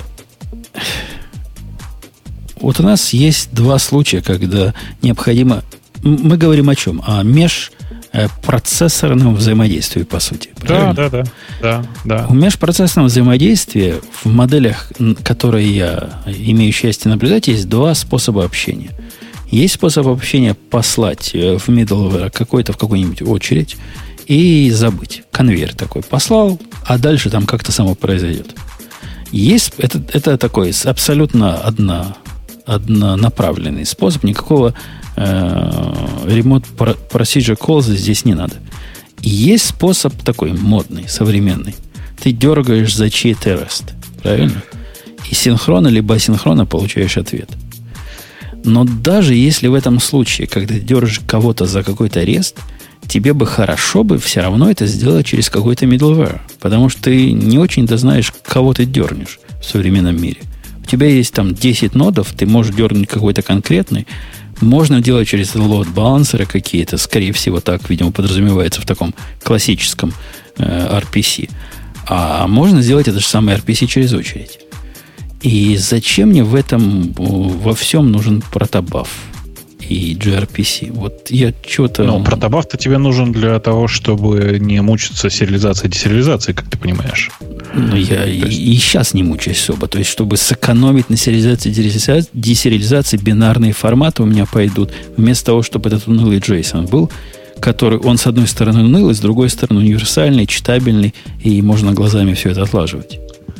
Вот у нас есть два случая, когда необходимо... Мы говорим о чем? О межпроцессорном взаимодействии, по сути. Да, да, да, да, да. У межпроцессорного взаимодействия в моделях, которые я имею счастье наблюдать, есть два способа общения. Есть способ общения послать в middleware какой-то в какую-нибудь очередь и забыть. Конвейер такой послал, а дальше там как-то само произойдет. Есть... Это, это такой абсолютно одна... однонаправленный способ, никакого э, remote procedure calls здесь не надо. И есть способ такой модный, современный. Ты дергаешь за чей-то REST, правильно? И синхронно либо асинхронно получаешь ответ. Но даже если в этом случае, когда ты дергаешь кого-то за какой-то REST, тебе бы хорошо бы все равно это сделать через какой-то middleware, потому что ты не очень-то знаешь, кого ты дернешь в современном мире. У тебя есть там десять нодов, ты можешь дернуть какой-то конкретный. Можно делать через load-балансеры какие-то. Скорее всего, так, видимо, подразумевается в таком классическом э, ар пи си. А можно сделать это же самое ар пи си через очередь. И зачем мне в этом во всем нужен протобаф и джи ар пи си? Вот я что-то... Ну, протобаф-то тебе нужен для того, чтобы не мучиться сериализацией и десериализацией, как ты понимаешь. Ну, я и, есть... и сейчас не мучаюсь особо. То есть, чтобы сэкономить на сериализации и десериализации, бинарные форматы у меня пойдут, вместо того, чтобы этот унылый JSON был, который, он с одной стороны унылый, с другой стороны универсальный, читабельный, и можно глазами все это отлаживать.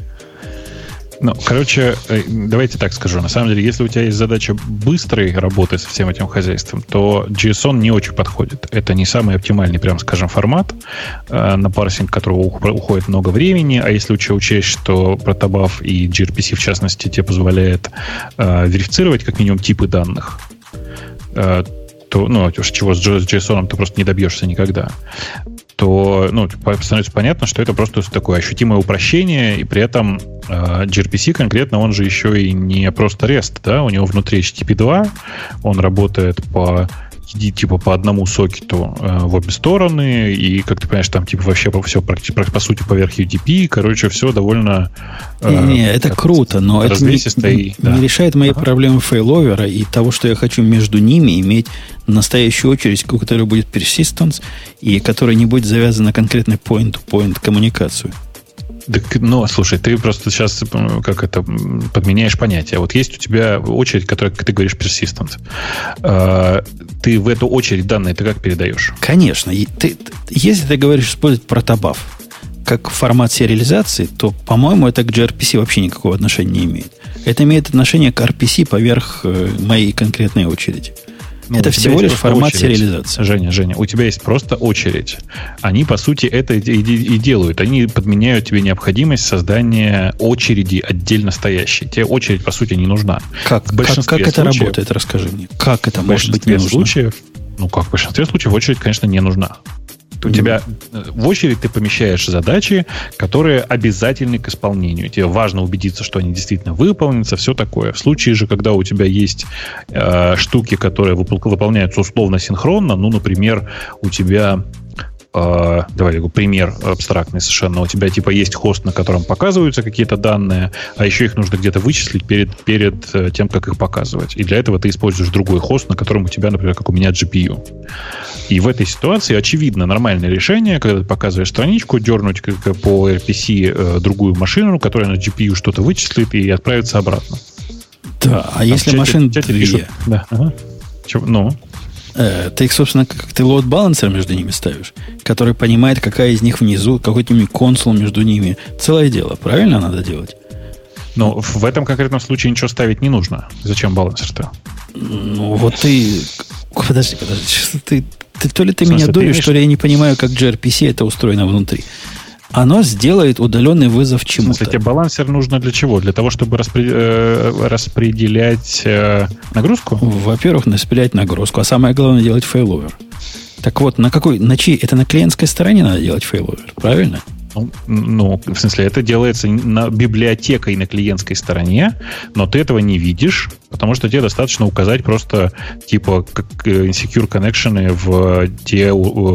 Ну, короче, давайте так скажу. На самом деле, если у тебя есть задача быстрой работы со всем этим хозяйством, то JSON не очень подходит. Это не самый оптимальный, прям скажем, формат, на парсинг которого уходит много времени. А если учесть, что протобаф и джи ар пи си, в частности, тебе позволяет верифицировать как минимум типы данных, то, ну, чего с JSON ты просто не добьешься никогда, то ну, становится понятно, что это просто такое ощутимое упрощение, и при этом э, джи ар пи си конкретно, он же еще и не просто REST, да, у него внутри эйч ти ти пи два, он работает по типа по одному сокету э, в обе стороны, и, как ты понимаешь, там типа вообще все практически, по сути, поверх ю ди пи. Короче, все довольно... Э, не, это круто, но это не, и, да. не решает мои ага. проблемы фейловера и того, что я хочу между ними иметь настоящую очередь, у которой будет persistence, и которая не будет завязана на конкретной point-to-point коммуникацию. Так, ну, слушай, ты просто сейчас как это подменяешь понятие. Вот есть у тебя очередь, которая, как ты говоришь, persistent. Ты в эту очередь данные ты как передаешь? Конечно. Ты, если ты говоришь использовать протобаф как формат сериализации, то, по-моему, это к джей ар пи си вообще никакого отношения не имеет. Это имеет отношение к ар пи си поверх моей конкретной очереди. Ну, это всего лишь формат очередь. Сериализации. Женя, Женя, у тебя есть просто очередь. Они, по сути, это и, и, и делают. Они подменяют тебе необходимость создания очереди отдельно стоящей. Тебе очередь, по сути, не нужна. Как, как, как это случаев, работает, расскажи мне. Как это может быть не нужно? Случаев, ну, как в большинстве случаев очередь, конечно, не нужна. У тебя в очередь ты помещаешь задачи, которые обязательны к исполнению. Тебе важно убедиться, что они действительно выполнятся, все такое. В случае же, когда у тебя есть э, штуки, которые выпол- выполняются условно синхронно, ну, например, у тебя... Uh, давай я пример абстрактный совершенно. У тебя типа есть хост, на котором показываются какие-то данные, а еще их нужно где-то вычислить перед, перед тем, как их показывать. И для этого ты используешь другой хост, на котором у тебя, например, как у меня, джи пи ю. И в этой ситуации, очевидно, нормальное решение, когда ты показываешь страничку, дернуть как по эр пи си э, другую машину, которая на джи пи ю что-то вычислит и отправится обратно. Да, а, а если машин две? Пишут, да. Ага. Чем, ну... Ты их, собственно, как ты лоуд-балансер между ними ставишь, который понимает, какая из них внизу, какой-то консул между ними. Целое дело. Правильно надо делать? Но в этом конкретном случае ничего ставить не нужно. Зачем балансер-то? Ну, вот ты... Подожди, подожди. Ты, ты, то ли ты смысле, меня дуешь, что ли я не понимаю, как джей ар пи си это устроено внутри. Оно сделает удаленный вызов чему-то. В смысле, тебе балансер нужно для чего? Для того, чтобы распри... э, распределять э, нагрузку? Во-первых, распределять нагрузку, а самое главное делать фейловер. Так вот, на какой, на чьей? Это на клиентской стороне надо делать фейловер, правильно? Ну, ну, в смысле, это делается на библиотекой на клиентской стороне, но ты этого не видишь, потому что тебе достаточно указать просто типа как insecure connection в те,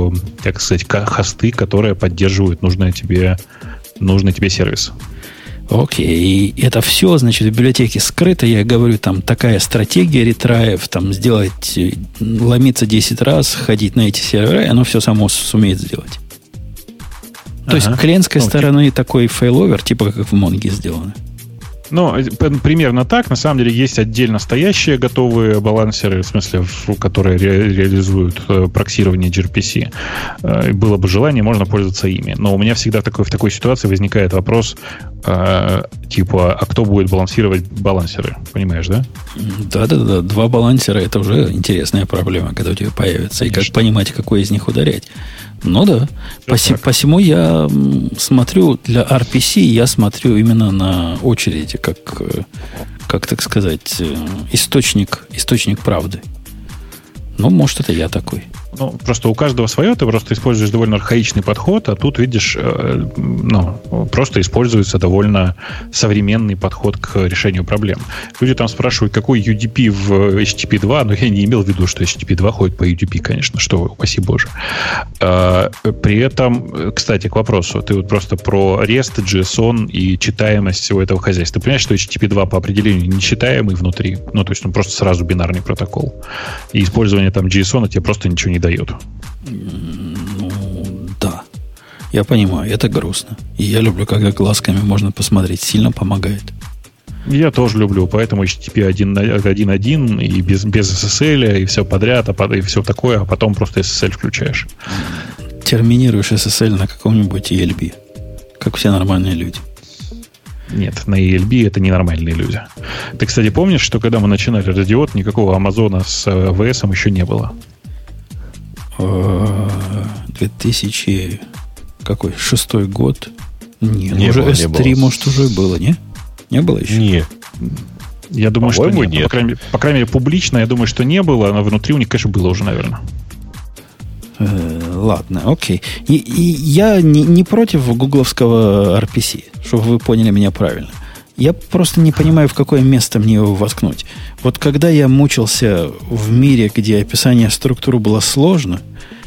как сказать, хосты, которые поддерживают нужный тебе, нужный тебе сервис. Окей, okay. Это все, значит, в библиотеке скрыто. Я говорю, там такая стратегия ретраев, там сделать, ломиться десять раз, ходить на эти сервера, и оно все само сумеет сделать. То ага. есть клиентской ну, стороны типа... такой фейловер, типа как в Монге сделано. Ну, примерно так. На самом деле есть отдельно стоящие готовые балансеры, в смысле, которые ре- реализуют э, проксирование джей ар пи си. Э, было бы желание, можно пользоваться ими. Но у меня всегда такой, в такой ситуации возникает вопрос, э, типа, а кто будет балансировать балансеры? Понимаешь, да? Да-да-да. Два балансера — это уже интересная проблема, когда у тебя появится. Конечно. И как понимать, какой из них ударять. Ну да. Поси, посему я смотрю для ар пи си, я смотрю именно на очереди, как, как так сказать, источник, источник правды. Ну, может, это я такой. Ну, просто у каждого свое, ты просто используешь довольно архаичный подход, а тут, видишь, э, ну, просто используется довольно современный подход к решению проблем. Люди там спрашивают, какой ю ди пи в эйч ти ти пи два, но я не имел в виду, что эйч ти ти пи два ходит по ю ди пи, конечно, что вы, упаси боже. А, при этом, кстати, к вопросу, ты вот просто про REST, JSON и читаемость всего этого хозяйства. Ты понимаешь, что эйч ти ти пи два по определению нечитаемый внутри, ну, то есть он просто сразу бинарный протокол. И использование там JSON тебе просто ничего не дает. Ну, да. Я понимаю, это грустно. И я люблю, когда глазками можно посмотреть. Сильно помогает. Я тоже люблю, поэтому эйч ти ти пи один точка один и без, без эс эс эл, и все подряд, и все такое, а потом просто эс эс эл включаешь. Терминируешь эс эс эл на каком-нибудь и эл би. Как все нормальные люди. Нет, на и эл би это ненормальные люди. Ты, кстати, помнишь, что когда мы начинали Радиот, никакого Амазона с ви эс еще не было? две тысячи какой? Шестой год? Не, не уже было, эс три, не было. Может, уже было, не? Не было еще? Не. Я думаю, По-моему, что нет. нет. По крайней, по крайней мере, публично, я думаю, что не было, но внутри у них, конечно, было уже, наверное. Э, ладно, окей. И, и я не, не против гугловского ар пи си, чтобы вы поняли меня правильно. Я просто не понимаю, в какое место мне его воткнуть. Вот когда я мучился в мире, где описание структуры было сложно,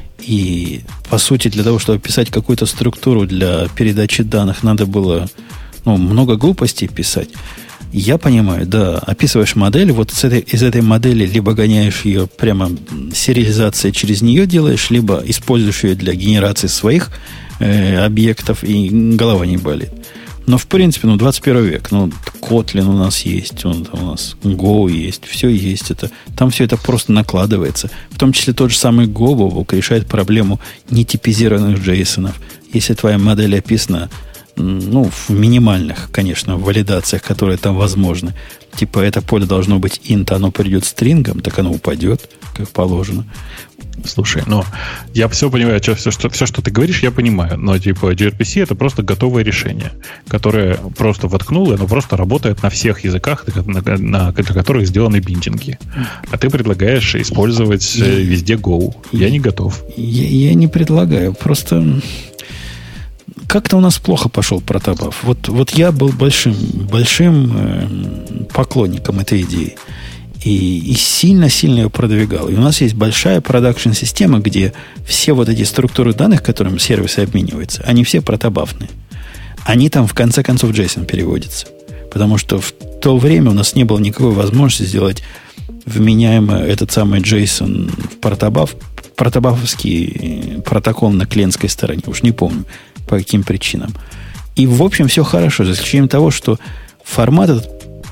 и, по сути, для того, чтобы описать какую-то структуру для передачи данных, надо было ну, много глупостей писать, я понимаю, да, описываешь модель, вот с этой, из этой модели либо гоняешь ее прямо сериализация через нее делаешь, либо используешь ее для генерации своих э, объектов, и голова не болит. Но, в принципе, ну, двадцать первый век, ну, Kotlin у нас есть, он, у нас Go есть, все есть. Это, там все это просто накладывается. В том числе тот же самый Go, Бобок, решает проблему нетипизированных джейсонов. Если твоя модель описана ну, в минимальных, конечно, валидациях, которые там возможны. Типа, это поле должно быть int, оно придет стрингом, так оно упадет, как положено. Слушай, ну, я все понимаю, все, все, что, все, что ты говоришь, я понимаю. Но, типа, джей ар пи си это просто готовое решение, которое просто воткнуло, оно просто работает на всех языках, на, на, для которых сделаны биндинги. А ты предлагаешь использовать я, везде Go. Я, я не готов. Я, я не предлагаю, просто... Как-то у нас плохо пошел протобаф. Вот, вот я был большим, большим э, поклонником этой идеи. И, и сильно-сильно ее продвигал. И у нас есть большая продакшн-система, где все вот эти структуры данных, которыми сервисы обмениваются, они все протобафные. Они там в конце концов JSON переводятся. Потому что в то время у нас не было никакой возможности сделать вменяемо этот самый JSON в протобаф, протобафовский протокол на клиентской стороне. Уж не помню, по каким причинам. И, в общем, все хорошо, за исключением того, что формат этот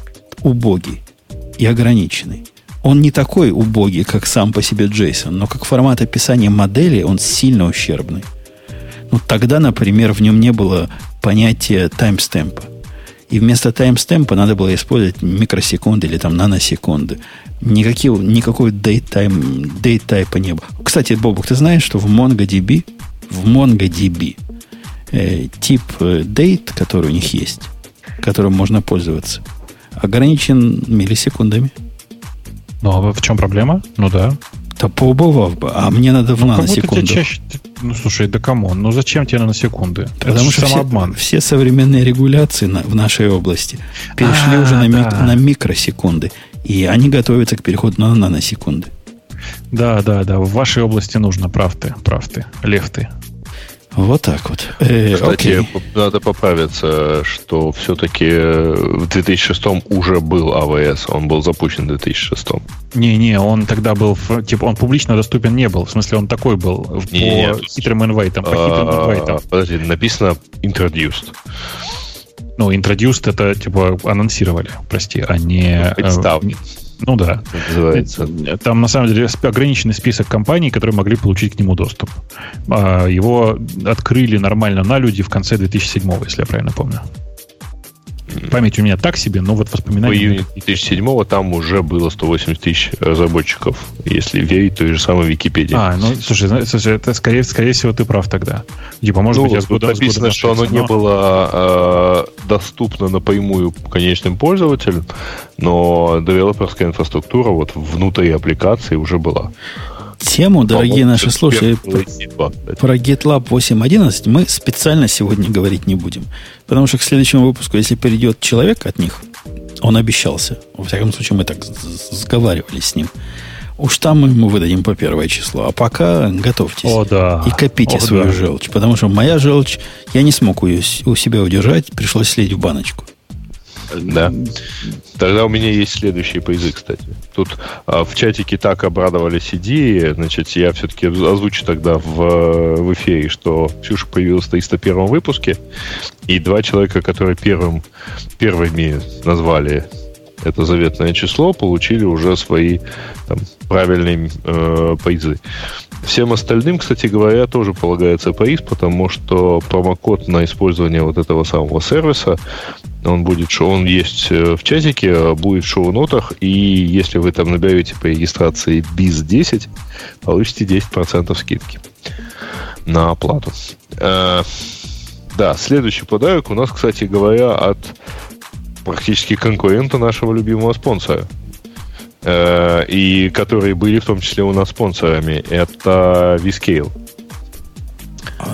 убогий и ограниченный. Он не такой убогий, как сам по себе JSON, но как формат описания модели он сильно ущербный. Ну, тогда, например, в нем не было понятия таймстемпа. И вместо таймстемпа надо было использовать микросекунды или там наносекунды. Никакие, никакой date-time, date-type не было. Кстати, Бобок, ты знаешь, что в MongoDB, в MongoDB э, тип э, date, который у них есть, которым можно пользоваться, ограничен миллисекундами. Ну, а в чем проблема? Ну да. Да поубывав бы. А мне надо в ну, наносекунду. Чаще... Ну, слушай, да камон. Ну, зачем тебе наносекунды? Потому что все, все современные регуляции на, в нашей области перешли а, уже на, да. ми, на микросекунды. И они готовятся к переходу на наносекунды. Да, да, да. В вашей области нужно, прав ты, прав ты. Лев ты. Вот так вот. Э, Кстати, окей. надо поправиться, что все-таки в две тысячи шестом уже был эй ви эс, он был запущен в две тысячи шестом. Не-не, он тогда был, типа, он публично доступен не был. В смысле, он такой был не, по хитрым инвайтам. По хитрым инвайтам. Подожди, написано introduced. Ну, introduced это, типа, анонсировали, прости, а не... Представлен. Ну да. Называется. Там на самом деле ограниченный список компаний, которые могли получить к нему доступ. Его открыли нормально на люди в конце две тысячи седьмого, если я правильно помню. Память у меня так себе, но вот воспоминания... В июне две тысячи седьмого там уже было сто восемьдесят тысяч разработчиков, если верить той же самой Википедии. А, ну, слушай, слушай это скорее, скорее всего ты прав тогда. Типа, может ну, быть, я с годом... написано, что оно но... не было э, доступно напрямую конечным пользователям, но девелоперская инфраструктура вот внутри аппликации уже была. Тему, дорогие наши слушатели, про GitLab восемь точка одиннадцать мы специально сегодня говорить не будем. Потому что к следующему выпуску, если придет человек от них, он обещался. Во всяком случае, мы так сговаривались с ним. Уж там мы ему выдадим по первое число. А пока готовьтесь. О, да. И копите О, свою да. желчь. Потому что моя желчь, я не смог ее у себя удержать. Пришлось слить в баночку. Да. Тогда у меня есть следующие призы, кстати. Тут а, в чатике так обрадовались идеи. Значит, я все-таки озвучу тогда в, в эфире, что Ксюша появилась в триста первом выпуске. И два человека, которые первым, первыми назвали это заветное число, получили уже свои там, правильные э, призы. Всем остальным, кстати говоря, тоже полагается приз, потому что промокод на использование вот этого самого сервиса, он будет, он есть в чатике, будет в шоу-нотах, и если вы там наберете по регистрации биз десять, получите десять процентов скидки на оплату. Э, да, следующий подарок у нас, кстати говоря, от практически конкурента нашего любимого спонсора. И которые были в том числе у нас спонсорами. Это Vscale. А, что-то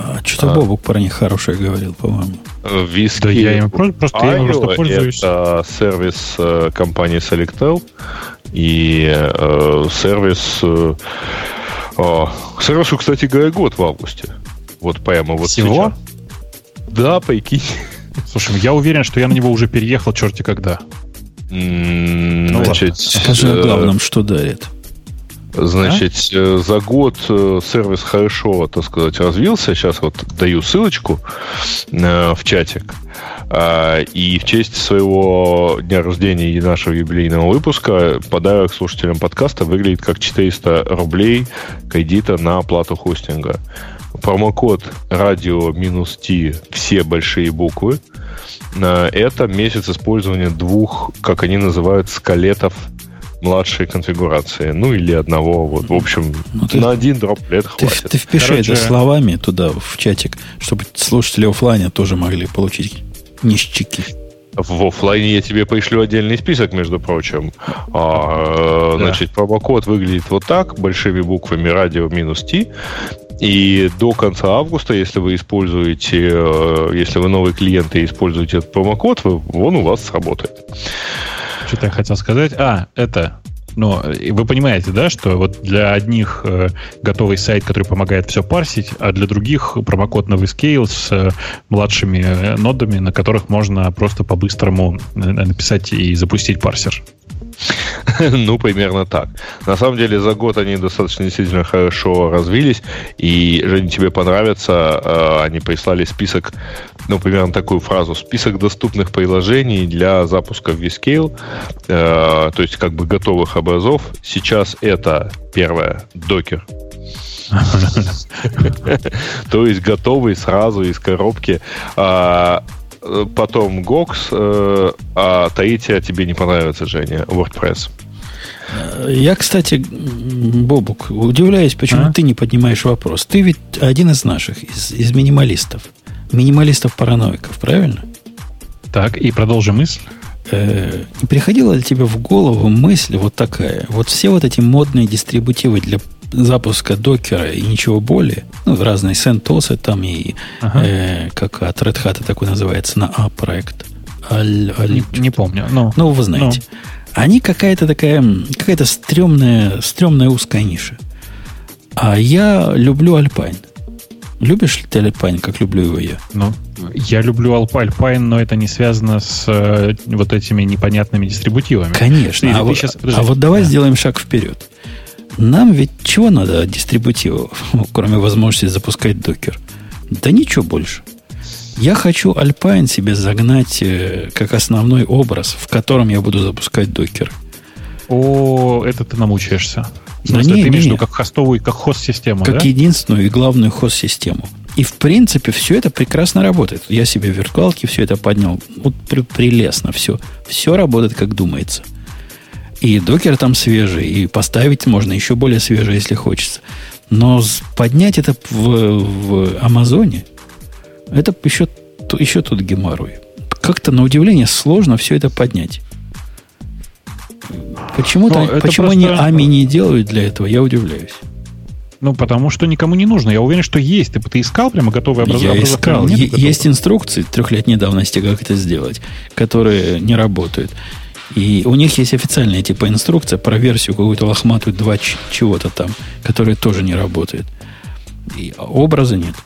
Это Бобук про них хорошее говорил, по-моему. Виски. Да я им просто, просто, я им просто пользуюсь. Это сервис э, компании Selectel и э, сервис... Э, э, сервису, кстати говоря, год в августе. Вот прямо вот Всего? Сейчас. Да, прикинь. Слушай, я уверен, что я на него уже переехал черти когда. Mm, ну, значит, скажи о главном, что дарит. Значит, а? за год сервис хорошо, так сказать, развился. Сейчас вот даю ссылочку в чатик. И в честь своего дня рождения и нашего юбилейного выпуска подарок слушателям подкаста выглядит как четыреста рублей кредита на оплату хостинга. Промокод радио минус ти, все большие буквы. Это месяц использования двух, как они называют, скелетов младшей конфигурации. Ну, или одного. Вот, в общем, ну, ты, на один дроплет хватит. Ты, ты впиши Короче... это словами туда, в чатик, чтобы слушатели офлайна тоже могли получить ништяки. В офлайне я тебе пришлю отдельный список, между прочим. А, да. Значит, промокод выглядит вот так, большими буквами радио минус ти. И до конца августа, если вы используете, если вы новый клиент и используете этот промокод, он у вас сработает. Что-то я хотел сказать. А, это... Ну, вы понимаете, да, что вот для одних э, готовый сайт, который помогает все парсить, а для других промокод на Vscale с э, младшими э, нодами, на которых можно просто по-быстрому э, написать и запустить парсер. Ну, примерно так. На самом деле, за год они достаточно действительно хорошо развились. И, Жень, тебе понравится, э, они прислали список, ну, примерно такую фразу: список доступных приложений для запуска в Vscale, э, то есть как бы готовых образов. Сейчас это первое, докер. То есть готовый сразу из коробки. Потом Gox, а третья тебе не понравится, Женя, WordPress. Я, кстати, Бобук, удивляюсь, почему а? ты не поднимаешь вопрос. Ты ведь один из наших, из, из минималистов. Минималистов-параноиков, правильно? Так, и продолжим мысль. Э, не приходила ли тебе в голову мысль вот такая? Вот все вот эти модные дистрибутивы для запуска докера и ничего более, ну, разные CentOS там и ага. э, как от Red Hat такой называется, на A проект. Аль, аль, не, не помню. Но, ну, вы знаете. Но. Они какая-то такая, какая-то стрёмная, стрёмная узкая ниша. А я люблю Alpine. Любишь ли ты Alpine, как люблю его я? Ну, я люблю Alpine, но это не связано с э, вот этими непонятными дистрибутивами. Конечно. А, вот, сейчас, а вот давай да. сделаем шаг вперед. Нам ведь чего надо от дистрибутивов, кроме возможности запускать докер? Да ничего больше. Я хочу Alpine себе загнать э, как основной образ, в котором я буду запускать докер. О, это ты намучаешься. Да не, ты имеешь в виду не. как хостовую, как хост-систему, Как да? единственную и главную хост-систему. И, в принципе, все это прекрасно работает. Я себе в виртуалке все это поднял. Вот прелестно все. Все работает, как думается. И докер там свежий, и поставить можно еще более свежий, если хочется. Но поднять это в, в Амазоне, это еще, еще тут геморрой. Как-то, на удивление, сложно все это поднять. Почему-то, ну, почему просто... они Ами не делают для этого, я удивляюсь. Ну, потому что никому не нужно. Я уверен, что есть. Ты, ты искал прямо готовые образования? Я искал. Нет, е- есть инструкции трехлетней давности, как это сделать, которые не работают. И у них есть официальная типа инструкция про версию какую-то лохматую два ч- чего-то там, которая тоже не работает. И образа нет.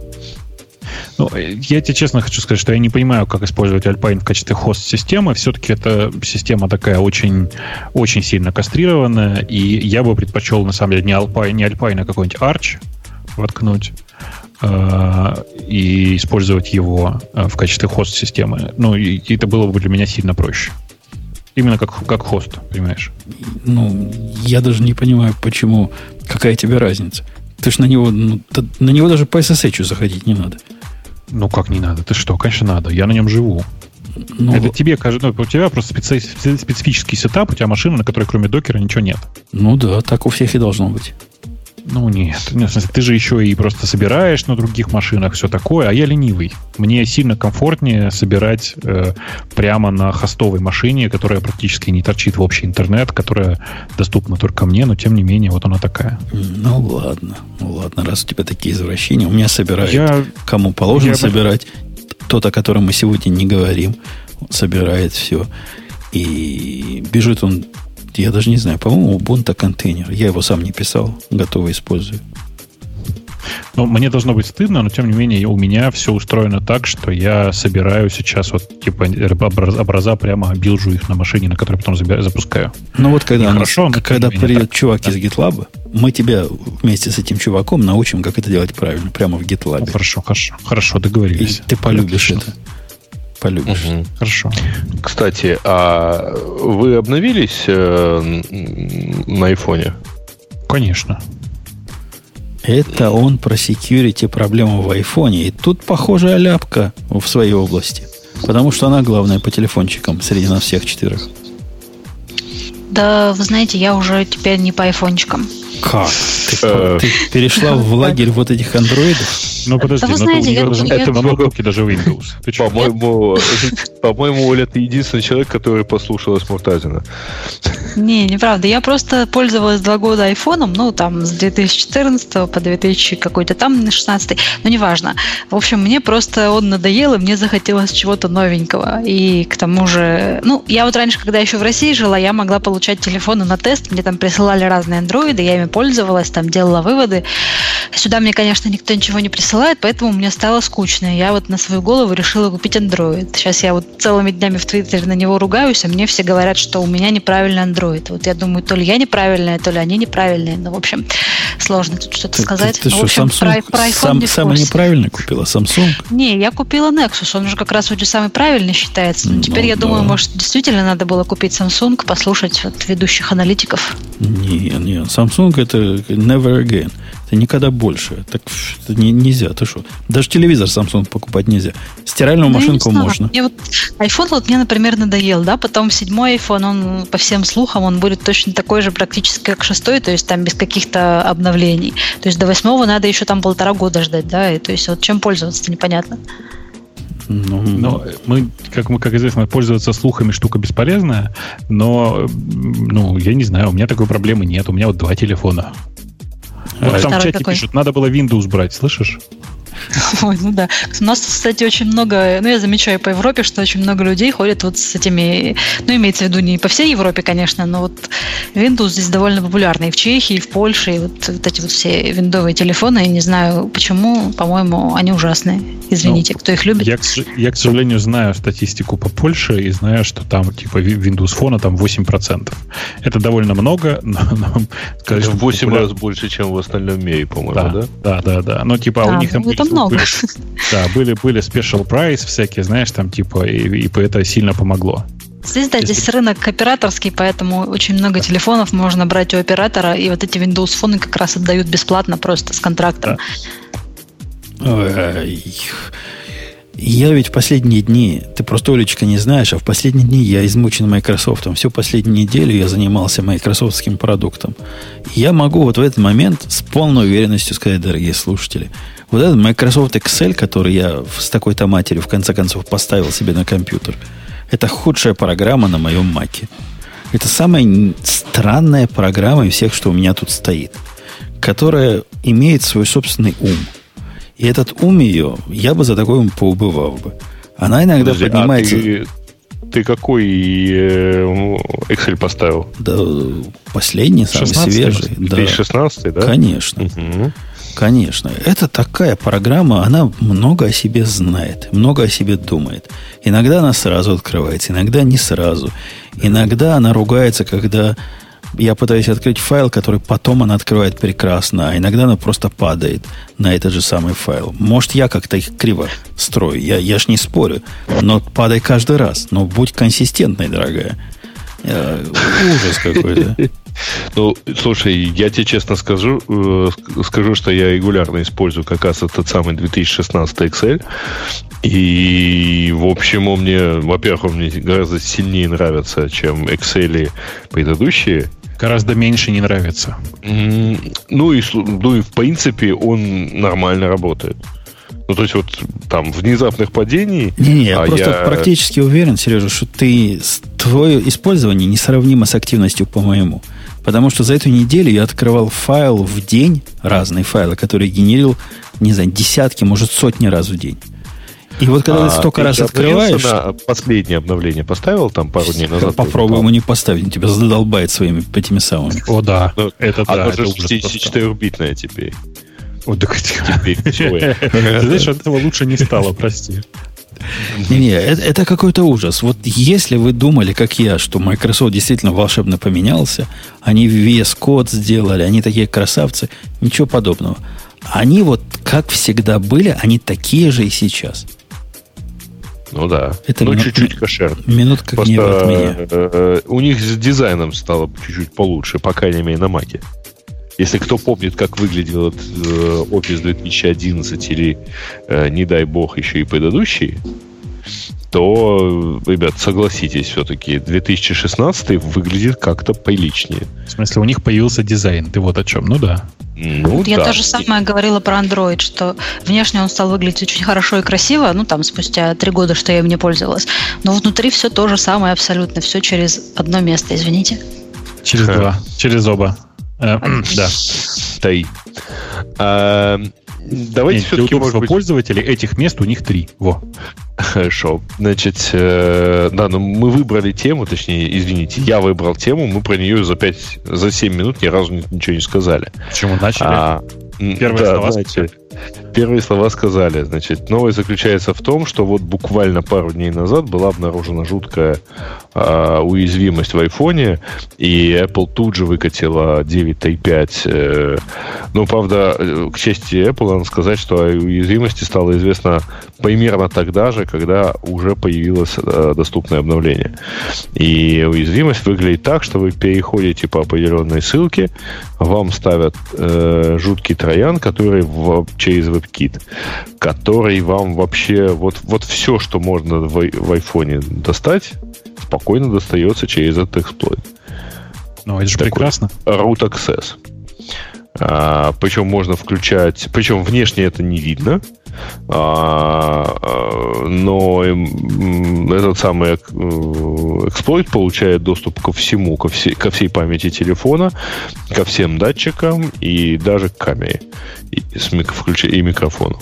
Ну, я тебе честно хочу сказать, что я не понимаю, как использовать Alpine в качестве хост-системы. Все-таки эта система такая очень, очень сильно кастрированная, и я бы предпочел, на самом деле, не Alpine, не Alpine, а какой-нибудь Arch воткнуть э, и использовать его э, в качестве хост-системы. Ну, и, и это было бы для меня сильно проще. Именно как, как хост, понимаешь? Ну, я даже не понимаю, почему, какая тебе разница. Ты ж на него, ну, на него даже по эс эс эйч заходить не надо. Ну, как не надо? Ты что? Конечно, надо. Я на нем живу. Ну, это тебе, ну, у тебя просто специ, специфический сетап, у тебя машина, на которой кроме докера ничего нет. Ну да, так у всех и должно быть. Ну, нет, нет, в смысле, ты же еще и просто собираешь на других машинах, все такое, а я ленивый. Мне сильно комфортнее собирать э, прямо на хостовой машине, которая практически не торчит в общий интернет, которая доступна только мне, но тем не менее, вот она такая. Ну, ладно. Ну, ладно, раз у тебя такие извращения. У меня собирают, я, кому положено я... собирать. Тот, о котором мы сегодня не говорим, собирает все. И бежит он, я даже не знаю, по-моему, Ubuntu контейнер. Я его сам не писал, готово использую. Ну, мне должно быть стыдно, но тем не менее у меня все устроено так, что я собираю сейчас вот типа образа прямо билжу их на машине, на которой потом запускаю. Ну вот когда, хорошо, нас, когда придет так, чувак так. из GitLab, мы тебя вместе с этим чуваком научим, как это делать правильно, прямо в GitLab. Ну, хорошо, хорошо, хорошо, договорились. И ты полюбишь это. Полюбишь. Угу. Хорошо. Кстати, а вы обновились э, на айфоне? Конечно. Это он про security проблему в айфоне. И тут похожая ляпка в своей области. Потому что она главная по телефончикам среди нас всех четверых. Да, вы знаете, я уже теперь не по айфончикам. Как? Ты, ты перешла в лагерь вот этих андроидов? Ну, подожди, да, знаете, я, даже, я, это я... много даже Windows. По-моему, по-моему, Оля, ты единственный человек, который послушалась Муртазина. Не, неправда. Я просто пользовалась два года айфоном, ну, там, с две тысячи четырнадцатого по две тысячи какой-то там, шестнадцатый, но неважно. В общем, мне просто он надоел, и мне захотелось чего-то новенького. И к тому же, ну, я вот раньше, когда еще в России жила, я могла получать телефоны на тест, мне там присылали разные андроиды, я ими пользовалась, там, делала выводы. Сюда мне, конечно, никто ничего не присылает, поэтому мне стало скучно. Я вот на свою голову решила купить Android. Сейчас я вот целыми днями в Твиттере на него ругаюсь, а мне все говорят, что у меня неправильный Android. Вот я думаю, то ли я неправильная, то ли они неправильные. Ну, в общем, сложно тут что-то ты, сказать. Ты, ты ну, что, в общем, Samsung про, про сам, не самый неправильный купила? Samsung? Не, я купила Nexus. Он же как раз вроде самый правильный считается. Но теперь ну, я да. думаю, может, действительно надо было купить Samsung, послушать вот ведущих аналитиков. Не, не, Samsung это never again. Это никогда больше. Так не, нельзя. Ты что? Даже телевизор Samsung покупать нельзя. Стиральную да машинку можно. Мне вот iPhone вот мне, например, надоел, да, потом седьмой iPhone, он по всем слухам, он будет точно такой же практически, как шестой, то есть там без каких-то обновлений. То есть до восьмого надо еще там полтора года ждать, да, и то есть вот чем пользоваться, непонятно. Ну, но мы, как мы, как известно, пользоваться слухами штука бесполезная, но, ну, я не знаю, у меня такой проблемы нет, у меня вот два телефона. Вот а там в чате какой? Пишут, надо было Windows брать, слышишь? Ой, ну да. У нас, кстати, очень много, ну, я замечаю по Европе, что очень много людей ходят вот с этими, ну, имеется в виду не по всей Европе, конечно, но вот Windows здесь довольно популярный и в Чехии, и в Польше, и вот, вот эти вот все виндовые телефоны, я не знаю почему, по-моему, они ужасные. Извините, ну, кто их любит. Я, я, к сожалению, знаю статистику по Польше и знаю, что там типа Windows Phone там восемь процентов. Это довольно много, но, но сказать, в восемь популяр... раз больше, чем в остальном мире, по-моему, да? Да, да, да. да. Но типа а, у них там ну, были, много. Были, да, были, были special price всякие, знаешь, там типа, и, и это сильно помогло. Здесь, да, здесь рынок операторский, поэтому очень много телефонов можно брать у оператора, и вот эти Windows Phone как раз отдают бесплатно, просто с контрактом. Да. Ой, я ведь в последние дни, ты просто, Олечка, не знаешь, а в последние дни я измучен Microsoft. Всю последнюю неделю я занимался майкрософтским продуктом. Я могу вот в этот момент с полной уверенностью сказать, дорогие слушатели, вот этот Microsoft Excel, который я с такой-то матерью в конце концов поставил себе на компьютер, это худшая программа на моем Маке. Это самая странная программа из всех, что у меня тут стоит, которая имеет свой собственный ум. И этот ум ее, я бы за такой ум поубывал бы. Она иногда Подожди, поднимается... А ты, ты какой Excel поставил? Да, последний, самый свежий. две тысячи шестнадцатый, да? Конечно. Угу. Конечно. Это такая программа, она много о себе знает, много о себе думает. Иногда она сразу открывается, иногда не сразу. Иногда она ругается, когда... Я пытаюсь открыть файл, который потом она открывает прекрасно, а иногда она просто падает на этот же самый файл. Может, я как-то их криво строю, я, я ж не спорю, но падай каждый раз. Но будь консистентной, дорогая. Я, ужас какой-то. Ну, слушай, я тебе честно скажу, э, скажу, что я регулярно использую как раз этот самый две тысячи шестнадцатый Excel. И, в общем, он мне, во-первых, он мне гораздо сильнее нравится, чем Excel предыдущие. Гораздо меньше не нравится. Mm, ну, и, ну и в принципе он нормально работает. Ну, то есть вот там внезапных падений... Не-не, я а просто я... практически уверен, Сережа, что ты, твое использование несравнимо с активностью по-моему. Потому что за эту неделю я открывал файл в день, разные файлы, которые генерил, не знаю, десятки, может, сотни раз в день. И вот когда а, ты столько ты раз открываешь... На последнее обновление поставил там пару дней назад? Попробуй ему не поставить, он тебя задолбает своими этими самыми. О, да. Ну, это да. Оно же четырехбитное теперь. Вот так теперь. Ты знаешь, от этого лучше не стало, прости. Не-не, это, это какой-то ужас. Вот если вы думали, как я, что Microsoft действительно волшебно поменялся, они ви эс Code сделали, они такие красавцы, ничего подобного. Они вот, как всегда были, они такие же и сейчас. Ну да. Это ну, минут, чуть-чуть кошерно. Минутка гнева от меня. Э, у них с дизайном стало чуть-чуть получше, по крайней мере, на Маке. Если кто помнит, как выглядел этот э, Office две тысячи одиннадцать или, э, не дай бог, еще и предыдущий, то, ребят, согласитесь, все-таки две тысячи шестнадцатый выглядит как-то приличнее. В смысле, у них появился дизайн, ты вот о чем? Ну да. Ну, Я да. то же самое говорила про Android, что внешне он стал выглядеть очень хорошо и красиво, ну, там, спустя три года, что я им не пользовалась. Но внутри все то же самое абсолютно, все через одно место, извините. Через два, через оба. Э, да. Три. А, давайте Нет, все-таки, для может быть... пользователей этих мест у них три. Во. Хорошо. Значит, э, да, ну мы выбрали тему, точнее, извините, я выбрал тему, мы про нее за пять, за семь минут ни разу ничего не сказали. Почему начали? А, Первые да, слова знаете, Первые слова сказали. Значит, новость заключается в том, что вот буквально пару дней назад была обнаружена жуткая э, уязвимость в айфоне, и Apple тут же выкатила девять точка пять. Э, ну, правда, к чести Apple, надо сказать, что о уязвимости стало известно примерно тогда же, когда уже появилось э, доступное обновление. И уязвимость выглядит так, что вы переходите по определенной ссылке, вам ставят э, жуткий троян, который в, через WebKit, который вам вообще вот, вот все, что можно в, в айфоне достать, спокойно достается через этот эксплойт. Ну, это же такой прекрасно. Root Access. А, причем можно включать... Причем внешне это не видно, а, а, но этот самый эксплойт получает доступ ко всему, ко всей, ко всей памяти телефона, ко всем датчикам и даже к камере и, и микрофону.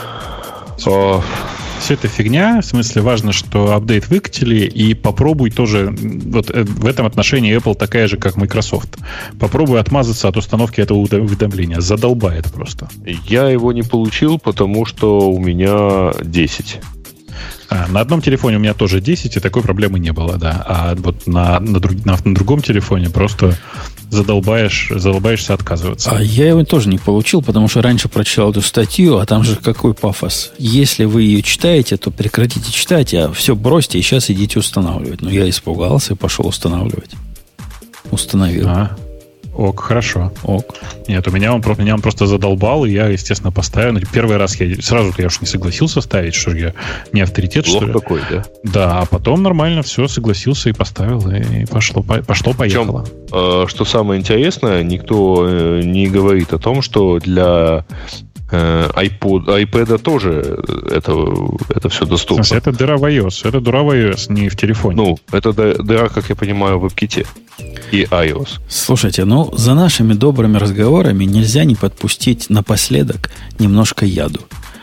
А, все это фигня, в смысле важно, что апдейт выкатили, и попробуй тоже, вот в этом отношении Apple такая же, как Microsoft. Попробуй отмазаться от установки этого уведомления. Задолбает просто. Я его не получил, потому что у меня десять. А, на одном телефоне у меня тоже десять, и такой проблемы не было, да. А вот на, на, друг, на, на другом телефоне просто задолбаешь, задолбаешься отказываться. А я его тоже не получил, потому что раньше прочитал эту статью, а там же какой пафос. Если вы ее читаете, то прекратите читать, а все бросьте и сейчас идите устанавливать. Но я испугался и пошел устанавливать. Установил. А, ок, хорошо. Ок. Нет, у меня он, меня он просто задолбал, и я, естественно, поставил. Но первый раз я сразу-то я уж не согласился ставить, что я не авторитет, Лох что ли. Какой, да? Да, а потом нормально все, согласился и поставил, и пошло, пошло поехало. Причем, что самое интересное, никто не говорит о том, что для iPod, iPad тоже это, это все доступно. В смысле, это дыра в iOS. Это дыра в iOS, не в телефоне. Ну, это дыра, как я понимаю, в WebKit и iOS. Слушайте, ну, за нашими добрыми разговорами нельзя не подпустить напоследок немножко яду.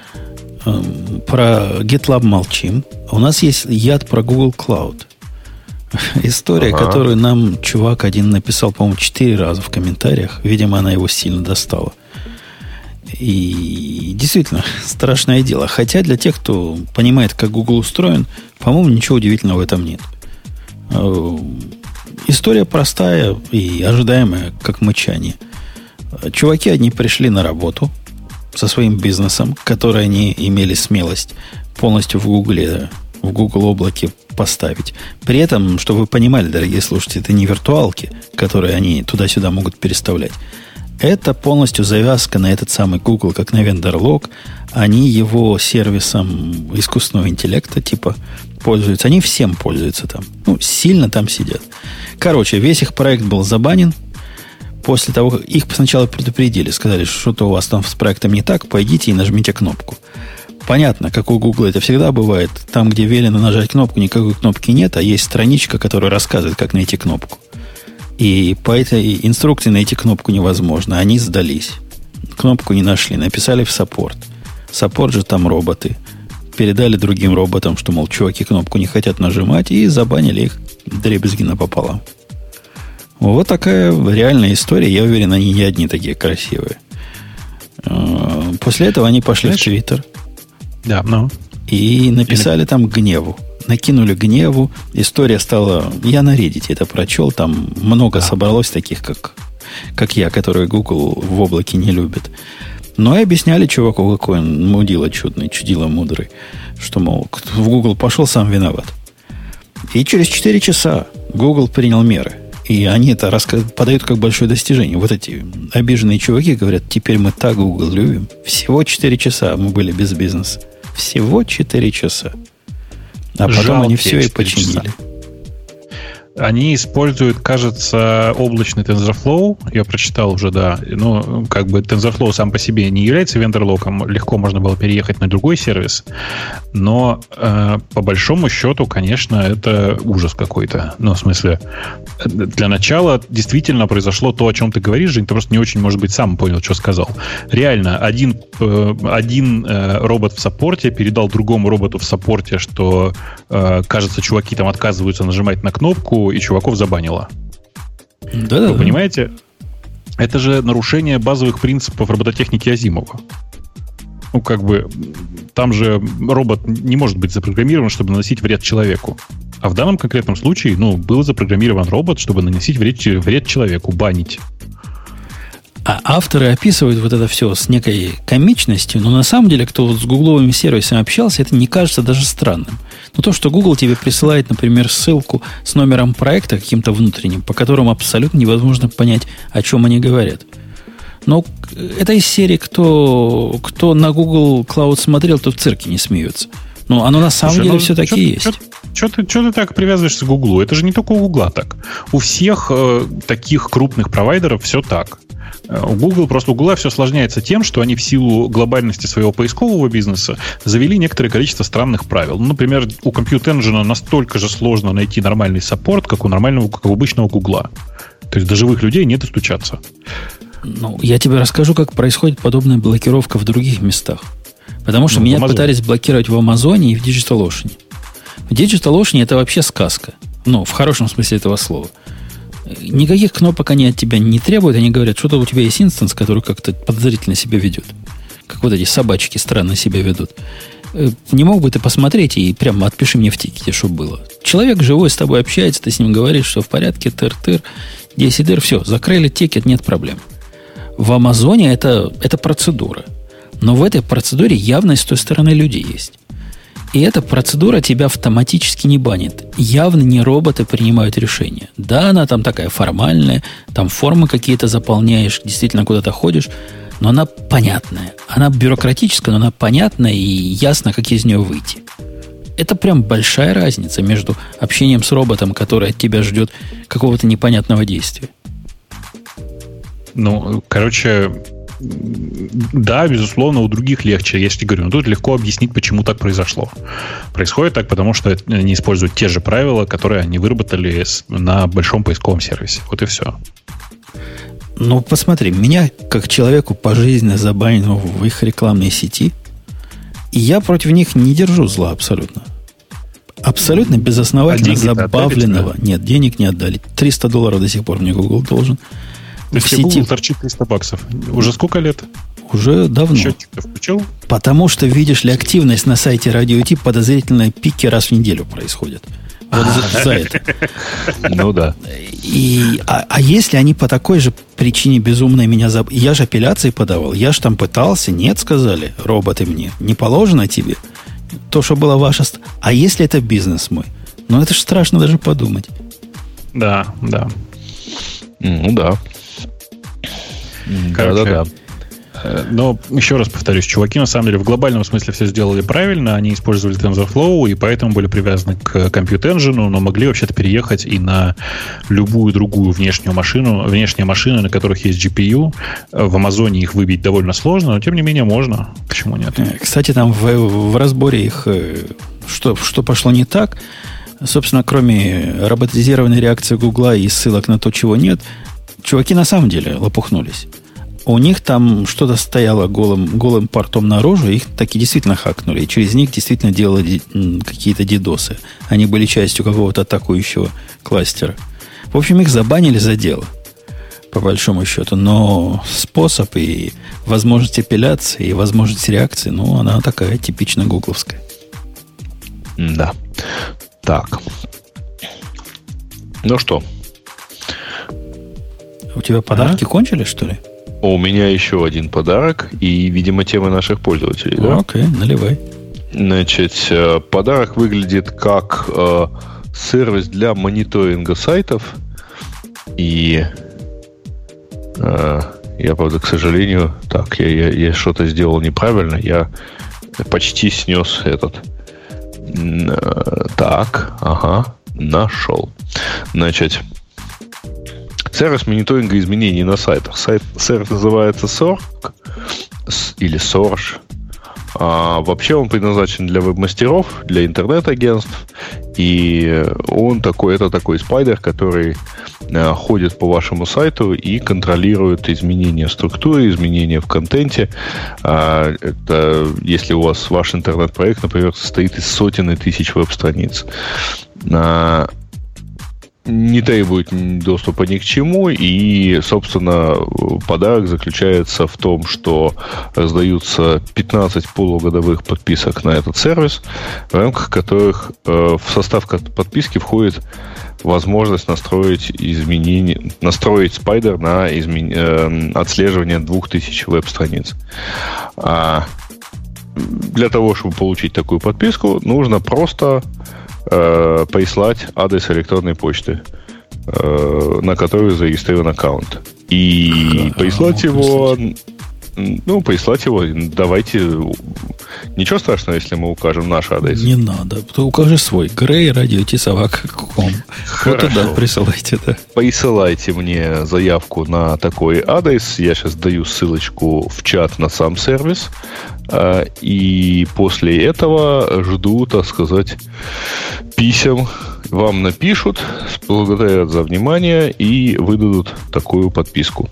Про GitLab молчим. У нас есть яд про Google Cloud. История, ага. которую нам чувак один написал, по-моему, четыре раза в комментариях. Видимо, она его сильно достала. И действительно, страшное дело. Хотя для тех, кто понимает, как Google устроен, по-моему, ничего удивительного в этом нет. История простая и ожидаемая, как мычание. Чуваки одни пришли на работу со своим бизнесом, который они имели смелость полностью в Гугле, в Google облаке поставить. При этом, чтобы вы понимали, дорогие слушатели, это не виртуалки, которые они туда-сюда могут переставлять. Это полностью завязка на этот самый Google, как на VendorLog. Они его сервисом искусственного интеллекта типа пользуются. Они всем пользуются там. Ну, сильно там сидят. Короче, весь их проект был забанен. После того, как их сначала предупредили, сказали, что что-то у вас там с проектом не так, пойдите и нажмите кнопку. Понятно, как у Google это всегда бывает. Там, где велено нажать кнопку, никакой кнопки нет, а есть страничка, которая рассказывает, как найти кнопку. И по этой инструкции найти кнопку невозможно. Они сдались. Кнопку не нашли. Написали в саппорт. Саппорт же там роботы. Передали другим роботам, что, мол, чуваки кнопку не хотят нажимать, и забанили их дребезги напополам. Вот такая реальная история. Я уверен, они не одни такие красивые. После этого они пошли Знаешь, в Твиттер. Да, ну. И написали Или... там гневу. Накинули гневу. История стала... Я на Reddit это прочел. Там много да. собралось таких, как, как я, которые Google в облаке не любят. Но и объясняли чуваку, какой он мудила чудный, чудила мудрый. Что, мол, в Google пошел, сам виноват. И через четыре часа Google принял меры. И они это раска... подают как большое достижение. Вот эти обиженные чуваки говорят, теперь мы так Google любим. Всего четыре часа мы были без бизнеса. Всего четыре часа. А потом Жалкие они все и починили. Часа. Они используют, кажется, облачный TensorFlow. Я прочитал уже, да. Ну, как бы TensorFlow сам по себе не является вендорлоком. Легко можно было переехать на другой сервис. Но э, по большому счету, конечно, это ужас какой-то. Ну, в смысле, для начала действительно произошло то, о чем ты говоришь, Жень. Ты просто не очень, может быть, сам понял, что сказал. Реально, один, э, один э, робот в саппорте передал другому роботу в саппорте, что, э, кажется, чуваки там отказываются нажимать на кнопку, и чуваков забанило. Да-да-да. Вы понимаете? Это же нарушение базовых принципов робототехники Азимова. Ну, как бы, там же робот не может быть запрограммирован, чтобы наносить вред человеку. А в данном конкретном случае, ну, был запрограммирован робот, чтобы наносить вред, вред человеку, банить. А авторы описывают вот это все с некой комичностью, но на самом деле, кто вот с гугловыми сервисами общался, это не кажется даже странным. Но то, что Google тебе присылает, например, ссылку с номером проекта каким-то внутренним, по которому абсолютно невозможно понять, о чем они говорят. Но это из серии, кто, кто на Google Cloud смотрел, то в цирке не смеется. Но оно на самом Слушай, деле ну, все-таки есть. Что ты, ты так привязываешься к Google? Это же не только у Google так. У всех э, таких крупных провайдеров все так. У Google, просто у Google все осложняется тем, что они в силу глобальности своего поискового бизнеса завели некоторое количество странных правил. Ну, например, у Compute Engine настолько же сложно найти нормальный саппорт, как у нормального, как у обычного Гугла. То есть до живых людей не достучаться. Ну, я тебе расскажу, как происходит подобная блокировка в других местах. Потому что ну, меня пытались блокировать в Амазоне и в DigitalOcean. В DigitalOcean это вообще сказка. Ну, в хорошем смысле этого слова. Никаких кнопок они от тебя не требуют. Они говорят, что-то у тебя есть инстанс, который как-то подозрительно себя ведет. Как вот эти собачки странно себя ведут. Не мог бы ты посмотреть и прямо отпиши мне в тикете, что было. Человек живой с тобой общается, ты с ним говоришь, что в порядке, тыр-тыр, десять дыр, все, закрыли тикет, нет проблем. В Амазоне это, это процедура. Но в этой процедуре явно и с той стороны люди есть. И эта процедура тебя автоматически не банит. Явно не роботы принимают решения. Да, она там такая формальная, там формы какие-то заполняешь, действительно куда-то ходишь, но она понятная. Она бюрократическая, но она понятная и ясно, как из нее выйти. Это прям большая разница между общением с роботом, который от тебя ждет какого-то непонятного действия. Ну, короче... Да, безусловно, у других легче. Я тебе говорю, но тут легко объяснить, почему так произошло. Происходит так, потому что они используют те же правила, которые они выработали на большом поисковом сервисе. Вот и все. Ну, посмотри, меня, как человеку пожизненно забанено в их рекламной сети, и я против них не держу зла абсолютно. Абсолютно безосновательно а забавленного. Отдали, нет, денег не отдали. триста долларов до сих пор мне Google должен. В сети Google торчит триста баксов. Уже сколько лет? Уже давно. Счетчик ты включил? Потому что, видишь ли, активность на сайте Радио Ти подозрительные пики раз в неделю происходят. Вот за, за это. Ну да. И, а, а если они по такой же причине безумной меня заб... Я же апелляции подавал. Я же там пытался. Нет, сказали роботы мне. Не положено тебе. То, что было ваше... А если это бизнес мой? Ну, это же страшно даже подумать. Да, да. Ну да. Короче, да-да-да. Но еще раз повторюсь, чуваки на самом деле в глобальном смысле все сделали правильно. Они использовали TensorFlow и поэтому были привязаны к Compute Engine, но могли вообще-то переехать и на любую другую внешнюю машину, внешние машины, на которых есть джи пи ю. В Амазоне их выбить довольно сложно, но тем не менее можно. Почему нет? Кстати, там в, в разборе их что, что пошло не так, собственно, кроме роботизированной реакции Гугла и ссылок на то, чего нет, чуваки на самом деле лопухнулись. У них там что-то стояло голым, голым портом наружу, их таки действительно хакнули. И через них действительно делали какие-то дидосы. Они были частью какого-то атакующего кластера. В общем, их забанили за дело, по большому счету. Но способ и возможность апелляции, и возможность реакции, ну, она такая типично гугловская. Да. Так. Ну что? У тебя подарки а? кончились, что ли? У меня еще один подарок и, видимо, тема наших пользователей. Да? Окей, наливай. Значит, подарок выглядит как э, сервис для мониторинга сайтов. И э, я, правда, к сожалению, так, я, я, я что-то сделал неправильно. Я почти снес этот. Э, так, ага, нашел. Значит, сервис мониторинга изменений на сайтах. Сайт, сервис называется Sorg или Sorge. А вообще он предназначен для веб-мастеров, для интернет-агентств. И он такой, это такой спайдер, который а, ходит по вашему сайту и контролирует изменения структуры, изменения в контенте. А, это если у вас ваш интернет-проект, например, состоит из сотен и тысяч веб-страниц. А, не требует доступа ни к чему, и, собственно, подарок заключается в том, что раздаются пятнадцать полугодовых подписок на этот сервис, в рамках которых э, в состав подписки входит возможность настроить изменения, настроить спайдер на измен... э, отслеживание двух тысяч веб-страниц. А для того, чтобы получить такую подписку, нужно просто Э, прислать адрес электронной почты, э, на который зарегистрирован аккаунт. И а, прислать его... Ну, прислать его, давайте... Ничего страшного, если мы укажем наш адрес. Не надо. Ты укажи свой. грей радио ти собака точка ком. Вот туда присылайте, да. Присылайте мне заявку на такой адрес. Я сейчас даю ссылочку в чат на сам сервис. И после этого жду, так сказать, писем. Вам напишут, благодарят за внимание и выдадут такую подписку.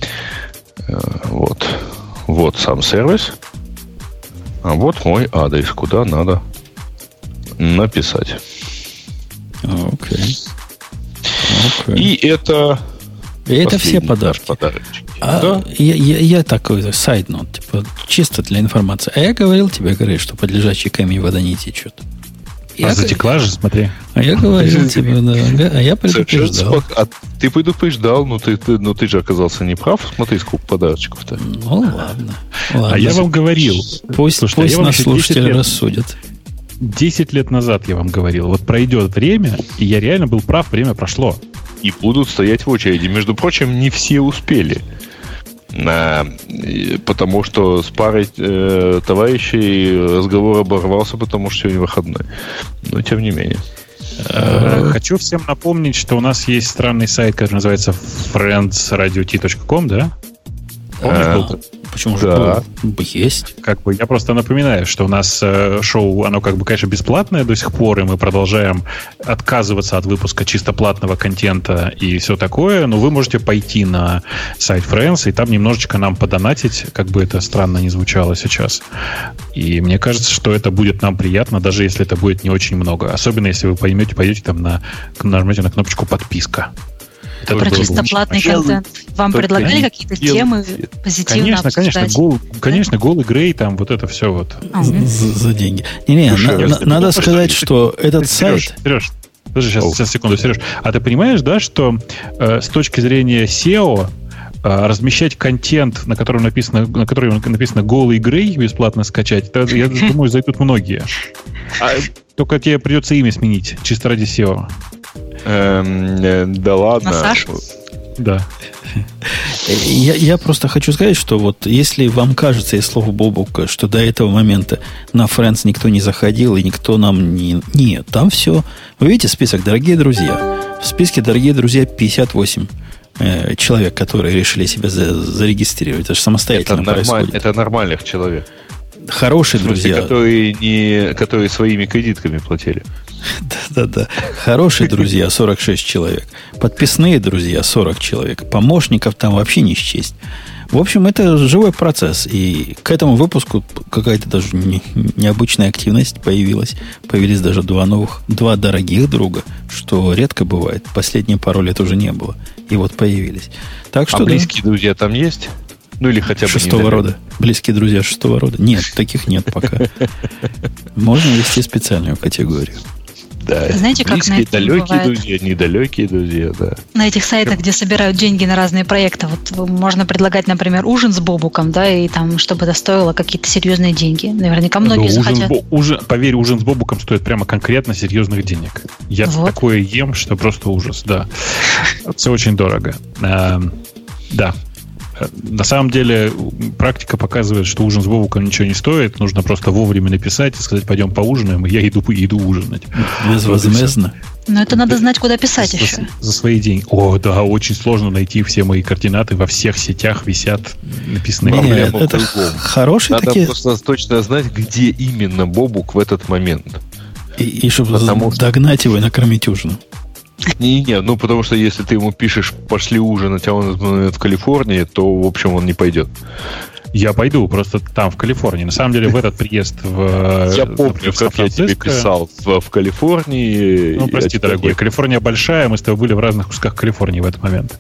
Вот. Вот сам сервис. А вот мой адрес, куда надо написать. Окей. Okay. И это... И это все подарки. А да? я, я, я такой сайд-нот, типа, чисто для информации. А я говорил тебе, Грей, что под лежачий камень вода не течет. А я затекла же, смотри. А я говорил тебе, да. А я предупреждал. А ты предупреждал, но ты, ты, но ты же оказался неправ. Смотри, сколько подарочков-то. Ну, ладно. ладно. А я вам говорил. Пусть, Слушайте, пусть нас слушатели рассудят. Десять лет назад я вам говорил. Вот пройдет время, и я реально был прав, время прошло. И будут стоять в очереди. Между прочим, не все успели. А, потому что с парой э, товарищей разговор оборвался, потому что сегодня выходной. Но тем не менее. Хочу всем напомнить, что у нас есть странный сайт, который называется френдс радио ти точка ком, да? Помнишь, а, был? Почему же да. был? Есть. Как бы я просто напоминаю, что у нас э, шоу, оно как бы, конечно, бесплатное до сих пор, и мы продолжаем отказываться от выпуска чисто платного контента и все такое, но вы можете пойти на сайт Friends и там немножечко нам подонатить, как бы это странно ни звучало сейчас. И мне кажется, что это будет нам приятно, даже если это будет не очень много. Особенно, если вы поймете, пойдете там на, нажмете на кнопочку «Подписка». Это про чисто платный контент. Вам Только предлагали какие-то дел... темы позитивно конечно, обсуждать? Конечно, гол, конечно, голый Грей, там вот это все вот. За, за деньги. Не-не, на, на, надо сказать, что этот Сереж, сайт... Сереж, подожди, сейчас, сейчас, секунду, Сереж. А ты понимаешь, да, что э, с точки зрения сео э, размещать контент, на котором написано, на котором написано голый Грей, бесплатно скачать, это, я думаю, зайдут многие. А, только тебе придется имя сменить, чисто ради сео. Эм, да ладно. Массаж? Да. Я, я просто хочу сказать, что вот если вам кажется из слова Бобука, что до этого момента на Friends никто не заходил и никто нам не... Нет, там все... Вы видите список, дорогие друзья? В списке, дорогие друзья, пятьдесят восемь э, человек, которые решили себя за, зарегистрировать. Это же самостоятельно это нормаль, происходит. Это нормальных человек. Хорошие в смысле, друзья. Которые, не, которые своими кредитками платили. Да-да-да. Хорошие друзья, сорок шесть человек. Подписные друзья, сорок человек. Помощников там вообще не счесть. В общем, это живой процесс. И к этому выпуску какая-то даже не, необычная активность появилась. Появились даже два новых, два дорогих друга, что редко бывает. Последние пару лет уже не было. И вот появились. Так что, а близкие да, друзья там есть? Ну или хотя бы шестого рода. Близкие друзья шестого рода. Нет, таких нет пока. Можно ввести специальную категорию. Да. Знаете, как близкие, на этом далекие бывает? друзья, недалекие друзья, да. На этих сайтах, где собирают деньги на разные проекты, вот можно предлагать, например, ужин с Бобуком, да, и там, чтобы это стоило какие-то серьезные деньги. Наверняка многие да, захотят. Ужин, ужин, поверь, ужин с Бобуком стоит прямо конкретно серьезных денег. Я вот. такое ем, что просто ужас, да. Все очень дорого. А, да. На самом деле, практика показывает, что ужин с Бобуком ничего не стоит. Нужно просто вовремя написать и сказать, пойдем поужинаем, и я иду, иду ужинать. Безвозмездно. Но это надо знать, куда писать за, еще. За свои деньги. О, да, очень сложно найти все мои координаты. Во всех сетях висят написанные. Нет, это хорошие надо такие... просто точно знать, где именно Бобук в этот момент. И, и чтобы Потому догнать что... его и накормить ужином. Не-не, ну потому что если ты ему пишешь «пошли ужинать», а он в Калифорнии, то, в общем, он не пойдет. Я пойду, просто там, в Калифорнии. На самом деле, в этот приезд в... Я помню, как я тебе писал в, в Калифорнии. Ну, прости, дорогой, не... Калифорния большая, мы с тобой были в разных кусках Калифорнии в этот момент.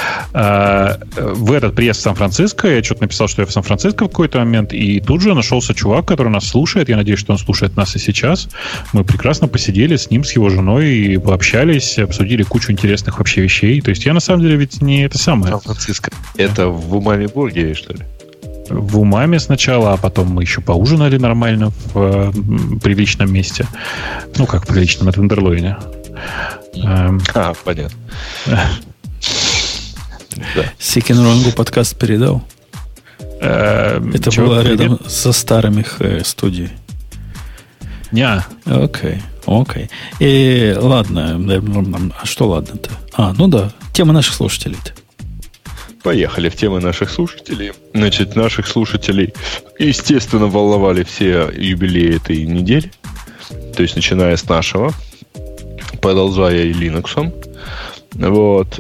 А, в этот приезд в Сан-Франциско я что-то написал, что я в Сан-Франциско в какой-то момент, и тут же нашелся чувак, который нас слушает. Я надеюсь, что он слушает нас и сейчас. Мы прекрасно посидели с ним, с его женой, и пообщались, обсудили кучу интересных вообще вещей. То есть я, на самом деле, ведь не это самое. Сан-Франциско. Это в Умами-Бургере, что ли? В Умаме сначала, а потом мы еще поужинали нормально в э, приличном месте. Ну, как в приличном, это в Тендерлойне. Эм. А, понятно. Сикенронгу подкаст передал? Это было рядом со старыми студией. Не. Окей, окей. И ладно, а что ладно-то? А, ну да, тема наших слушателей-то. Поехали в темы наших слушателей. Значит, наших слушателей, естественно, волновали все юбилеи этой недели. То есть, начиная с нашего, продолжая и Linux. Вот.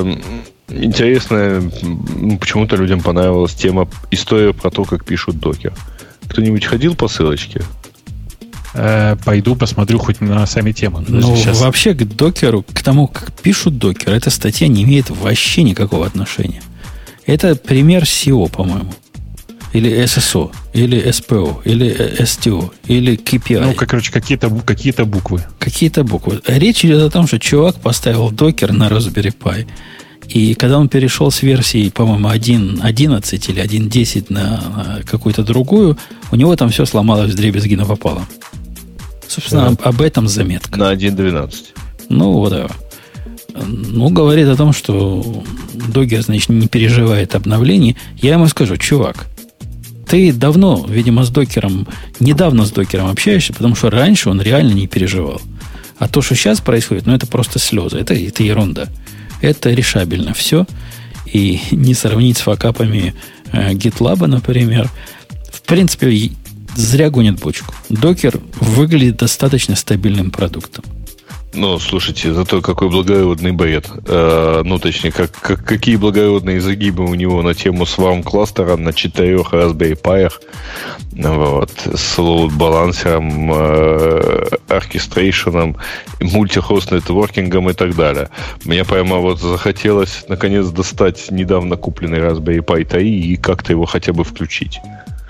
Интересно, почему-то людям понравилась тема, история про то, как пишут докер. Кто-нибудь ходил по ссылочке? Пойду посмотрю хоть на сами темы. Ну, сейчас... вообще к докеру, к тому, как пишут докер, эта статья не имеет вообще никакого отношения. Это пример си о, по-моему. Или эс эс о, или эс пи о, или эс ти о, или кей пи ай. Ну, как, короче, какие-то, какие-то буквы. Какие-то буквы. Речь идет о том, что чувак поставил докер на Raspberry Pi. И когда он перешел с версии, по-моему, один одиннадцать или один десять на какую-то другую, у него там все сломалось вдребезги напополам. Собственно, да. об этом заметка. На один двенадцать. Ну, вот, да. Ну, говорит о том, что Dogger, значит, не переживает обновлений. Я ему скажу, чувак, ты давно, видимо, с докером, недавно с докером общаешься, потому что раньше он реально не переживал. А то, что сейчас происходит, ну, это просто слезы. Это, это ерунда. Это решабельно все. И не сравнить с факапами э, GitLab, например. В принципе, зря гонит бочку. Докер выглядит достаточно стабильным продуктом. Ну, слушайте, зато какой благородный бред. Э, ну, точнее, как, как, какие благородные загибы у него на тему сварм-кластера на четырех Raspberry Pi, вот, с лоуд-балансером, э, оркестрейшеном, мультихост-нетворкингом и так далее. Мне прямо вот захотелось, наконец, достать недавно купленный Raspberry Pi три и как-то его хотя бы включить.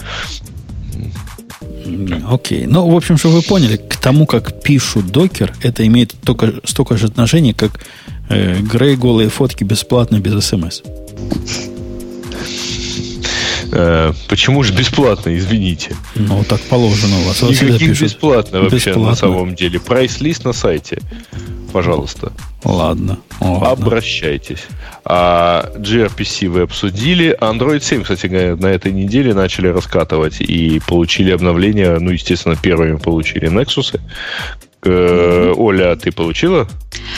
Окей. Okay. Ну, в общем, чтобы вы поняли, к тому, как пишут докер, это имеет только, столько же отношения, как э, Грей голые фотки бесплатно, без смс. Э, почему же бесплатно, извините? Ну, так положено у вас. Никаких бесплатно вообще бесплатно. На самом деле. Прайс-лист на сайте. Пожалуйста. Ладно. ладно. Обращайтесь. А джи ар пи си вы обсудили. Android семь, кстати говоря, на этой неделе начали раскатывать и получили обновление. Ну, естественно, первыми получили Nexus. Оля, ты получила?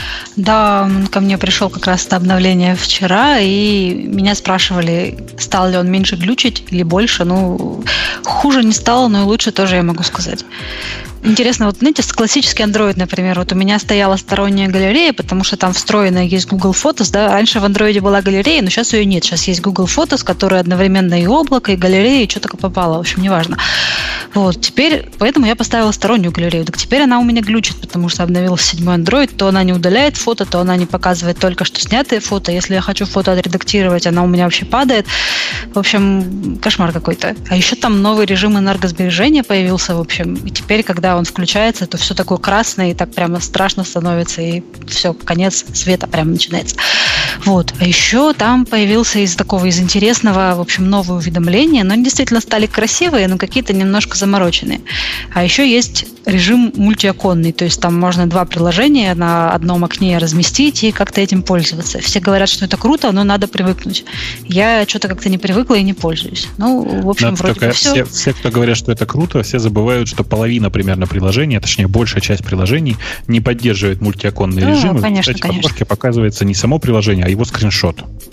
Да, ко мне пришел как раз это обновление вчера, и меня спрашивали, стал ли он меньше глючить или больше. Ну, хуже не стало, но и лучше тоже я могу сказать. Интересно, вот знаете, с классический Android, например, вот у меня стояла сторонняя галерея, потому что там встроенная есть Google Photos, да, раньше в Android была галерея, но сейчас ее нет, сейчас есть Google Photos, который одновременно и облако, и галерея, и что только попало, в общем, неважно. Вот, теперь, поэтому я поставила стороннюю галерею, так теперь она у меня глючит, потому что обновился седьмой Android, то она не удаляет фото, то она не показывает только что снятые фото, если я хочу фото отредактировать, она у меня вообще падает, в общем, кошмар какой-то. А еще там новый режим энергосбережения появился, в общем, и теперь, когда он включается, то все такое красное, и так прямо страшно становится, и все, конец света прямо начинается. Вот. А еще там появился из такого, из интересного, в общем, новое уведомление, но они действительно стали красивые, но какие-то немножко замороченные. А еще есть режим мультиоконный, то есть там можно два приложения на одном окне разместить и как-то этим пользоваться. Все говорят, что это круто, но надо привыкнуть. Я что-то как-то не привыкла и не пользуюсь. Ну, в общем, но вроде бы все. все. Все, кто говорят, что это круто, все забывают, что половина примерно приложений, точнее, большая часть приложений не поддерживает мультиоконный да, режим. Конечно, и, кстати, конечно. в обложке показывается не само приложение, а его скриншот.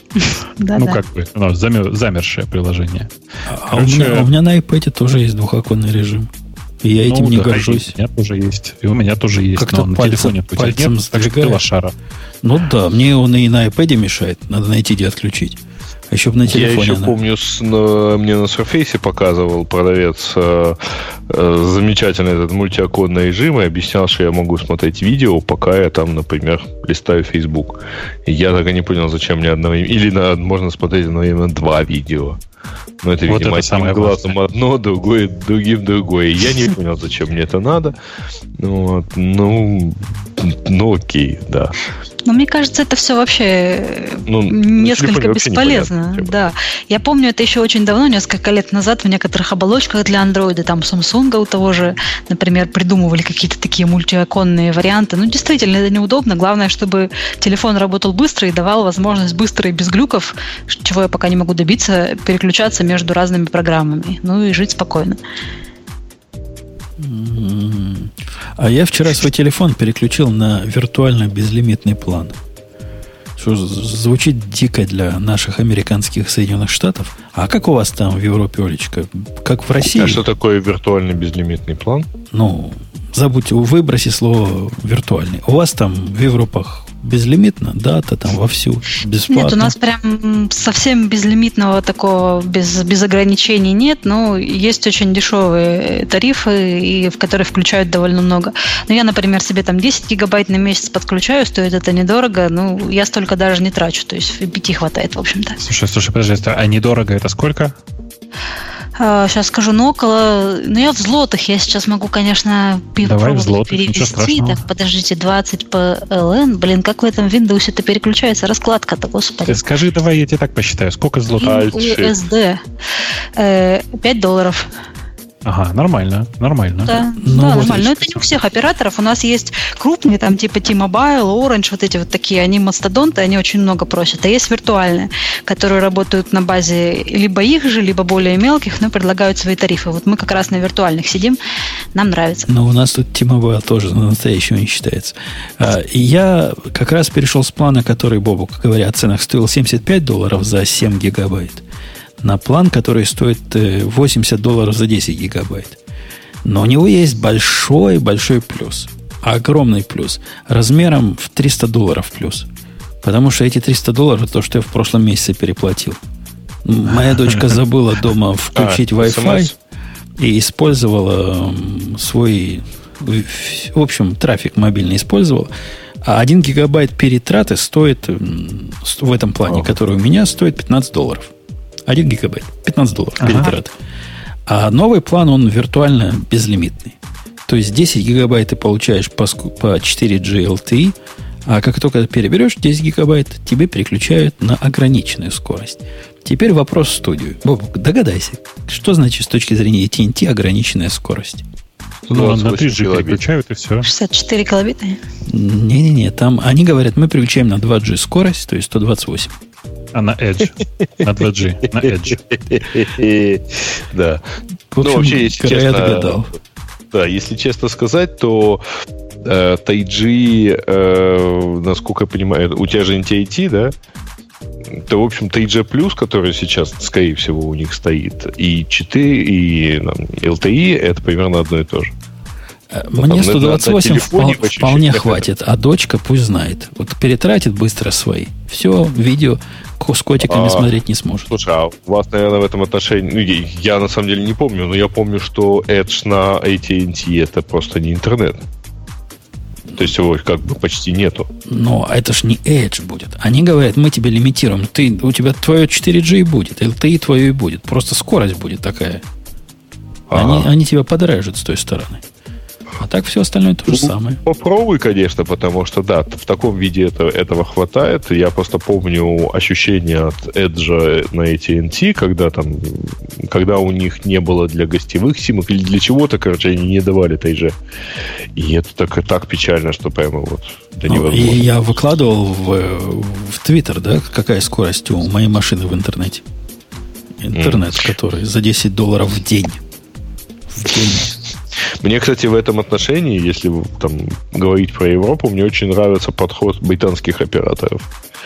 Ну, как бы, замерзшее приложение. А у меня на iPad тоже есть двухоконный режим. И я этим не горжусь. У меня тоже есть. И у меня тоже есть. Как-то но на пальцем, телефоне у пальцем нет, так же, как и лошара. Ну да, мне он и на iPad мешает. Надо найти, где отключить. А еще бы на телефоне. Я еще она... помню, с, на, мне на Surface показывал продавец э, э, замечательный этот мультиоконный режим и объяснял, что я могу смотреть видео, пока я там, например, листаю Facebook. И я так и не понял, зачем мне одновременно... Или на, можно смотреть одновременно два видео. Но это, вот видимо, это одним глазом важное. Одно, другое, другим другое. Я не понял, зачем мне это надо. Вот. Ну, ну, окей, да. Но мне кажется, это все вообще ну, несколько бесполезно. Да. Я помню, это еще очень давно, несколько лет назад, в некоторых оболочках для Android, там Samsung у того же, например, придумывали какие-то такие мультиоконные варианты. Ну, действительно, это неудобно. Главное, чтобы телефон работал быстро и давал возможность быстро и без глюков, чего я пока не могу добиться, переключаться между разными программами. Ну и жить спокойно. А я вчера свой телефон переключил на виртуально безлимитный план. Что звучит дико для наших американских Соединенных Штатов. А как у вас там в Европе, Олечка? Как в России? А что такое виртуальный безлимитный план? Ну, забудьте, выброси слово виртуальный. У вас там в Европах безлимитно, дата там вовсю, бесплатно. Нет, у нас прям совсем безлимитного такого, без, без ограничений нет, но есть очень дешевые тарифы, и, в которые включают довольно много. Но я, например, себе там десять гигабайт на месяц подключаю, стоит это недорого, ну, я столько даже не трачу, то есть пяти хватает, в общем-то. Слушай, слушай, подожди, а недорого это сколько? Сейчас скажу, ну около... Ну, я в злотых, я сейчас могу, конечно, попробовать перевести. Так, подождите, двадцать по эл эн. Блин, как в этом Windows это переключается? Раскладка-то, господи. Ты скажи, давай, я тебе так посчитаю. Сколько злотых? ю эс ди. пять долларов. Ага, нормально, нормально. Да, ну, да вот нормально. Но это не у всех операторов. У нас есть крупные, там типа T-Mobile, Orange, вот эти вот такие, они мастодонты, они очень много просят. А есть виртуальные, которые работают на базе либо их же, либо более мелких, но предлагают свои тарифы. Вот мы как раз на виртуальных сидим, нам нравится. Но у нас тут T-Mobile тоже настоящего не считается. И я как раз перешел с плана, который, Бобук, говоря о ценах, стоил семьдесят пять долларов за семь гигабайт, на план, который стоит восемьдесят долларов за десять гигабайт. Но у него есть большой-большой плюс. Огромный плюс. Размером в триста долларов плюс. Потому что эти триста долларов то, что я в прошлом месяце переплатил. Моя дочка забыла дома включить Wi-Fi и использовала свой, в общем, трафик мобильный использовала. А один гигабайт перетраты стоит в этом плане, который у меня, стоит пятнадцать долларов. один гигабайт, пятнадцать долларов ага. перетраты. А новый план, он виртуально безлимитный. То есть десять гигабайт ты получаешь по, по четыре джи эл ти и, а как только переберешь десять гигабайт, тебе переключают на ограниченную скорость. Теперь вопрос в студию. Бобок, догадайся, что значит с точки зрения эй ти энд ти ограниченная скорость? Ну, на три джи переключают, и все. шестьдесят четыре килобита? Не-не-не, там они говорят, мы переключаем на два джи скорость, то есть сто двадцать восемь. А на Edge? На два джи? На Edge. Да. В общем, ну, вообще, если честно, отгадал. Да, если честно сказать, то э, три джи, э, насколько я понимаю, у тебя же эн ти эй ти, да? То, в общем, три джи плюс, который сейчас, скорее всего, у них стоит, и четыре, и там, эл ти и, это примерно одно и то же. Мне сто двадцать восемь вполне, вполне хватит, а дочка пусть знает. Вот перетратит быстро свои. Все, видео с котиками а, смотреть не сможет. Слушай, а у вас, наверное, в этом отношении... Ну, я, я на самом деле не помню, но я помню, что Edge на эй ти энд ти это просто не интернет. То есть его как бы почти нету. Но это ж не Edge будет. Они говорят, мы тебе лимитируем. Ты, у тебя твое четыре джи и будет, эл ти и твое и будет. Просто скорость будет такая. Они, они тебя подрежут с той стороны. А так все остальное то же самое. Попробуй, конечно, потому что, да, в таком виде это, этого хватает. Я просто помню ощущение от Edge на эй ти энд ти, когда там, когда у них не было для гостевых симок или для чего-то, короче, они не давали три джи. И это так, так печально, что прямо вот это ну, невозможно. И я выкладывал в, в Твиттер, да, какая скорость у моей машины в интернете. Интернет, mm. который за десять долларов в день. В день. Мне, кстати, в этом отношении, если там говорить про Европу, мне очень нравится подход британских операторов.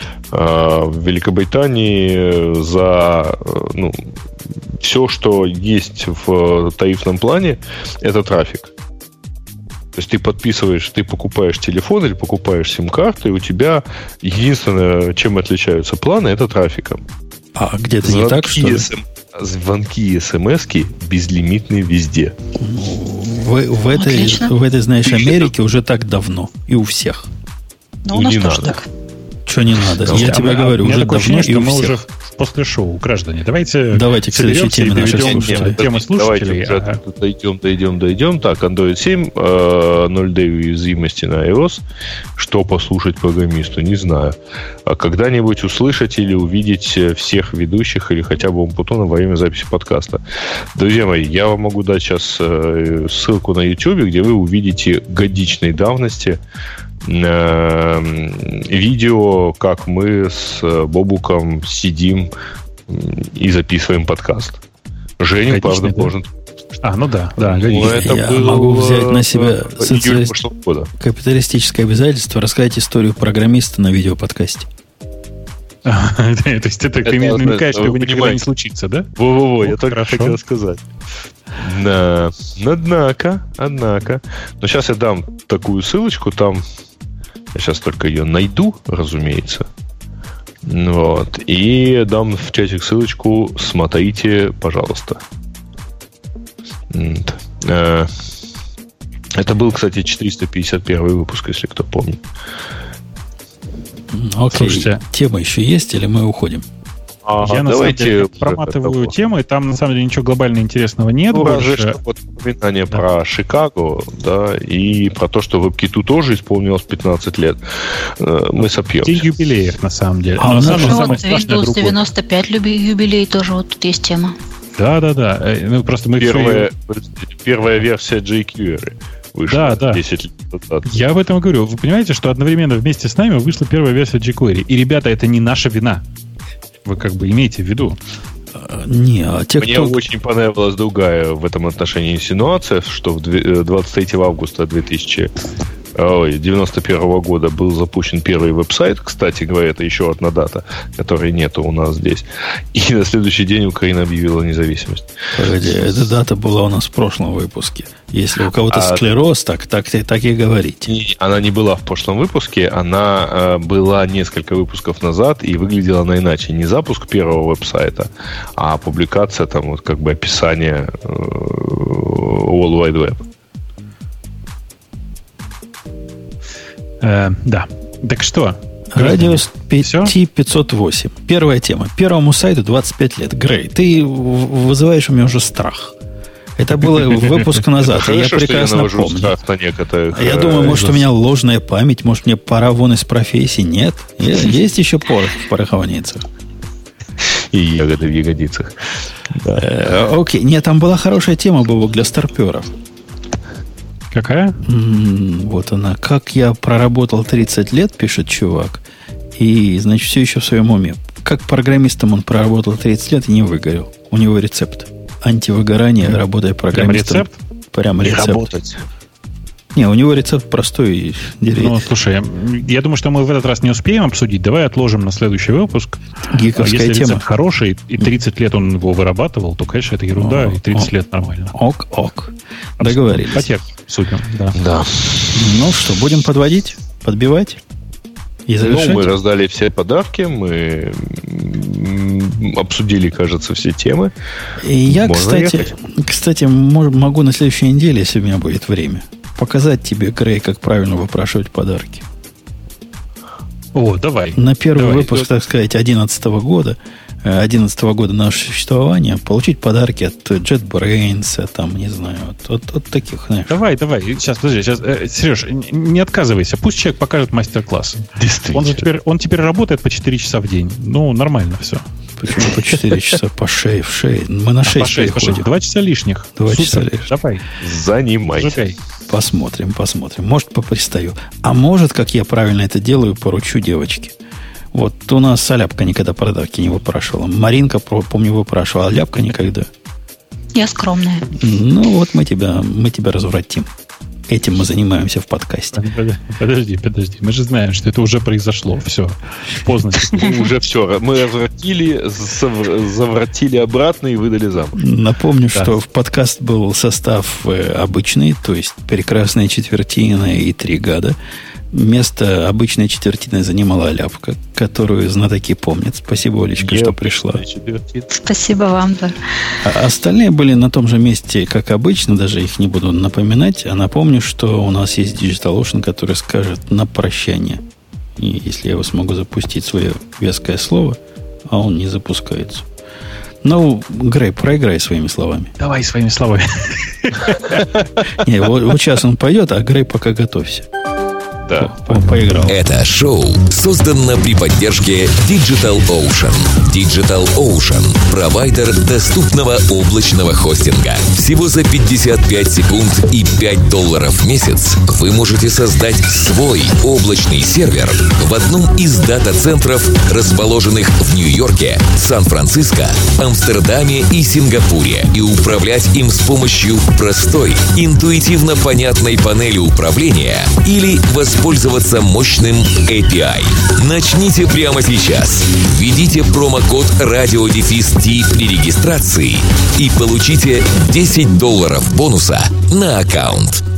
В Великобритании за ну, все, что есть в тарифном плане, это трафик. То есть ты подписываешь, ты покупаешь телефон или покупаешь сим-карту, и у тебя единственное, чем отличаются планы, это трафиком. А где-то не так, что ли? Звонки и смс-ки безлимитные везде. В, в, этой, в этой, знаешь, Америке уже так давно. И у всех. Ну, у нас тоже надо. Так. Что не надо? Да, я а тебе мы, говорю, а уже давно ощущение, и у мы всех. уже после шоу, граждане. Давайте, давайте к следующей теме наших слушателей. Темы слушателей. Давайте ага. дойдем, дойдем, дойдем. Так, Android семь, ноль ди уязвимости на iOS. Что послушать программисту? Не знаю. А когда-нибудь услышать или увидеть всех ведущих или хотя бы Умпутуна во время записи подкаста. Друзья мои, я вам могу дать сейчас ссылку на YouTube, где вы увидите годичной давности видео, как мы с Бобуком сидим и записываем подкаст. Женя, правда, да? может... А, ну да, да. Ну, это я было могу взять на себя соци... капиталистическое обязательство рассказать историю программиста на видеоподкасте. То есть это ты намекаешь, что его никогда не случится, да? Во-во-во, я только хотел сказать. Да. Однако, однако. Но сейчас я дам такую ссылочку, там я сейчас только ее найду, разумеется. Вот. И дам в чатик ссылочку. Смотрите, пожалуйста. Это был, кстати, четыреста пятьдесят первый выпуск, если кто помнит. Окей. Слушайте, тема еще есть, или мы уходим? Ага, я, на самом деле, проматываю тему, и там, на самом деле, ничего глобально интересного нет. Ну, разве что вот упоминание да. про Шикаго, да, и про то, что WebKit тоже исполнилось пятнадцать лет. Мы сопьемся. День юбилеев, на самом деле. А, ну, самое, ну, самое Windows девяносто пять юбилей тоже, вот тут есть тема. Да-да-да. Ну, просто мы первая, все... первая версия jQuery. Вышла да, да. десять лет назад. Я об этом говорю. Вы понимаете, что одновременно вместе с нами вышла первая версия jQuery. И, ребята, это не наша вина. Вы как бы имеете в виду. Не, а те, Мне кто... очень понравилась другая в этом отношении инсинуация, что двадцать третьего августа две тысячи девяносто первого года был запущен первый веб-сайт. Кстати говоря, это еще одна дата, которой нету у нас здесь. И на следующий день Украина объявила независимость. Погоди, эта дата была у нас в прошлом выпуске. Если у кого-то а... склероз, так, так, так и говорите. Она не была в прошлом выпуске, она э, была несколько выпусков назад, и выглядела она иначе. Не запуск первого веб-сайта, а публикация, там, вот как бы описание э, World Wide Web. Э, да. Так что? Радиус пи ти пятьсот восемь. Первая тема. Первому сайту двадцать пять лет. Грей, ты вызываешь у меня уже страх. Это было выпуск назад, и я прекрасно помню. Я думаю, может, у меня ложная память, может, мне пора вон из профессии. Нет. Есть еще порох в пороховницах. И ягоды в ягодицах. Окей. Нет, там была хорошая тема, Бобок, для старперов. Какая? М-м, вот она. Как я проработал тридцать лет, пишет чувак. И, значит, все еще в своем уме. Как программистом он проработал тридцать лет и не выгорел. У него рецепт. Антивыгорание, mm. работая программистом. Прям рецепт? Прямо рецепт. Не работать. Не, у него рецепт простой и деревянный. Ну, слушай, я, я думаю, что мы в этот раз не успеем обсудить. Давай отложим на следующий выпуск. Гиковская Если тема. рецепт хороший, и тридцать лет он его вырабатывал, то, конечно, это ерунда, О, и тридцать о, лет нормально. Ок, ок. Договорились. Потерпим, судим, да. Да. Ну что, будем подводить? Подбивать? И завершать? Ну, мы раздали все подарки, мы обсудили, кажется, все темы. И я, Можно кстати, ехать. кстати, могу на следующей неделе, если у меня будет время, показать тебе, Грей, как правильно выпрашивать подарки. О, давай. На первый Давай. выпуск, так сказать, одиннадцатого года, одиннадцатого года нашего существования получить подарки от JetBrains, там, не знаю, от, от, от таких, знаешь. Давай, давай. Сейчас, подожди, сейчас, э, Сереж, не отказывайся. Пусть человек покажет мастер-класс. Действительно. Он же теперь, он теперь работает по четыре часа в день. Ну, нормально все. Почему по четыре часа? По шее, в шее. Мы на А, шесть по шесть, по переходим. шесть. Два часа лишних. Два Супер. часа лишних. Давай. Занимайся. Зажигай. Посмотрим, посмотрим. Может, попристаю. А может, как я правильно это делаю, поручу девочке. Вот у нас Аляпка никогда подарки не выпрашивала. Маринка, помню, выпрашивала, а Ляпка никогда. Я скромная. Ну, вот мы тебя, мы тебя развратим. Этим мы занимаемся в подкасте. Подожди, подожди. Мы же знаем, что это уже произошло. Все. Поздно. Мы уже все. Мы развратили, завратили обратно и выдали замуж. Напомню, Да. что в подкаст был состав э, обычный, то есть прекрасная четвертина и три гада. Место обычной четвертины занимала Аляпка, которую знатоки помнят. Спасибо, Олечка, что пришла. Спасибо вам, да. А остальные были на том же месте, как обычно, даже их не буду напоминать. А напомню, что у нас есть DigitalOcean, который скажет на прощание. И если я его смогу запустить, свое веское слово, а он не запускается. Ну, Грей, проиграй своими словами. Давай своими словами. Не, вот, вот сейчас он пойдет, а Грей пока готовься. Да. По- Поиграл. Это шоу создано при поддержке DigitalOcean. DigitalOcean – провайдер доступного облачного хостинга. Всего за пятьдесят пять секунд и пять долларов в месяц вы можете создать свой облачный сервер в одном из дата-центров, расположенных в Нью-Йорке, Сан-Франциско, Амстердаме и Сингапуре, и управлять им с помощью простой, интуитивно понятной панели управления или воспользоваться мощным эй пи ай. Начните прямо сейчас. Введите промокод радиодефис-ти при регистрации и получите десять долларов бонуса на аккаунт.